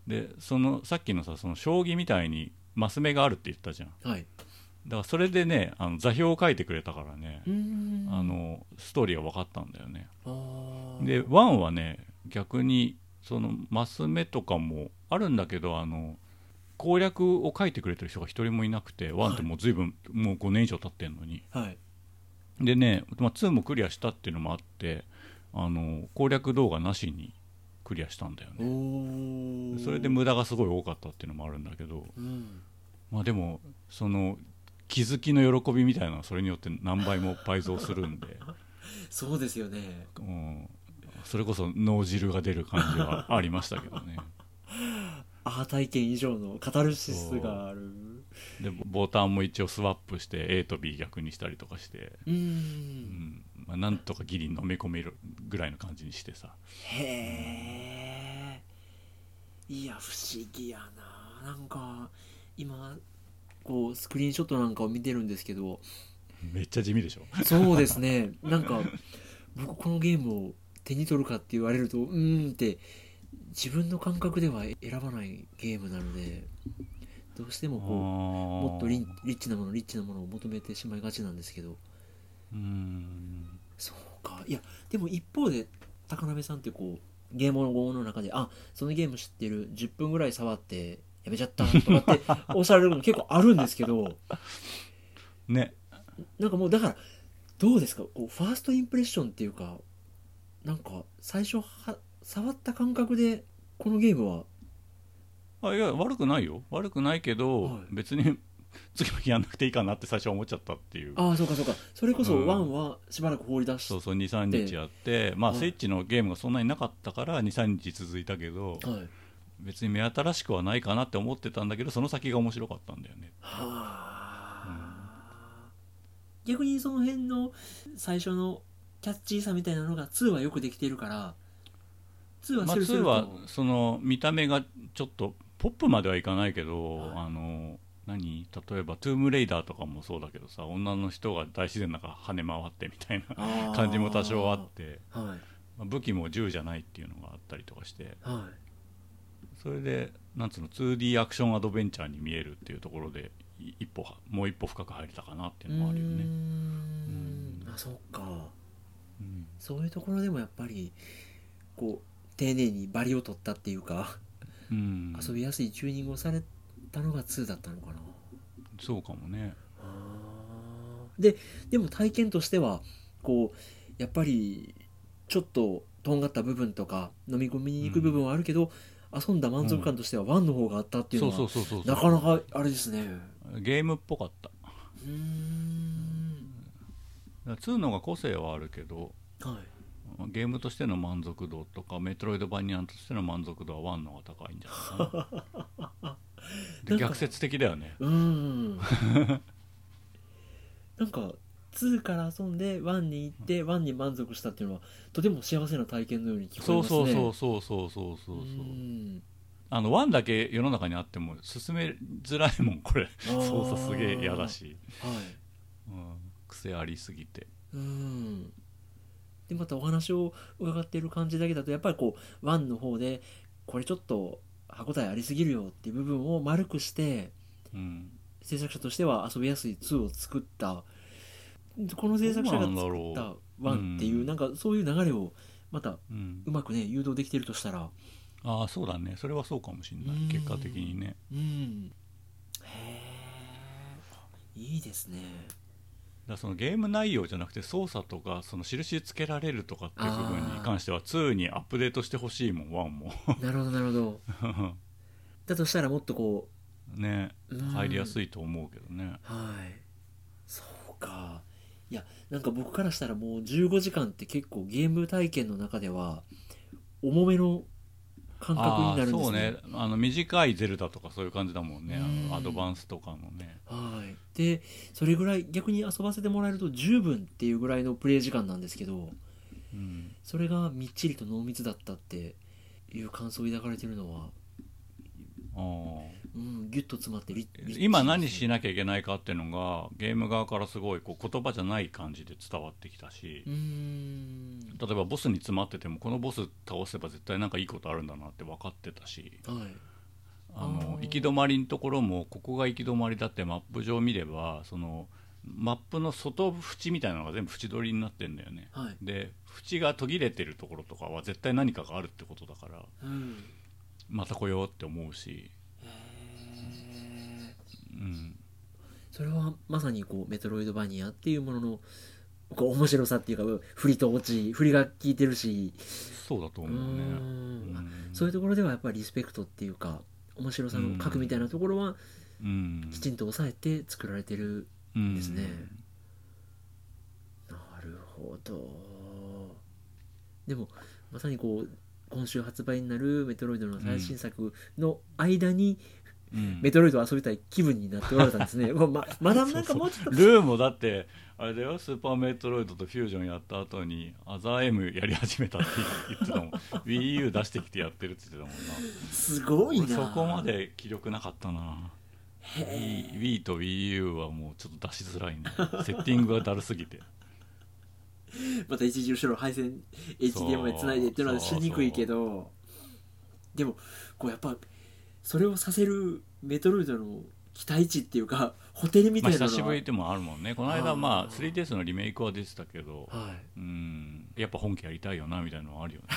でそのさっきのさその将棋みたいにマス目があるって言ったじゃん、はい、だからそれでねあの座標を書いてくれたからねあのストーリーが分かったんだよね。でワンはね逆にそのマス目とかもあるんだけどあの攻略を書いてくれてる人が一人もいなくて、ワンってもう随分もうごねん以上経ってんのに、はい、でね、まあ、ツーもクリアしたっていうのもあってあの攻略動画なしにクリアしたんだよね。それで無駄がすごい多かったっていうのもあるんだけど、うん、まあでもその気づきの喜びみたいなのはそれによって何倍も倍増するんでそうですよね、 うん、それこそ脳汁が出る感じはありましたけどねアハ体験以上のカタルシスがある。 でボタンも一応スワップして A と B 逆にしたりとかしてうん、うんまあ、なんとかギリ飲み込めるぐらいの感じにしてさ。 へえ、いや不思議やな。なんか今こうスクリーンショットなんかを見てるんですけどめっちゃ地味でしょそうですねなんか僕このゲームを手に取るかって言われるとうーんって自分の感覚では選ばないゲームなのでどうしてもこうもっとリッチなものリッチなものを求めてしまいがちなんですけどうーんそうかいやでも一方で高鍋さんってこうゲームの語の中であそのゲーム知ってるじゅっぷんぐらい触ってやめちゃったとかっておっしゃられるの結構あるんですけどね、 なんかもうだからどうですかこうファーストインプレッションっていうかなんか最初は触った感覚でこのゲームはあいや悪くないよ悪くないけど、はい、別に次の日やんなくていいかなって最初は思っちゃったっていう。 ああそうかそうかそれこそワンはしばらく放り出して、 うん、そうそう にさんにちやってまあ、はい、スイッチのゲームがそんなになかったから にさんにち続いたけど、はい、別に目新しくはないかなって思ってたんだけどその先が面白かったんだよね。はあ、 うん、逆にその辺の最初のキャッチーさみたいなのがツーはよくできてるからツーはスルスルと、 まあ、ツーはその見た目がちょっとポップまではいかないけど、はい、あの何例えばトゥームレイダーとかもそうだけどさ女の人が大自然の中跳ね回ってみたいな感じも多少あって、はいまあ、武器も銃じゃないっていうのがあったりとかして、はい、それでなんつうの ツーディー アクションアドベンチャーに見えるっていうところで一歩もう一歩深く入れたかなっていうのもあるよね。うーんうんあそっか、うん、そういうところでもやっぱりこう丁寧にバリを取ったっていうか、うん、遊びやすいチューニングをされたのがツーだったのかな。 そうかもね。あででも体験としてはこうやっぱりちょっととんがった部分とか飲み込みに行く部分はあるけど、うん、遊んだ満足感としてはワンの方があったっていうのはなかなかあれですね。 ゲームっぽかった。うーんツーの方が個性はあるけど、はい、ゲームとしての満足度とかメトロイドバニアンとしての満足度はワンの方が高いんじゃないかな。で逆説的だよね。うんなんかツーから遊んでワンに行ってワンに満足したっていうのはとても幸せな体験のように聞こえますね。 そうそうそうそうそうそうそう。あのワンだけ世の中にあっても進めづらいもんこれ。操作すげえ嫌だし、はいうん、癖ありすぎて。うんでまたお話を伺っている感じだけだとやっぱりこうワンの方でこれちょっと歯応えありすぎるよっていう部分を丸くして、うん、制作者としては遊びやすいツーを作ったこの制作者が作ったワンっていう、うん、なんかそういう流れをまたうまくね誘導できてるとしたら、 ああそうだねそれはそうかもしれない、うん、結果的にね、うん、 へえいいですね。 だそのゲーム内容じゃなくて操作とかその印つけられるとかっていう部分に関してはツーにアップデートしてほしいもんワンもなるほどなるほどだとしたらもっとこうね入りやすいと思うけどね。 はいそうかいやなんか僕からしたらもうじゅうごじかんって結構ゲーム体験の中では重めの感覚になるんですね。 そうねあの短いゼルダとかそういう感じだもんね。あのアドバンスとかのね。 はいでそれぐらい逆に遊ばせてもらえると十分っていうぐらいのプレイ時間なんですけど、うん、それがみっちりと濃密だったっていう感想を抱かれてるのはあ、うん、ギュッと詰まってリリ今何しなきゃいけないかっていうのがゲーム側からすごいこう言葉じゃない感じで伝わってきたし、うーん例えばボスに詰まっててもこのボス倒せば絶対なんかいいことあるんだなって分かってたし、はい、あの行き止まりのところもここが行き止まりだってマップ上見ればそのマップの外縁みたいなのが全部縁取りになってんだよね、はい、で縁が途切れてるところとかは絶対何かがあるってことだから、うん、また来ようって思うし、へー、うん、それはまさにこうメトロイドバニアっていうもののこう面白さっていうか振りと落ち振りが効いてるしそうだと思うね。うんうんそういうところではやっぱりリスペクトっていうか面白さの核みたいなところはきちんと抑えて作られてるんですね。なるほど。でもまさにこう今週発売になるメトロイドの最新作の間に、うん、メトロイドを遊びたい気分になっておられたんですね。ま, まだなんかもうちょっとルーもだってあれだよスーパーメトロイドとフュージョンやった後にアザー M やり始めたって言ってたもんWiiU 出してきてやってるって言ってたもんな。 すごいな。 そこまで気力なかったな。 Wii と WiiU はもうちょっと出しづらいねセッティングがだるすぎてまた一時後ろ配線 エイチディーエムアイ つないでっていうのはしにくいけどでもこうやっぱそれをさせるメトロイドの期待値っていうかホテルみたいなのは、 まあ、久しぶりでもあるもんね。この間まあ スリーディーエス のリメイクは出てたけど、はい、うんやっぱ本家やりたいよなみたいなのはあるよ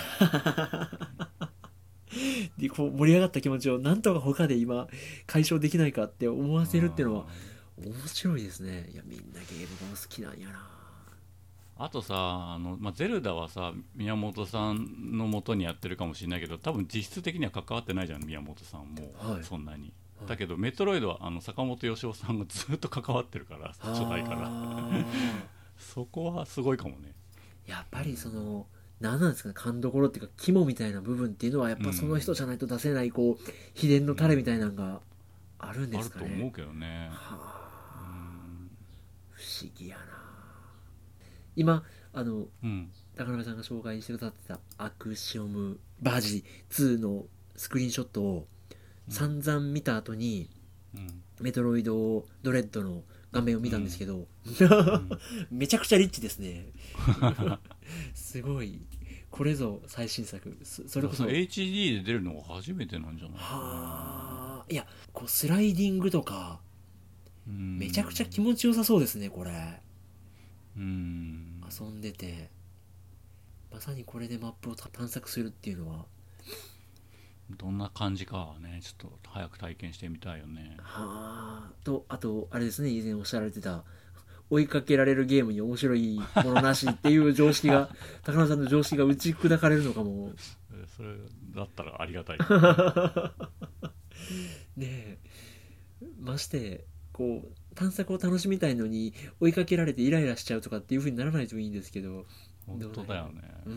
ねでこう盛り上がった気持ちをなんとか他で今解消できないかって思わせるっていうのは面白いですね。いやみんなゲームが好きなんやな。 あとさあの、まあ、ゼルダはさ宮本さんの元にやってるかもしれないけど多分実質的には関わってないじゃん宮本さんも、はい、そんなに、はい、だけどメトロイドはあの坂本義雄さんがずっと関わってるから初代からそこはすごいかもね。 やっぱりその何なんですかね、勘どころっていうか肝みたいな部分っていうのはやっぱその人じゃないと出せないこう秘伝のタレみたいなのがあるんですかね。 あると思うけどね。はあ、不思議やな。今あの、うん、高鍋さんが紹介してくださってたアクシオムバージツーのスクリーンショットを散々見た後に、うん、メトロイドドレッドの画面を見たんですけど、うん、めちゃくちゃリッチですねすごいこれぞ最新作。 そ, それこそエイチディー で出るのが初めてなんじゃないかな。 はあ、いやこうスライディングとかめちゃくちゃ気持ちよさそうですねこれ。うん、遊んでてまさにこれでマップを探索するっていうのはどんな感じかはねちょっと早く体験してみたいよね。 はあ。とあとあれですね、以前おっしゃられてた追いかけられるゲームに面白いものなしっていう常識が高野さんの常識が打ち砕かれるのかも。 それだったらありがたいねえ、ましてこう探索を楽しみたいのに追いかけられてイライラしちゃうとかっていう風にならないといいんですけど。 本当だよね。うん、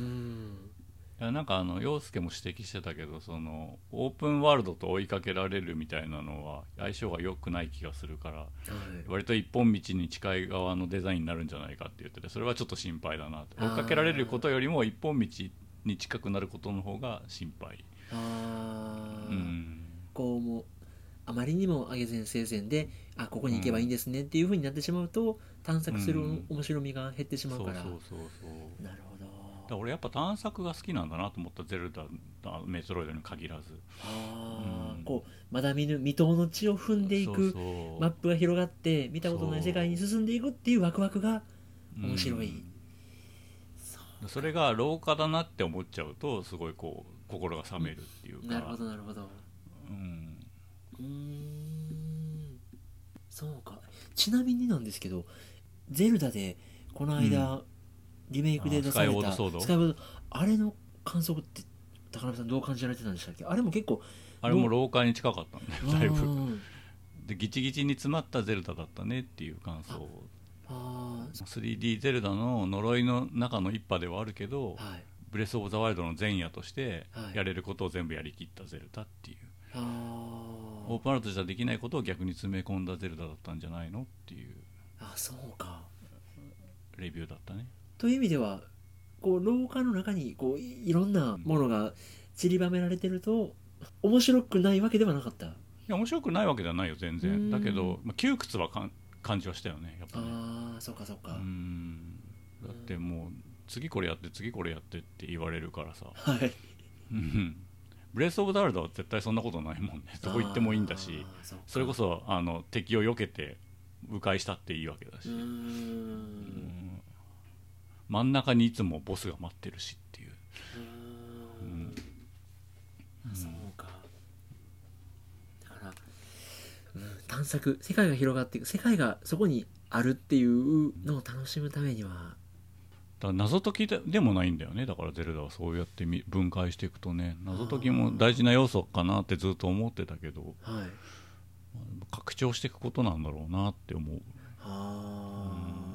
いやなんかあの陽介も指摘してたけどそのオープンワールドと追いかけられるみたいなのは相性が良くない気がするから、はい、割と一本道に近い側のデザインになるんじゃないかって言っててそれはちょっと心配だなと。追いかけられることよりも一本道に近くなることの方が心配。あ、 うん、こうもうあまりにも上げ前生前であここに行けばいいんですねっていう風になってしまうと探索する面白みが減ってしまうから、うん、そうそうそうそう。なるほど。 だから俺やっぱ探索が好きなんだなと思った。ゼルダメトロイドに限らずあ、うん、こうまだ見ぬ未踏の地を踏んでいく。そうそうマップが広がって見たことない世界に進んでいくっていうワクワクが面白い、うん、 そ, それが廊下だなって思っちゃうとすごいこう心が冷めるっていうか、うん、 なるほどなるほど。うんうーんそうか。ちなみになんですけどゼルダでこの間、うん、リメイクで出されたスカイウォードソード、スカイウォードあれの感想って高鍋さんどう感じられてたんでしたっけ。あれも結構あれも廊下に近かったんだよだいぶでギチギチに詰まったゼルダだったねっていう感想。ああ スリーディー ゼルダの呪いの中の一派ではあるけど、はい、ブレスオブザワイルドの前夜としてやれることを全部やりきったゼルダっていう、はい、オープンワールドじゃできないことを逆に詰め込んだゼルダだったんじゃないのっていう。 あ、そうか。 レビューだったね。 という意味ではこう廊下の中にこう い, いろんなものが散りばめられてると面白くないわけではなかった。いや面白くないわけではないよ全然。だけど、まあ、窮屈はかん感じはしたよねやっぱね。 ああそうかそうか。うんだってもう次これやって次これやってって言われるからさ。はいブレスオブザワールドは絶対そんなことないもんね。どこ行ってもいいんだし そ, それこそあの敵を避けて迂回したっていいわけだし、うーんうん真ん中にいつもボスが待ってるしっていう。うーん、 うん、そうか。だから、うん、探索世界が広がっていく世界がそこにあるっていうのを楽しむためにはだから謎解き で, でもないんだよね。だからゼルダはそうやって分解していくとね謎解きも大事な要素かなってずっと思ってたけど、はい、拡張していくことなんだろうなって思う。あ、 うん、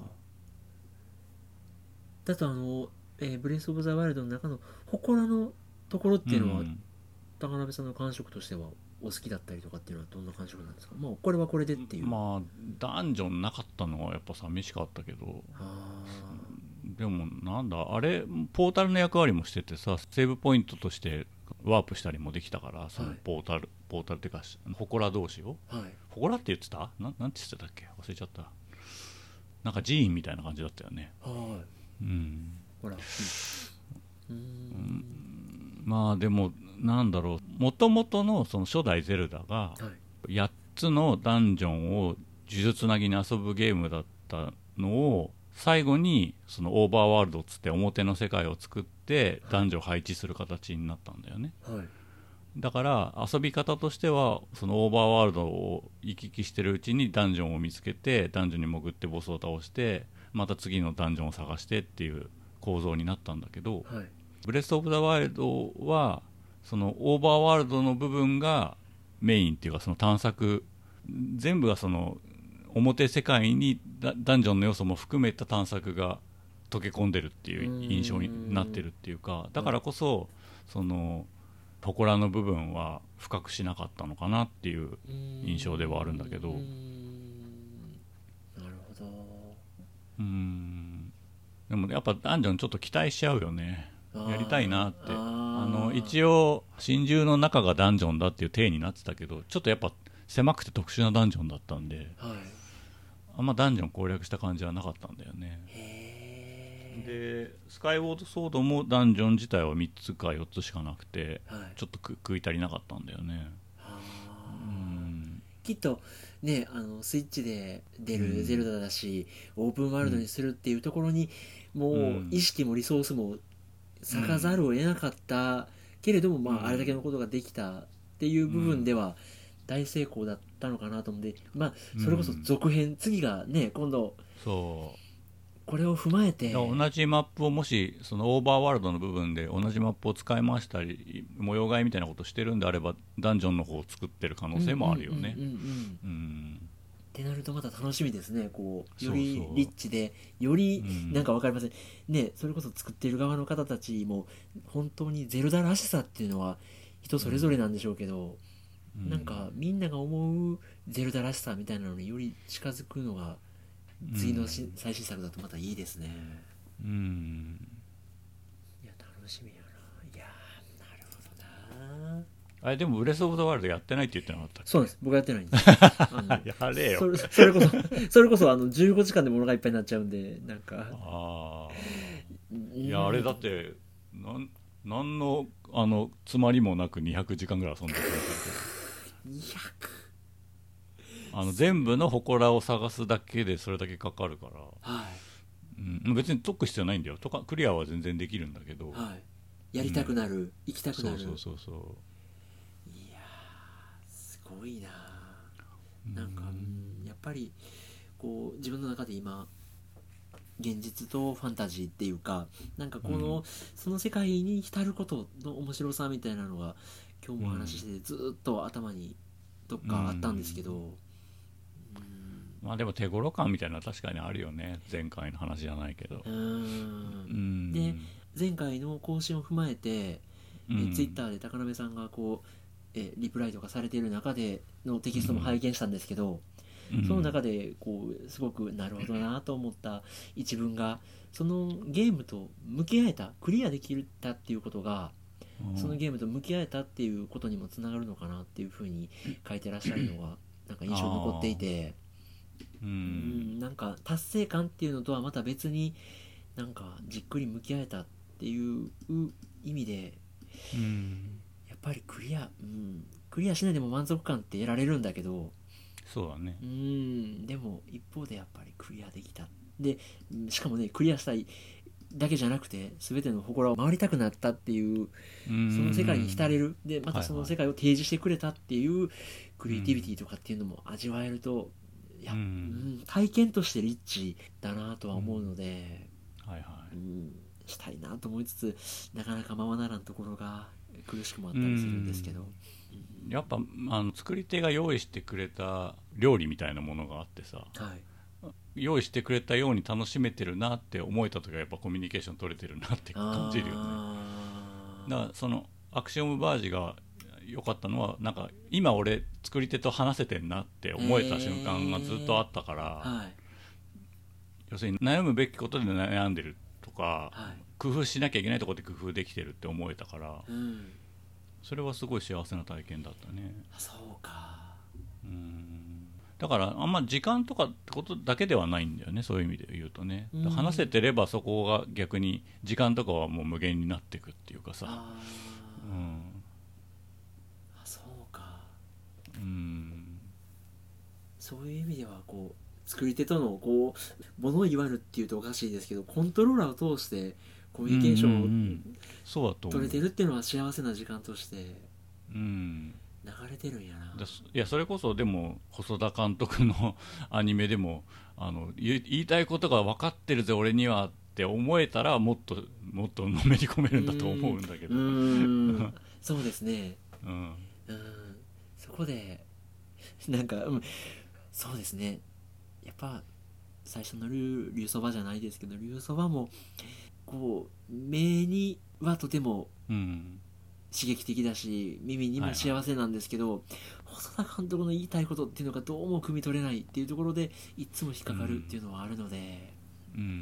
だとあの、えー、ブレスオブザワイルドの中の祠のところっていうのは、うん、高鍋さんの感触としてはお好きだったりとかっていうのはどんな感触なんですか。まあこれはこれでっていう。 まあダンジョンなかったのはやっぱ寂しかったけど、でもなんだあれポータルの役割もしててさセーブポイントとしてワープしたりもできたからそのポータル、はい、ポータルっていうか祠同士を、はい、祠って言ってた な, なんて言ってたっけ忘れちゃった。なんか寺院みたいな感じだったよね。はい、うん、ほら、うん、うん、まあでもなんだろうもともとのその初代ゼルダがやっつのダンジョンを呪術つなぎに遊ぶゲームだったのを最後にそのオーバーワールドっつって表の世界を作って男女を配置する形になったんだよね、はい、だから遊び方としてはそのオーバーワールドを行き来してるうちにダンジョンを見つけてダンジョンに潜ってボスを倒してまた次のダンジョンを探してっていう構造になったんだけど、はい、ブレス・オブ・ザ・ワイルドはそのオーバーワールドの部分がメインっていうかその探索全部がその表世界にダンジョンの要素も含めた探索が溶け込んでるっていう印象になってるっていうかだからこそその祠の部分は深くしなかったのかなっていう印象ではあるんだけど。うーんなるほど。 うーんでもやっぱダンジョンちょっと期待しちゃうよね。やりたいなって。ああの一応真珠の中がダンジョンだっていう体になってたけどちょっとやっぱ狭くて特殊なダンジョンだったんで、はい、あんまダンジョン攻略した感じはなかったんだよね。へでスカイウォードソードもダンジョン自体はみっつかよっつしかなくて、はい、ちょっと食い足りなかったんだよね。はうんきっとねあのスイッチで出るゼルダだし、うん、オープンワールドにするっていうところに、うん、もう意識もリソースも割かざるを得なかった、うん、けれども、まあ、あれだけのことができたっていう部分では大成功だったのかなと思うんで、まあ、それこそ続編、うん、次がね今度そうこれを踏まえて同じマップをもしそのオーバーワールドの部分で同じマップを使い回したり模様替えみたいなことしてるんであればダンジョンの方を作ってる可能性もあるよね。 ってなるとまた楽しみですね。こうよりリッチでよりなんか分かりません、うん、ねそれこそ作ってる側の方たちも本当にゼルダらしさっていうのは人それぞれなんでしょうけど、うん、なんかみんなが思うゼルダらしさみたいなのにより近づくのが次のし、うん、最新作だとまたいいですね。うんいや楽しみやな。いやなるほどな。 あれでもブレスオブザワールドやってないって言ってなかったっけ。 そうなんです。僕はやってないんです。あやれよ。 それ、それこそそれこそあのじゅうごじかんで物がいっぱいになっちゃうんでなんかあいやあれだってなん何のあの詰まりもなくにひゃくじかんぐらい遊んでくれたけどにひゃくあの全部の祠を探すだけでそれだけかかるから、はいうん、別に解く必要ないんだよとかクリアは全然できるんだけど、はい、 やりたくなる、うん、行きたくなるそうそうそうそういやすごいな。なんか、うん、やっぱりこう自分の中で今現実とファンタジーっていうかなんかこの、うん、その世界に浸ることの面白さみたいなのが今日もお話ししててずっと頭にどっかあったんですけど、うんまあでも手頃感みたいなのは確かにあるよね。前回の話じゃないけど。うんうんで前回の更新を踏まえて、うん、えツイッターで高鍋さんがこうえリプライとかされている中でのテキストも拝見したんですけど、うん、その中でこうすごくなるほどなと思った一文がそのゲームと向き合えたクリアできたっていうことがそのゲームと向き合えたっていうことにもつながるのかなっていうふうに書いてらっしゃるのがなんか印象に残っていてうん、なんか達成感っていうのとはまた別になんかじっくり向き合えたっていう意味で、うん、やっぱりクリア、うん、クリアしないでも満足感って得られるんだけどそうだねうんでも一方でやっぱりクリアできたでしかもねクリアしたいだけじゃなくて全ての祠を回りたくなったっていうその世界に浸れるでまたその世界を提示してくれたっていうクリエイティビティとかっていうのも味わえるといや、うん、体験としてリッチだなとは思うので、うんはいはいうん、したいなと思いつつなかなかままならんところが苦しくもあったりするんですけど、 うん、やっぱあの作り手が用意してくれた料理みたいなものがあってさ、はい、用意してくれたように楽しめてるなって思えた時はやっぱコミュニケーション取れてるなって感じるよね。だからそのアクシオムバージが良かったのはなんか今俺作り手と話せてんなって思えた瞬間がずっとあったから、えーはい、要するに悩むべきことで悩んでるとか、はい、工夫しなきゃいけないところで工夫できてるって思えたから、うん、それはすごい幸せな体験だったね。 そうかうんだからあんま時間とかってことだけではないんだよねそういう意味で言うとね、うん、話せてればそこが逆に時間とかはもう無限になっていくっていうかさうんうんそういう意味ではこう作り手とのこう物を言わぬっていうとおかしいですけど、コントローラーを通してコミュニケーションを取れてるっていうのは幸せな時間として流れてるんやな。 いやそれこそでも細田監督のアニメでもあの言いたいことが分かってるぜ俺にはって思えたらもっともっとのめり込めるんだと思うんだけど、うーんそうですね、 うん、うんそこでなんか、うん、そうですね、やっぱ最初の竜そばじゃないですけど、竜そばもこう目にはとても刺激的だし、耳にも幸せなんですけど、はいはい、細田監督の言いたいことっていうのがどうも汲み取れないっていうところでいつも引っかかるっていうのはあるので、 うん、うん、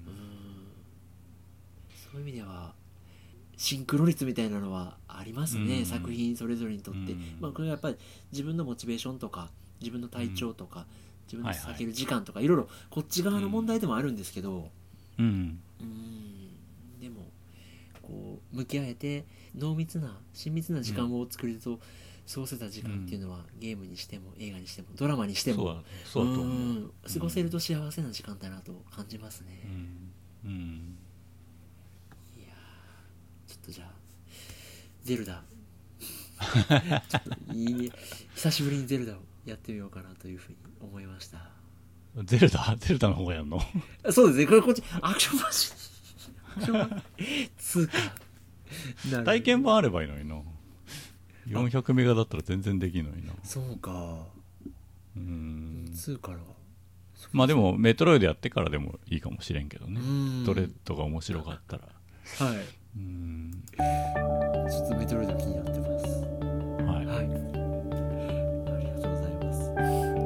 そういう意味ではシンクロ率みたいなのはありますね、うん、作品それぞれにとって、うん、まあ、これはやっぱり自分のモチベーションとか自分の体調とか、うん、自分の避ける時間とか、はいはい、いろいろこっち側の問題でもあるんですけど、 うん、 うんでもこう向き合えて濃密な親密な時間を作れると、うん、過ごせた時間っていうのは、うん、ゲームにしても映画にしてもドラマにしてもそうそうと思う、うん、 過ごせると幸せな時間だなと感じますね、 うんうん、 いやちょっとじゃあゼルダちょっといい久しぶりにゼルダをやってみようかなというふうに思いました。 ゼルダゼルダの方がやんのそうですね、これこっちアクションマシンアクションマシン通貨体験版あればいいのにな。よんひゃくメガだったら全然できるのにな。 そうか、 うーんにからまあでもメトロイドやってからでもいいかもしれんけどね。ドレッドが面白かったらはい、うーんちょっとメトロイド気になってます。 はい、 はい、ありがとうございます。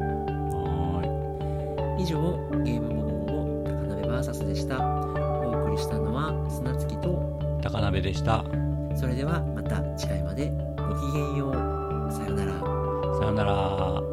はい、 以上ゲームもごもご高鍋 ブイエス でした。お送りしたのは砂月と高鍋でした。 それではまた次回までごきげんよう。さよなら。 さよなら。